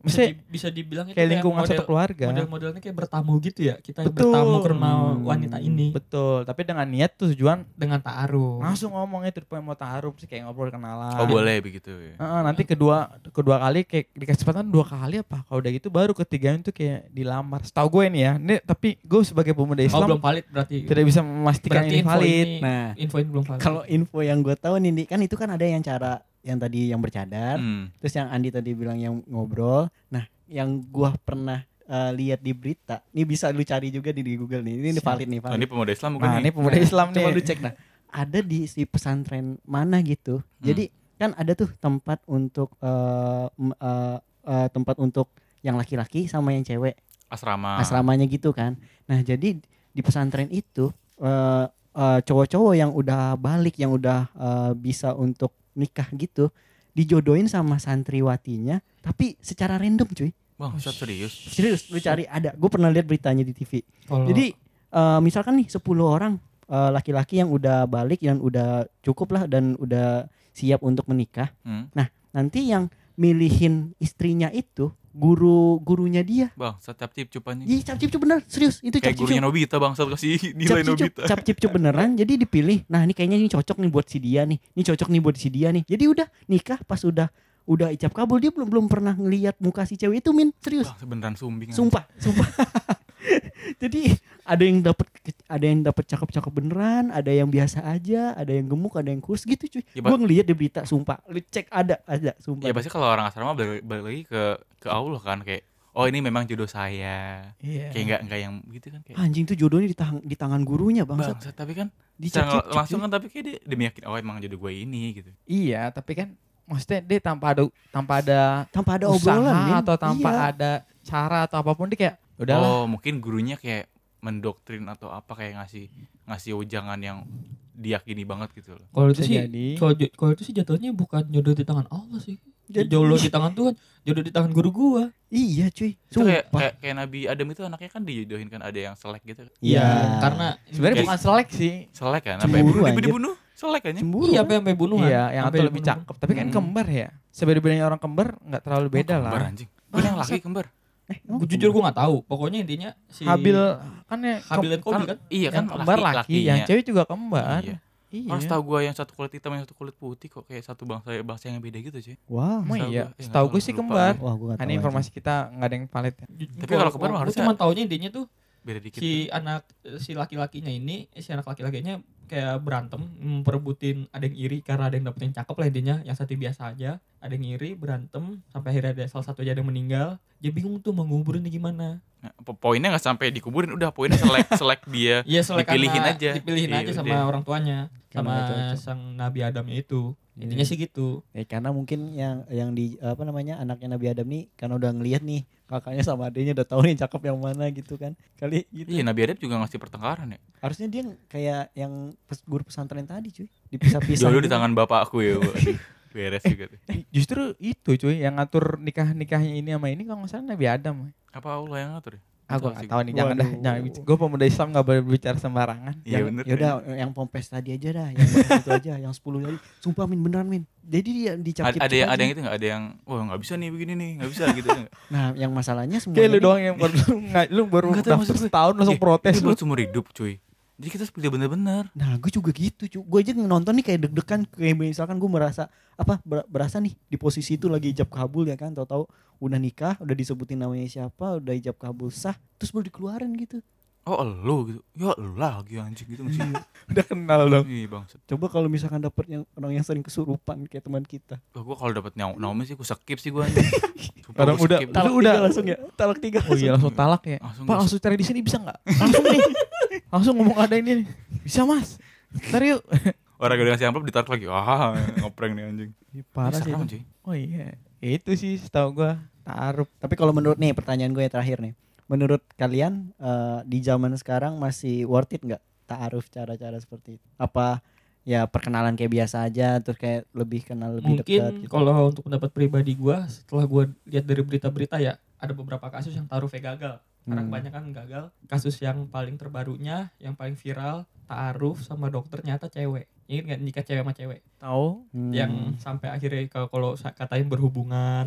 bisa, Maksudnya di- bisa dibilang itu kayak lingkungan model, satu keluarga. model-modelnya kayak bertamu gitu ya. Kita Betul. bertamu ke rumah Hmm. wanita ini Betul, tapi dengan niat tujuan dengan ta'aruf. langsung ngomongnya tuh mau taruh sih kayak ngobrol kenalan. Oh boleh begitu ya. Heeh, nanti kedua kedua kali kayak dikasih kesempatan dua kali apa? Kalau udah gitu baru ketiga itu kayak dilamar. Setahu gue nih ya, ini tapi gue sebagai pemuda Oh Islam belum valid berarti. tidak bisa memastikan Berarti ini info valid. ini, Nah, info ini belum valid. kalau info yang gue tahu nih Di, kan itu kan ada yang cara yang tadi yang bercadar, Hmm. terus yang Andi tadi bilang yang ngobrol. Nah, yang gua pernah eh, lihat di berita, ini bisa lu cari juga di, di Google nih. Ini, ini Siap. valid nih, Oh, valid. ini pemuda Islam bukan Nah, nih? ini pemuda Nah, Islam nih. Coba lu cek nah. Ada di si pesantren mana gitu. Hmm. Jadi kan ada tuh tempat untuk eh, m- eh, eh, tempat untuk yang laki-laki sama yang cewek, Asrama. asramanya gitu kan. Nah, jadi di pesantren itu eh, eh, cowok-cowok yang udah balik, yang udah eh, bisa untuk nikah gitu, dijodohin sama santriwatinya, tapi secara random cuy. Bang, Ustaz serius. Serius, lu cari ada. Gue pernah lihat beritanya di T V. Kalau- Jadi eh, misalkan nih sepuluh orang eh, laki-laki yang udah balik, yang udah cukup lah dan udah siap untuk menikah. Hmm. Nanti yang milihin istrinya itu guru gurunya dia. Bang, Ustaz cap cip cupannya. Iya, cap cip bener, serius itu cap Kayak gurunya cip. Nobita bang, Ustaz kasih Cap nilai cip Nobita. cap cip beneran. Jadi dipilih. Nah, ini kayaknya ini cocok nih buat si dia nih. Ini cocok nih buat si dia nih. Jadi udah nikah pas udah udah ijab kabul, dia belum belum pernah ngelihat muka si cewek itu, Min. Serius. Bang, sebeneran sumbing. Sumpah, sumpah. Jadi ada yang dapat ada yang dapat cakep-cakep beneran, ada yang biasa aja, ada yang gemuk, ada yang kurus gitu cuy. Ya, Gue ngelihat di berita, sumpah. Lu cek ada, ada, sumpah. Ya pasti kalau orang asrama balik, balik lagi ke ke Allah kan kayak oh ini memang jodoh saya. Iya. Kayak enggak enggak yang gitu kan kayak. Anjing tuh jodohnya di tangan di tangan gurunya, Bangsat. Bangsat, tapi kan Dicap-cip, secara cuy. langsung kan tapi kayak dia, dia meyakin oh emang jodoh gue ini gitu. Iya, tapi kan maksudnya dia tanpa ada tanpa ada Tanpa ada usaha obrolan, Min. atau tanpa Iya. ada cara atau apapun dia kayak udahlah. Oh, mungkin gurunya kayak mendoktrin atau apa kayak ngasih ngasih ujangan yang diyakini banget gitu loh. Kalau itu Bisa sih, jadi. kalau jo- kalau itu sih jatuhnya bukan jodoh di tangan Allah sih. Jadi- Jodoh di tangan Tuhan, jodoh di tangan guru gua. Iya, cuy. Itu kayak, Sumpah. kayak kayak Nabi Adam itu anaknya kan dijodohin kan ada yang selek gitu. Iya. Karena Sebenarnya Kayak- bukan selek sih. Selek kan? Apa Cemburu, dibunuh, anjir. dibunuh? Selek kan? Cemburu. iya apa sampai bunuhan. Iya, yang Sampai atau lebih bunuhan. cakep. Tapi kan Hmm. kembar ya. Sebeda-bedanya orang kembar nggak terlalu beda Kembar lah. anjing. Gue yang laki kembar. Eh, emang Gua jujur gua nggak tahu. Pokoknya intinya si Habil kan ya Habil dan Kobil kan. Iya yang kan kembar laki, laki-lakinya. yang cewek juga kembar. Iya. Iya. Orang setahu gue yang satu kulit hitam yang satu kulit putih kok kayak satu bangsa bangsa yang beda gitu cuy. Wah. Emang Setahu iya. gua, eh, Setahu nggak gue tahu, sih lupa kembar. Wah, gua enggak tahu. Ini informasi kita nggak ada yang valid ya. Tapi kalau kembar mah gua harusnya- cuma taunya intinya tuh Beda dikit. si anak si laki-lakinya ini si anak laki-lakinya kayak berantem memperebutin, ada yang iri karena ada yang dapetin cakep lah intinya, yang satu biasa aja, ada yang iri berantem sampai akhirnya ada salah satu aja ada yang meninggal. Dia bingung tuh mau nguburin gimana. Nah, po- poinnya nggak sampai dikuburin, udah poinnya selek selek dia. Iya selek Dipilihin karena- aja. dipilihin Iya, aja sama udah. orang tuanya, Karena sama nggak cocok. sang Nabi Adamnya itu. Intinya Iya. sih gitu. Ya karena mungkin yang yang di apa namanya anaknya Nabi Adam nih karena udah ngelihat nih kakaknya sama adiknya udah tahu nih cakep yang mana gitu kan. Kali gitu. Iya, Nabi Adam juga ngasih pertengkaran ya. Harusnya dia kayak yang pes, guru pesantren tadi cuy. Dipisah-pisah. Jodoh di gitu. tangan bapakku ya. Waduh, beres juga tuh. Justru itu cuy yang ngatur nikah-nikahnya ini sama ini kalau nggak salah Nabi Adam. Apa Allah yang ngatur ya? Ah gue Tahu nggak sih tahu nih, jangan dah. Waduh. Jangan, gue pemuda Islam nggak boleh berbicara sembarangan. Iya Yang- bener. Yaudah yang pompes tadi aja dah, yang itu aja, yang sepuluh tadi. Sumpah Min beneran Min. Jadi dia dicap Ada, ada yang ada yang itu nggak ada yang wah nggak bisa nih begini nih nggak bisa gitu nggak? Nah, yang masalahnya semua Kayak lu doang yang baru nggak, lu baru Nggak tahu daftar maksud gue. setahun langsung Iya, protes ini lu. buat seumur hidup cuy. Jadi kita harus pilih bener-bener. Nah, gue juga gitu, cuy. Gue aja nonton nih kayak deg-degan, kayak misalkan gue merasa apa ber- berasa nih di posisi itu lagi ijab kabul ya kan, tahu-tahu udah nikah, udah disebutin namanya siapa, udah ijab kabul sah, terus baru dikeluarin gitu. Oh elu gitu. Ya elu lagi anjing gitu masih. Udah kenal dong. Iya bangsat. Coba kalau misalkan dapet yang orang yang sering kesurupan kayak teman kita. Wah, gua kalau dapat Naomi Naomi sih gua skip sih gua anjing. Sumpah, Orang gua udah- skip. Talak Talak udah. tiga langsung ya, talak tiga Oh iya langsung talak ya. Langsung Pak gua- langsung cari di sini bisa nggak? Langsung nih. Langsung ngomong ada ini nih. Bisa mas. Ntar yuk. Orang gak dikasih amplop ditarik lagi. Wah, ngoprank nih anjing. Ih, Parah Ini sih. serem, itu. cuy. Oh iya. Itu sih setahu gua taruh. Tapi kalau menurut nih pertanyaan gue yang terakhir nih, menurut kalian eh, di zaman sekarang masih worth it nggak taaruf cara-cara seperti itu? Apa ya perkenalan kayak biasa aja, terus kayak lebih kenal lebih dekat? Mungkin Gitu. kalau untuk pendapat pribadi gua, setelah gua lihat dari berita-berita ya, ada beberapa kasus yang taarufnya gagal. Karena Hmm. kebanyakan gagal. Kasus yang paling terbarunya, yang paling viral, taaruf sama dokter nyata cewek. Ingat nggak nikah cewek sama cewek? Tahu? Hmm. Yang sampai akhirnya kalau kalau sa- katain berhubungan,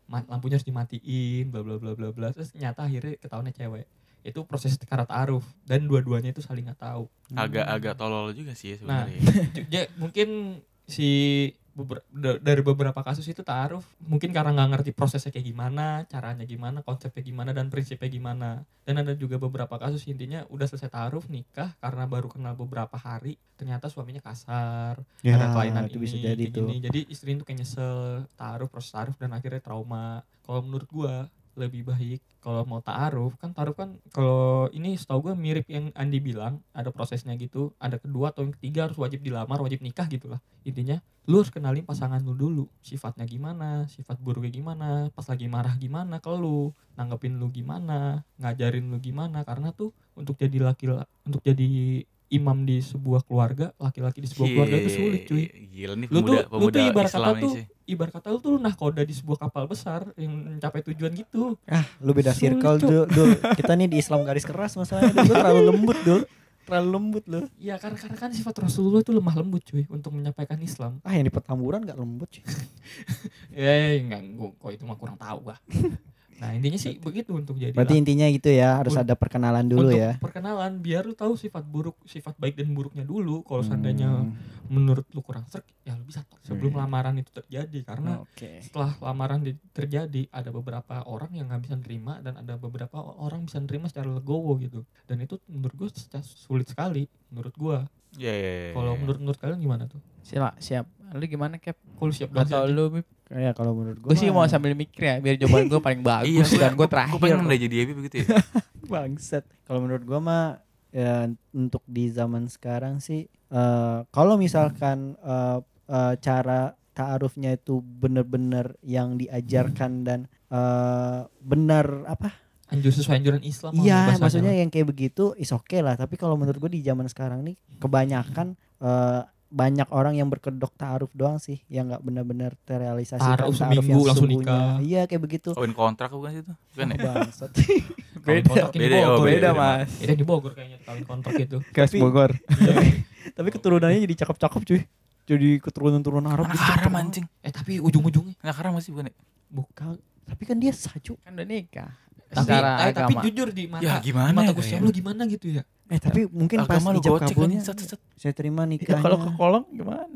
ma- lampunya harus dimatiin, bla bla bla bla bla. Terus ternyata akhirnya ketahuannya cewek. Itu proses tekarat ta'aruf dan dua-duanya itu saling nggak tahu. Agak-agak tolol juga sih ya Nah, sebenarnya. ya, mungkin si beber- da- dari beberapa kasus itu ta'aruf mungkin karena nggak ngerti prosesnya kayak gimana, caranya gimana, konsepnya gimana dan prinsipnya gimana. Dan ada juga beberapa kasus intinya udah selesai ta'aruf nikah karena baru kenal beberapa hari ternyata suaminya kasar, Ya, ada kelainan itu ini, bisa jadi kayak tuh. gini. Jadi istri itu kayak nyesel ta'aruf, proses ta'aruf dan akhirnya trauma. Kalau menurut gua lebih baik kalau mau ta'aruf kan ta'aruf kan kalau ini setahu gue mirip yang Andi bilang ada prosesnya gitu, ada kedua atau yang ketiga harus wajib dilamar, wajib nikah gitulah intinya. Lu harus kenalin pasangan lu dulu, sifatnya gimana, sifat buruknya gimana, pas lagi marah gimana ke lu, nanggepin lu gimana, ngajarin lu gimana. Karena tuh untuk jadi laki untuk jadi imam di sebuah keluarga, laki-laki di sebuah keluarga itu sulit cuy. Gila nih Lu tuh, pemuda, lu tuh pemuda ibarat Islam kata nih tuh, sih. ibarat kata lu tuh nahkoda di sebuah kapal besar yang mencapai tujuan gitu. Ah, lu beda Sulit, circle Cuk. dul, dul. Kita nih di Islam garis keras masalahnya. Dul. Lu terlalu lembut dul, terlalu lembut lu. Iya karena karena kan sifat Rasulullah itu lemah lembut cuy untuk menyampaikan Islam. Ah, yang di Petamburan gak lembut cuy. Eh enggak, gua kok itu mah kurang tahu gua. Nah intinya sih begitu untuk jadi Berarti intinya gitu ya, harus Un- ada perkenalan dulu untuk ya. perkenalan biar lu tahu sifat buruk, sifat baik dan buruknya dulu. Kalau seandainya Hmm, menurut lu kurang serk, ya lu bisa talk sebelum Hmm. lamaran itu terjadi. Karena Oke. setelah lamaran di- terjadi ada beberapa orang yang nggak bisa nerima dan ada beberapa orang bisa nerima secara legowo gitu. Dan itu menurut gue sulit sekali menurut gue. Iya, iya, iya. Kalau menurut menurut kalian gimana tuh? Sila, siap. Lu gimana, Cap? Kalau siap banget Atau sih, lu, Bib? Kayak kalau menurut gue Gue sih mau sambil mikir ya, biar jawaban gue paling bagus Iya, dan gue Gue terakhir. pengen udah jadi Habib begitu ya. Bangset. Kalau menurut gua mah ya, untuk di zaman sekarang sih eh, kalau misalkan eh, eh, cara ta'arufnya itu bener-bener yang diajarkan dan eh, benar apa? anjur sesuai anjuran Islam. lah Iya, bahasanya. maksudnya yang kayak begitu is oke lah. Tapi kalau menurut gua di zaman sekarang nih kebanyakan eh, banyak orang yang berkedok ta'aruf doang sih, yang nggak benar-benar terrealisasi Ta'aruf seminggu langsung nikah. Iya kayak begitu. Kawin kontrak bukan sih itu? Bukan ya? Bangsat. Kawin kontrak yang di Beda, oh, Bogor. beda, Beda, beda, Mas. Itu yang di Bogor kayaknya kawin kontrak itu. Gas Tapi- Bogor. Tapi keturunannya jadi cakep-cakep cuy. Jadi keturunan-turunan Arab Anak gitu. haram cakep. anjing. Eh tapi ujung-ujungnya Anak haram masih bukan ya? bukan. Tapi kan dia saju. Kan udah nikah. Tapi, Secara eh, tapi agama. jujur di mata, Ya, gimana di mata ya, Gusti kayak? Allah gimana gitu ya? Eh tapi mungkin pas Agama lu ijab gocek kabulnya anjing, set, set. saya terima Ya, nikahnya. kalau ke kolong gimana?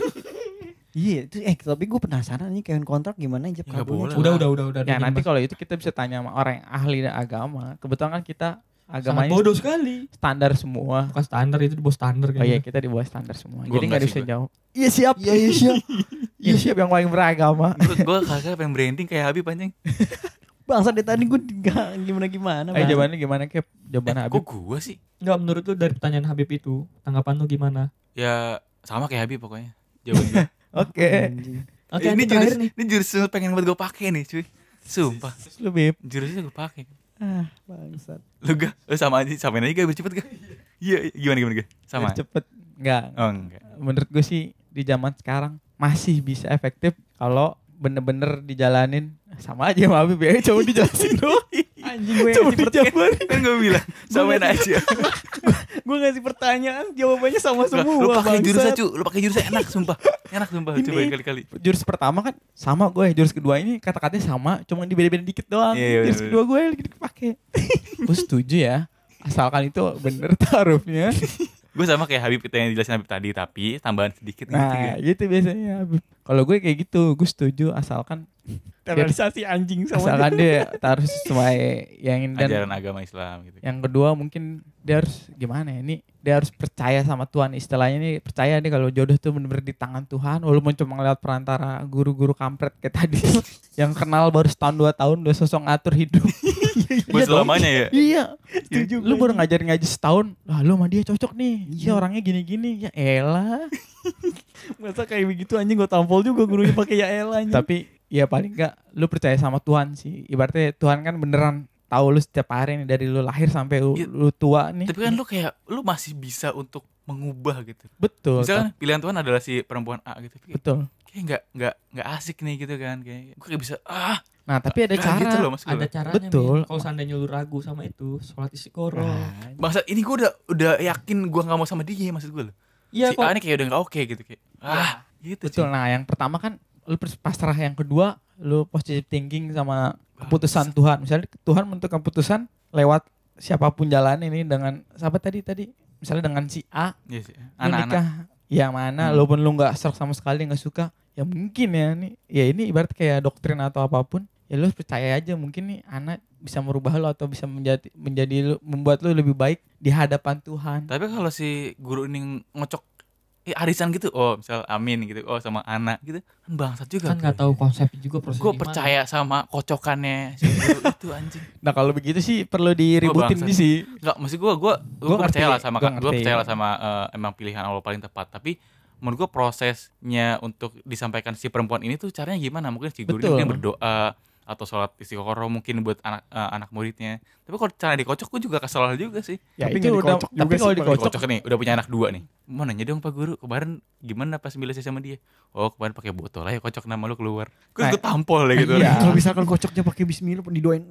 Iya, itu eh tapi gue penasaran nih kawin kontrak gimana ijab Ya, nggak kabulnya. boleh. cuy. Udah udah udah udah. Ya jangan nanti bahas. kalau itu kita bisa tanya sama orang yang ahli dan agama. Kebetulan kan kita sangat agamanya bodoh sekali. standar semua. Bukan standar itu di bawah standar Oh iya, kita di bawah standar semua. Gua Jadi enggak nggak sih, bisa gua. jawab. Iya siap. Iya iya siap. Iya siap yang paling beragama. Gue kakak pengen branding kayak Habib anjing. Bangsa dari tadi gue gimana gimana. Eh jawabannya gimana Cap? Jawaban Eh, Habib. Kok gue sih? Enggak menurut lu dari pertanyaan Habib itu, tanggapan lu gimana? Ya sama kayak Habib pokoknya. Jawaban gue. Oke. Oke, ini ini terakhir jurus, nih. ini jurus yang pengen buat gue pakai nih cuy. Sumpah. Lu Bib. Jurusnya gue pakai. Ah, bangsat. Lu gak? Lu sama aja, samain aja gak bercepet gak? Iya, gimana gimana gak? Sama. Biar cepet. Enggak. Oh enggak. Menurut gue sih di zaman sekarang masih bisa efektif kalau bener-bener dijalanin sama aja sama Habib ya. Coba dijelasin doang. Anjing gue Coba ngasih pertanyaan. Kan gue bilang samain aja. Gue ngasih pertanyaan jawabannya sama Lu, semua. lu pakai bangsat. jurusnya cu, lu pakai jurusnya enak sumpah. Enak sumpah, Ini- coba kali-kali. Jurus pertama kan sama gue, jurus kedua ini kata-katanya sama, cuma dibeda-beda dikit doang. Iya, iya, jurus bener, kedua gue lagi dipakai. Gue setuju ya, asalkan itu bener taruhnya. Gue sama kayak Habib kita yang dijelasin Habib tadi, tapi tambahan sedikit gitu. Nah, gitu biasanya. Kalau gue kayak gitu, gue setuju asalkan Terrealisasi anjing sama asalkan dia taruh sesuai yang ini. Dan Ajaran agama Islam gitu. yang kedua mungkin dia harus gimana ya, ini dia harus percaya sama Tuhan, istilahnya nih percaya nih kalau jodoh tuh bener-bener di tangan Tuhan, walaupun cuma ngeliat perantara guru-guru kampret kayak tadi yang kenal baru setahun dua tahun udah sosok ngatur hidup. Buat selamanya ya. Iya, Setuju lu gue. baru ngajarin ngaji setahun, lah lu sama dia cocok nih, iya orangnya gini-gini, ya elah. Masa kayak begitu anjing gue tampol juga gurunya pakai ya elah anjing. Tapi ya paling enggak lu percaya sama Tuhan sih, ibaratnya Tuhan kan beneran tahu lu setiap hari nih dari lu lahir sampai lu, Iya. lu tua nih. Tapi kan lu kayak lu masih bisa untuk mengubah gitu. Betul, Misalkan pilihan Tuhan adalah si perempuan A gitu. Tapi betul. kayak nggak nggak nggak asik nih gitu kan. Kayak gue kayak bisa ah Nah tapi ada nggak cara. gitu loh maksud Ada gue. caranya Betul. Min. Kalau seandainya lu ragu sama itu, sholat istiqoroh. Nah, Bangsa ini gue udah udah yakin gue nggak mau sama dia maksud gue loh. Iya Si kok. A ini kayak udah nggak oke gitu kayak ah gitu. betul. cuy. Nah yang pertama kan lu pasrah, yang kedua lu positive thinking sama keputusan Tuhan. Misalnya Tuhan menentukan keputusan lewat siapapun jalan ini dengan siapa tadi tadi misalnya dengan si A, Iya sih. lu Anak-anak. nikah yang mana, Hmm. walaupun lu nggak serak sama sekali, nggak suka, ya mungkin ya nih, ya ini ibarat kayak doktrin atau apapun, ya lu percaya aja mungkin nih anak bisa merubah lu atau bisa menjadi menjadi lu, membuat lu lebih baik di hadapan Tuhan. Tapi kalau si guru ini ngocok eh, arisan gitu, oh misal Amin gitu, oh sama anak gitu, kan bangsat juga. Kan nggak tahu konsepnya juga proses Gue gimana. percaya sama kocokannya si guru itu anjing. Nah kalau begitu sih perlu diributin bangsat. sih. Enggak, maksud gue, gue Gua gue ngerti, percaya lah sama gua gue ngerti. percaya lah sama eh, emang pilihan Allah paling tepat. Tapi menurut gue prosesnya untuk disampaikan si perempuan ini tuh caranya gimana? Mungkin si guru ini Betul. mungkin berdoa atau sholat istiqoroh mungkin buat anak eh, anak muridnya. Tapi kalau cara dikocok gue juga kesal juga sih. Ya Tapi itu nggak udah, dikocok juga tapi sih, kalau Pak. dikocok, Dikocok nih, udah punya anak dua nih. Mau nanya dong Pak Guru, kemarin gimana pas milih sama dia? Oh kemarin pakai botol aja kocok nama lu keluar. Gue Nah, gue tampol deh gitu. iya. Kalau misalkan kocoknya pakai bismillah didoain.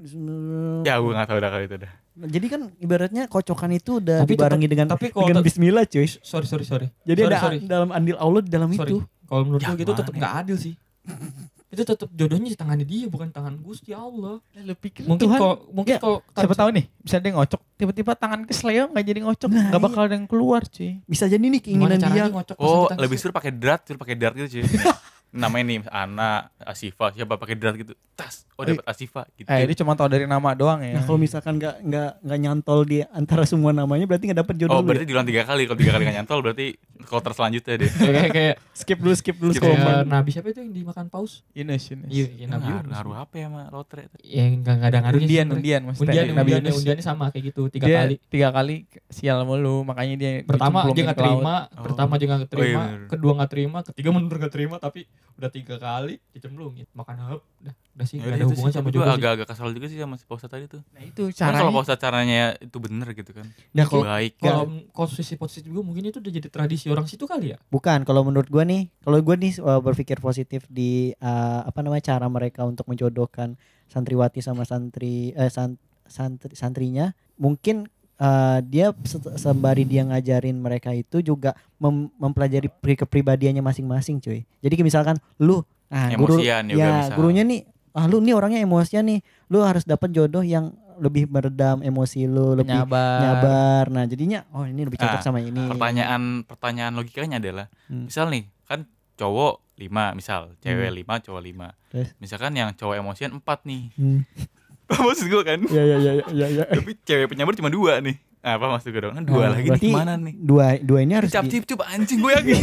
Ya gue gak tahu dah kalau itu dah. Nah, jadi kan ibaratnya kocokan itu udah Tapi dibarengi tetap- dengan tapi kalau dengan tet- bismillah cuy. Sorry sorry sorry. Jadi sorry, ada sorry. dalam andil Allah di dalam Sorry. itu. Kalau menurut Ya, gue gitu mana tetap ya? nggak adil sih. Itu tetap jodohnya di tangannya dia bukan tangan Gusti Allah. lu pikir Mungkin Tuhan, kalau mungkin ya, kalau siapa tahu nih bisa dia ngocok, tiba-tiba tangan kesleo nggak jadi ngocok, Nah, nggak iya. bakal ada yang keluar cuy. Bisa jadi nih gimana keinginan caranya dia. ngocok Oh pas lebih kita- suruh pakai dart, suruh pakai dart gitu cuy. Namanya nih Ana, Asifa, siapa pakai dart gitu. Tas, oh dapat Asifa gitu. Eh dia cuma tahu dari nama doang ya. Nah kalau misalkan nggak nggak nggak nyantol di antara semua namanya berarti nggak dapet jodoh Oh lu berarti ya? diulang tiga kali. Kalau tiga kali gak nyantol berarti kloter selanjutnya deh. kayak kayak Skip dulu skip dulu Skip skip. kayak Nabi siapa itu yang dimakan paus? Yunus, Yunus. Iya, iya Nabi Ngaruh, Yunus. ngaruh apa ya sama lotre itu? Ya enggak enggak ada ngaruhnya sih Undian, sebenarnya. undian maksudnya. Undian, Nabi undian, Yunus. undiannya sama kayak gitu tiga Dia kali. tiga kali sial mulu, makanya dia Pertama dicemplungin dia nggak ke laut. terima, Oh. pertama dia nggak terima, Oh, iya bener. kedua nggak terima, ketiga menurut nggak terima, tapi udah tiga kali dicemplungin, makan hap, udah, udah sih Ya nggak udah ada itu hubungan sih, sama tapi gua jodoh sih. agak-agak kesal juga sih sama si Pak Ustadz tadi tuh. Nah itu Karena kalau caranya. Pak Ustadz caranya itu bener gitu kan. Nah kalau Baik. Kalau posisi posisi juga mungkin itu udah jadi tradisi orang situ kali ya. bukan kalau menurut gua nih, kalau gua nih uh, berpikir positif di uh, apa namanya cara mereka untuk menjodohkan santriwati sama santri eh, san- santri santrinya, mungkin uh, dia se- sembari dia ngajarin mereka itu juga mem- mempelajari pri- kepribadiannya masing-masing cuy. Jadi kayak misalkan lu ah guru Emosian juga ya bisa. gurunya nih ah lu nih orangnya emosian nih, lu harus dapat jodoh yang lebih meredam emosi lu, lebih Nyabar. nyabar. Nah jadinya oh ini lebih cocok Ah, sama ini. Pertanyaan pertanyaan logikanya adalah, Hmm. misal nih kan cowok lima misal, cewek Hmm. lima, cowok lima. Terus? Misalkan yang cowok emosian empat nih. Hmm. Maksud gue kan. Ya ya ya ya ya. Tapi cewek penyabar cuma dua nih. Nah, apa maksud gue dong? Kan dua Nah, lagi nih berarti gimana nih? Dua dua ini harus Cap di- cip cup anjing gue yakin.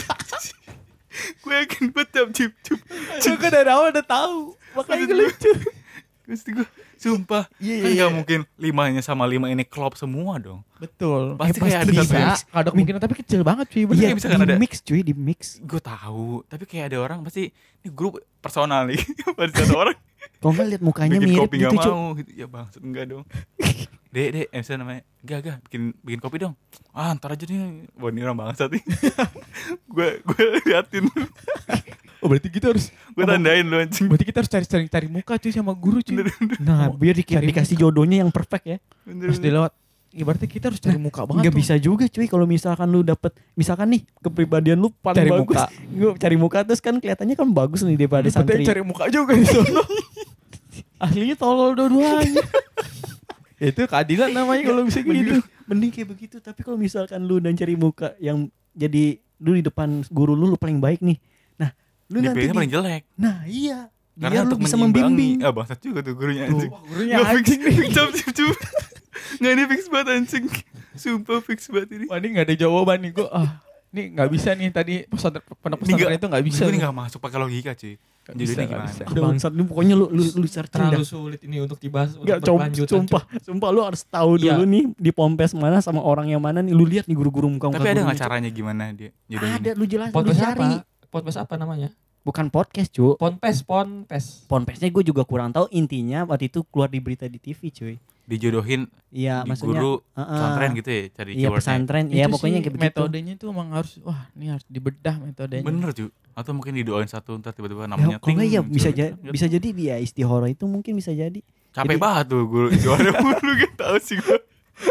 Gue yakin banget cap cip cup. Juga dari awal udah tahu. Makanya gue lucu. Maksud gue sumpah. Iya, Kan iya, gak iya. mungkin limanya sama lima ini klop semua dong. Betul. Pasti Eh, kayak ada bisa. satu- Ada kemungkinan tapi kecil banget cuy. Iya, Bener. kayak bisa kan di ada- mix cuy, di mix. Gue tahu, tapi kayak ada orang pasti ini grup personal nih. Pasti satu orang Kalau nggak lihat mukanya bikin mirip kopi gitu gak cuy. mau gitu. Ya bang, enggak dong. Dek, dek, eh, misalnya namanya, enggak, enggak, bikin bikin kopi dong. Ah, ntar aja nih. Wah, ini orang bangsat nih. Gue gue liatin, Oh berarti kita harus gue tandain lu anjing. berarti kita harus cari-cari cari muka cuy sama guru cuy. Nah, biar di- Cari dikasih jodohnya yang perfect ya. Bener, Terus bener. dilewat. Ibaratnya kita harus cari muka banget. Nggak tuh. bisa juga cuy kalau misalkan lu dapet misalkan nih kepribadian lu paling Cari bagus. muka. Gue cari muka terus kan kelihatannya kan bagus nih daripada Berarti santri. cari muka juga di sono. Ahlinya tolol dua-duanya. Ya, itu keadilan namanya kalau bisa gitu. Mending, mending kayak begitu, tapi kalau misalkan lu dan cari muka yang jadi lu di depan guru lu lu paling baik nih. Nah, lu nanti Dipilihnya di- paling jelek. Nah, iya. Karena Biar lu untuk bisa menyeimbangi. membimbing. Ah, bangsat juga tuh gurunya Tuh, anjing. gurunya Nggak fix, anjing nih. fix, cap cip cup. Nggak, ini fix banget anjing. Sumpah fix banget ini. Wah ini gak ada jawaban nih gue. Ah, ini gak bisa nih tadi pesantren pondok Ini pesantren nggak- itu gak bisa. Ini nih. nggak masuk pakai logika cuy. Nggak Jadi bisa, ini nggak gimana? bisa. Udah bangsat lu pokoknya lu lu lu searching dah. Terlalu sulit ini untuk dibahas untuk Enggak, com- berlanjut. sumpah, sumpah lu harus tahu Iya. dulu nih di Pompes mana sama orang yang mana nih. Lu lihat nih guru-guru muka-muka. Tapi ada guru nggak lucu. caranya gimana dia jodohin Ada, ini? lu jelas lu Podcast cari. apa? Podcast apa namanya? Bukan podcast, cu. Ponpes, Ponpes. Ponpesnya gue juga kurang tahu, intinya waktu itu keluar di berita di T V, cuy. Dijodohin Iya, di maksudnya guru uh-uh. pesantren gitu ya, cari Iya, keywordnya. pesantren. Itu Iya, pokoknya sih kayak begitu. metodenya tuh emang harus, wah ini harus dibedah metodenya. Bener cuy. Atau mungkin didoain satu ntar tiba-tiba Ya, namanya kalau nggak ya ting, bisa gitu. jadi bisa jadi dia istihoro itu mungkin bisa jadi. Capek jadi- banget tuh guru juara mulu gak tau sih gue.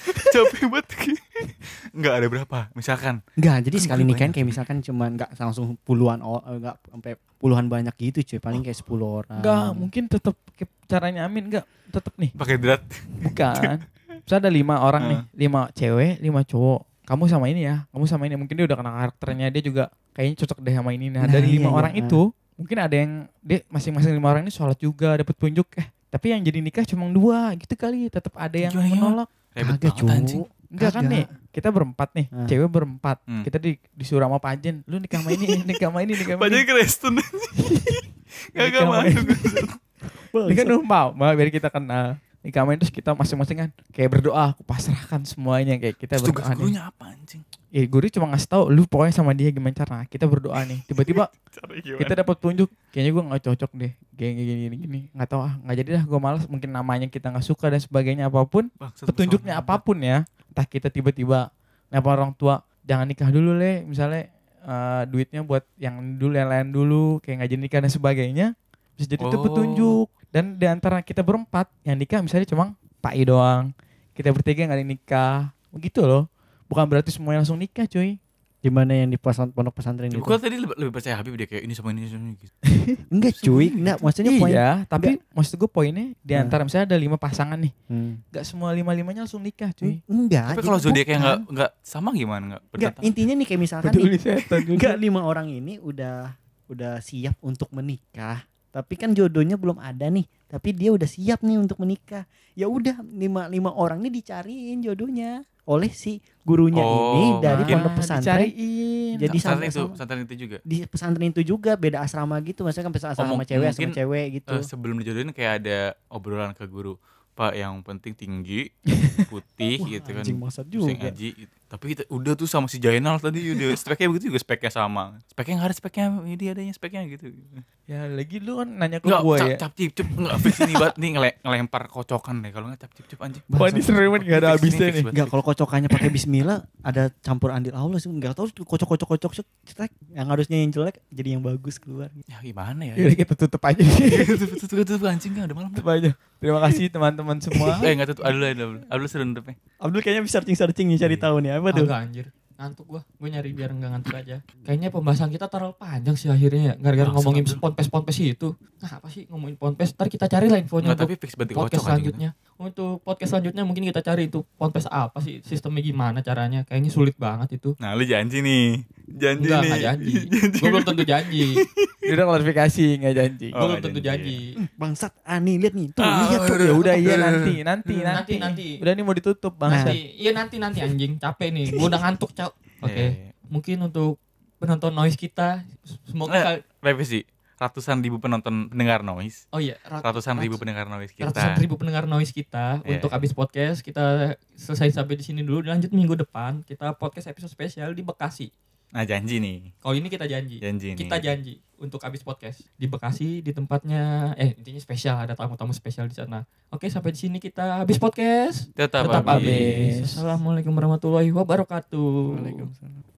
Capek banget. Enggak ada berapa, misalkan. Enggak, jadi Kan sekali gue nikahin banyak. kayak misalkan cuman enggak langsung puluhan oh, enggak sampai puluhan banyak gitu cuy, paling kayak sepuluh orang. Enggak, mungkin tetap caranya Amin enggak tetap nih. Pakai drat. Bukan. Misalnya ada lima orang nih, lima cewek, lima cowok. Kamu sama ini ya, kamu sama ini. Mungkin dia udah kenal karakternya, dia juga kayaknya cocok deh sama ini. Nah, Nah, dari iya, lima iya, orang ah. itu, mungkin ada yang dia masing-masing lima orang ini sholat juga, dapat petunjuk. Eh, tapi yang jadi nikah cuma dua, gitu kali. Tetap ada yang Gimana, gimana? menolak. Ribet Kagak banget anjing. cuy. Enggak kan Kagak. nih, kita berempat nih, Ah. cewek berempat. Hmm. Kita di, disuruh sama Pajen, lu nikah sama ini, nikah sama ini, nikah sama Padahal ini. Kristen. Gak Nikah sama ini. Bang, Ini kan numpau, mau biar kita kenal. Nikah sama ini terus kita masing-masing kan kayak berdoa, aku pasrahkan semuanya kayak kita Terus tugas berdoa nih. gurunya apa anjing? Ya guru cuma ngasih tahu lu pokoknya sama dia gimana cara. Kita berdoa nih. Tiba-tiba Cara gimana? kita dapat petunjuk. Kayaknya gue nggak cocok deh. Kayak gini gini gini. Nggak tahu ah, nggak jadi dah. Gue malas. Mungkin namanya kita nggak suka dan sebagainya apapun. Bangsat, Petunjuknya pesona. apapun ya. Entah kita tiba-tiba ngapa orang tua jangan nikah dulu le. Misalnya eh, duitnya buat yang dulu yang lain dulu. Kayak nggak jadi nikah dan sebagainya. Bisa jadi itu Oh. petunjuk. Dan di antara kita berempat yang nikah misalnya cuma Pak I doang. Kita bertiga nggak ada yang nikah. Begitu loh. Bukan berarti semuanya langsung nikah cuy. Gimana yang di pesan, pondok pesantren itu? Gue tadi lebih, lebih percaya Habib dia kayak ini sama ini sama ini gitu. Enggak cuy, enggak maksudnya poin. Iya, tapi maksud gue poinnya di Nah. antara misalnya ada lima pasangan nih, Hmm. nggak semua lima-limanya langsung nikah, cuy. Enggak. Tapi jadi kalau zodiaknya bukan. enggak enggak sama gimana enggak? Enggak, Bertentangan. intinya nih kayak misalkan Peduli nih, setan juga. enggak lima orang ini udah udah siap untuk menikah. Tapi kan jodohnya belum ada nih. Tapi dia udah siap nih untuk menikah. Ya udah lima lima orang ini dicariin jodohnya oleh si gurunya Oh, ini dari mungkin. pondok pesantren. Dicariin. Jadi pesantren itu, sama-sama pesantren itu juga. di pesantren itu juga beda asrama gitu, maksudnya kan pesantren Oh, sama mung- cewek sama mungkin, cewek gitu. Eh, sebelum dijodohin kayak ada obrolan ke guru. Pak yang penting tinggi, putih Wah, gitu kan. anjing bangsat Pusing juga. ngaji. Tapi kita- udah tuh sama si Jainal tadi udah speknya begitu juga speknya sama. Speknya nggak ada speknya, ini adanya speknya gitu. Ya lagi lu kan nanya ke Enggak, gue cap, ya. cap cip cip enggak fix ini banget nih ngele- ngelempar kocokan deh kalau enggak cap cip cip anjing. Wah ini seru banget gak ada Fix habisnya fix nih. banget. Enggak, kalau kocokannya pakai bismillah ada campur andil Allah sih. Enggak tahu kocok-kocok-kocok cetek. Yang harusnya yang jelek jadi yang bagus keluar. Ya gimana ya? Yaudah kita tutup aja. tutup tutup tutup anjing kan udah malam. Tutup aja. Terima kasih teman-teman semua. Eh enggak tutup, aduh aduh. Aduh seru nutupnya. Abdul kayaknya bisa searching-searching nih cari tahu nih apa tuh. Agak anjir. Ngantuk gua. Gua nyari biar enggak ngantuk aja. Kayaknya pembahasan kita terlalu panjang sih akhirnya ya. Gara-gara Langsung, ngomongin Abdul. ponpes-ponpes itu. Nah, apa sih ngomongin ponpes? Ntar kita cari lah infonya Enggak untuk tapi fix banget podcast kocok anjing. selanjutnya. Untuk podcast selanjutnya mungkin kita cari itu ponpes apa sih, sistemnya gimana caranya. Kayaknya sulit banget itu. Nah, lu janji nih. Janji Enggak, nih. enggak janji. Gua belum tentu janji. Dia udah klarifikasi nggak janji. Oh, Gua belum nggak tentu janji. janji. Bangsat, ah nih lihat nih. Tuh, Ah, lihat tuh. Ya udah iya Aduh. nanti nanti Hmm, nanti. nanti, nanti. Udah nih mau ditutup bang. Nanti, iya nanti nanti anjing, capek nih. Gua udah ngantuk, Cok. Oke. Eh, Mungkin untuk penonton noise kita semoga Eh. kal- revisi. Ratusan ribu penonton pendengar noise. oh iya, rat- Ratusan rat- ribu pendengar noise kita. ratusan ribu pendengar noise kita Iya. untuk habis podcast kita selesai sampai di sini dulu, lanjut minggu depan kita podcast episode spesial di Bekasi. Nah, janji nih. Kalau ini kita janji. Janji nih. Kita janji untuk habis podcast di Bekasi di tempatnya eh intinya spesial, ada tamu-tamu spesial di sana. Oke, sampai di sini kita habis podcast. Tetap, Tetap habis. habis. Assalamualaikum warahmatullahi wabarakatuh. Waalaikumsalam.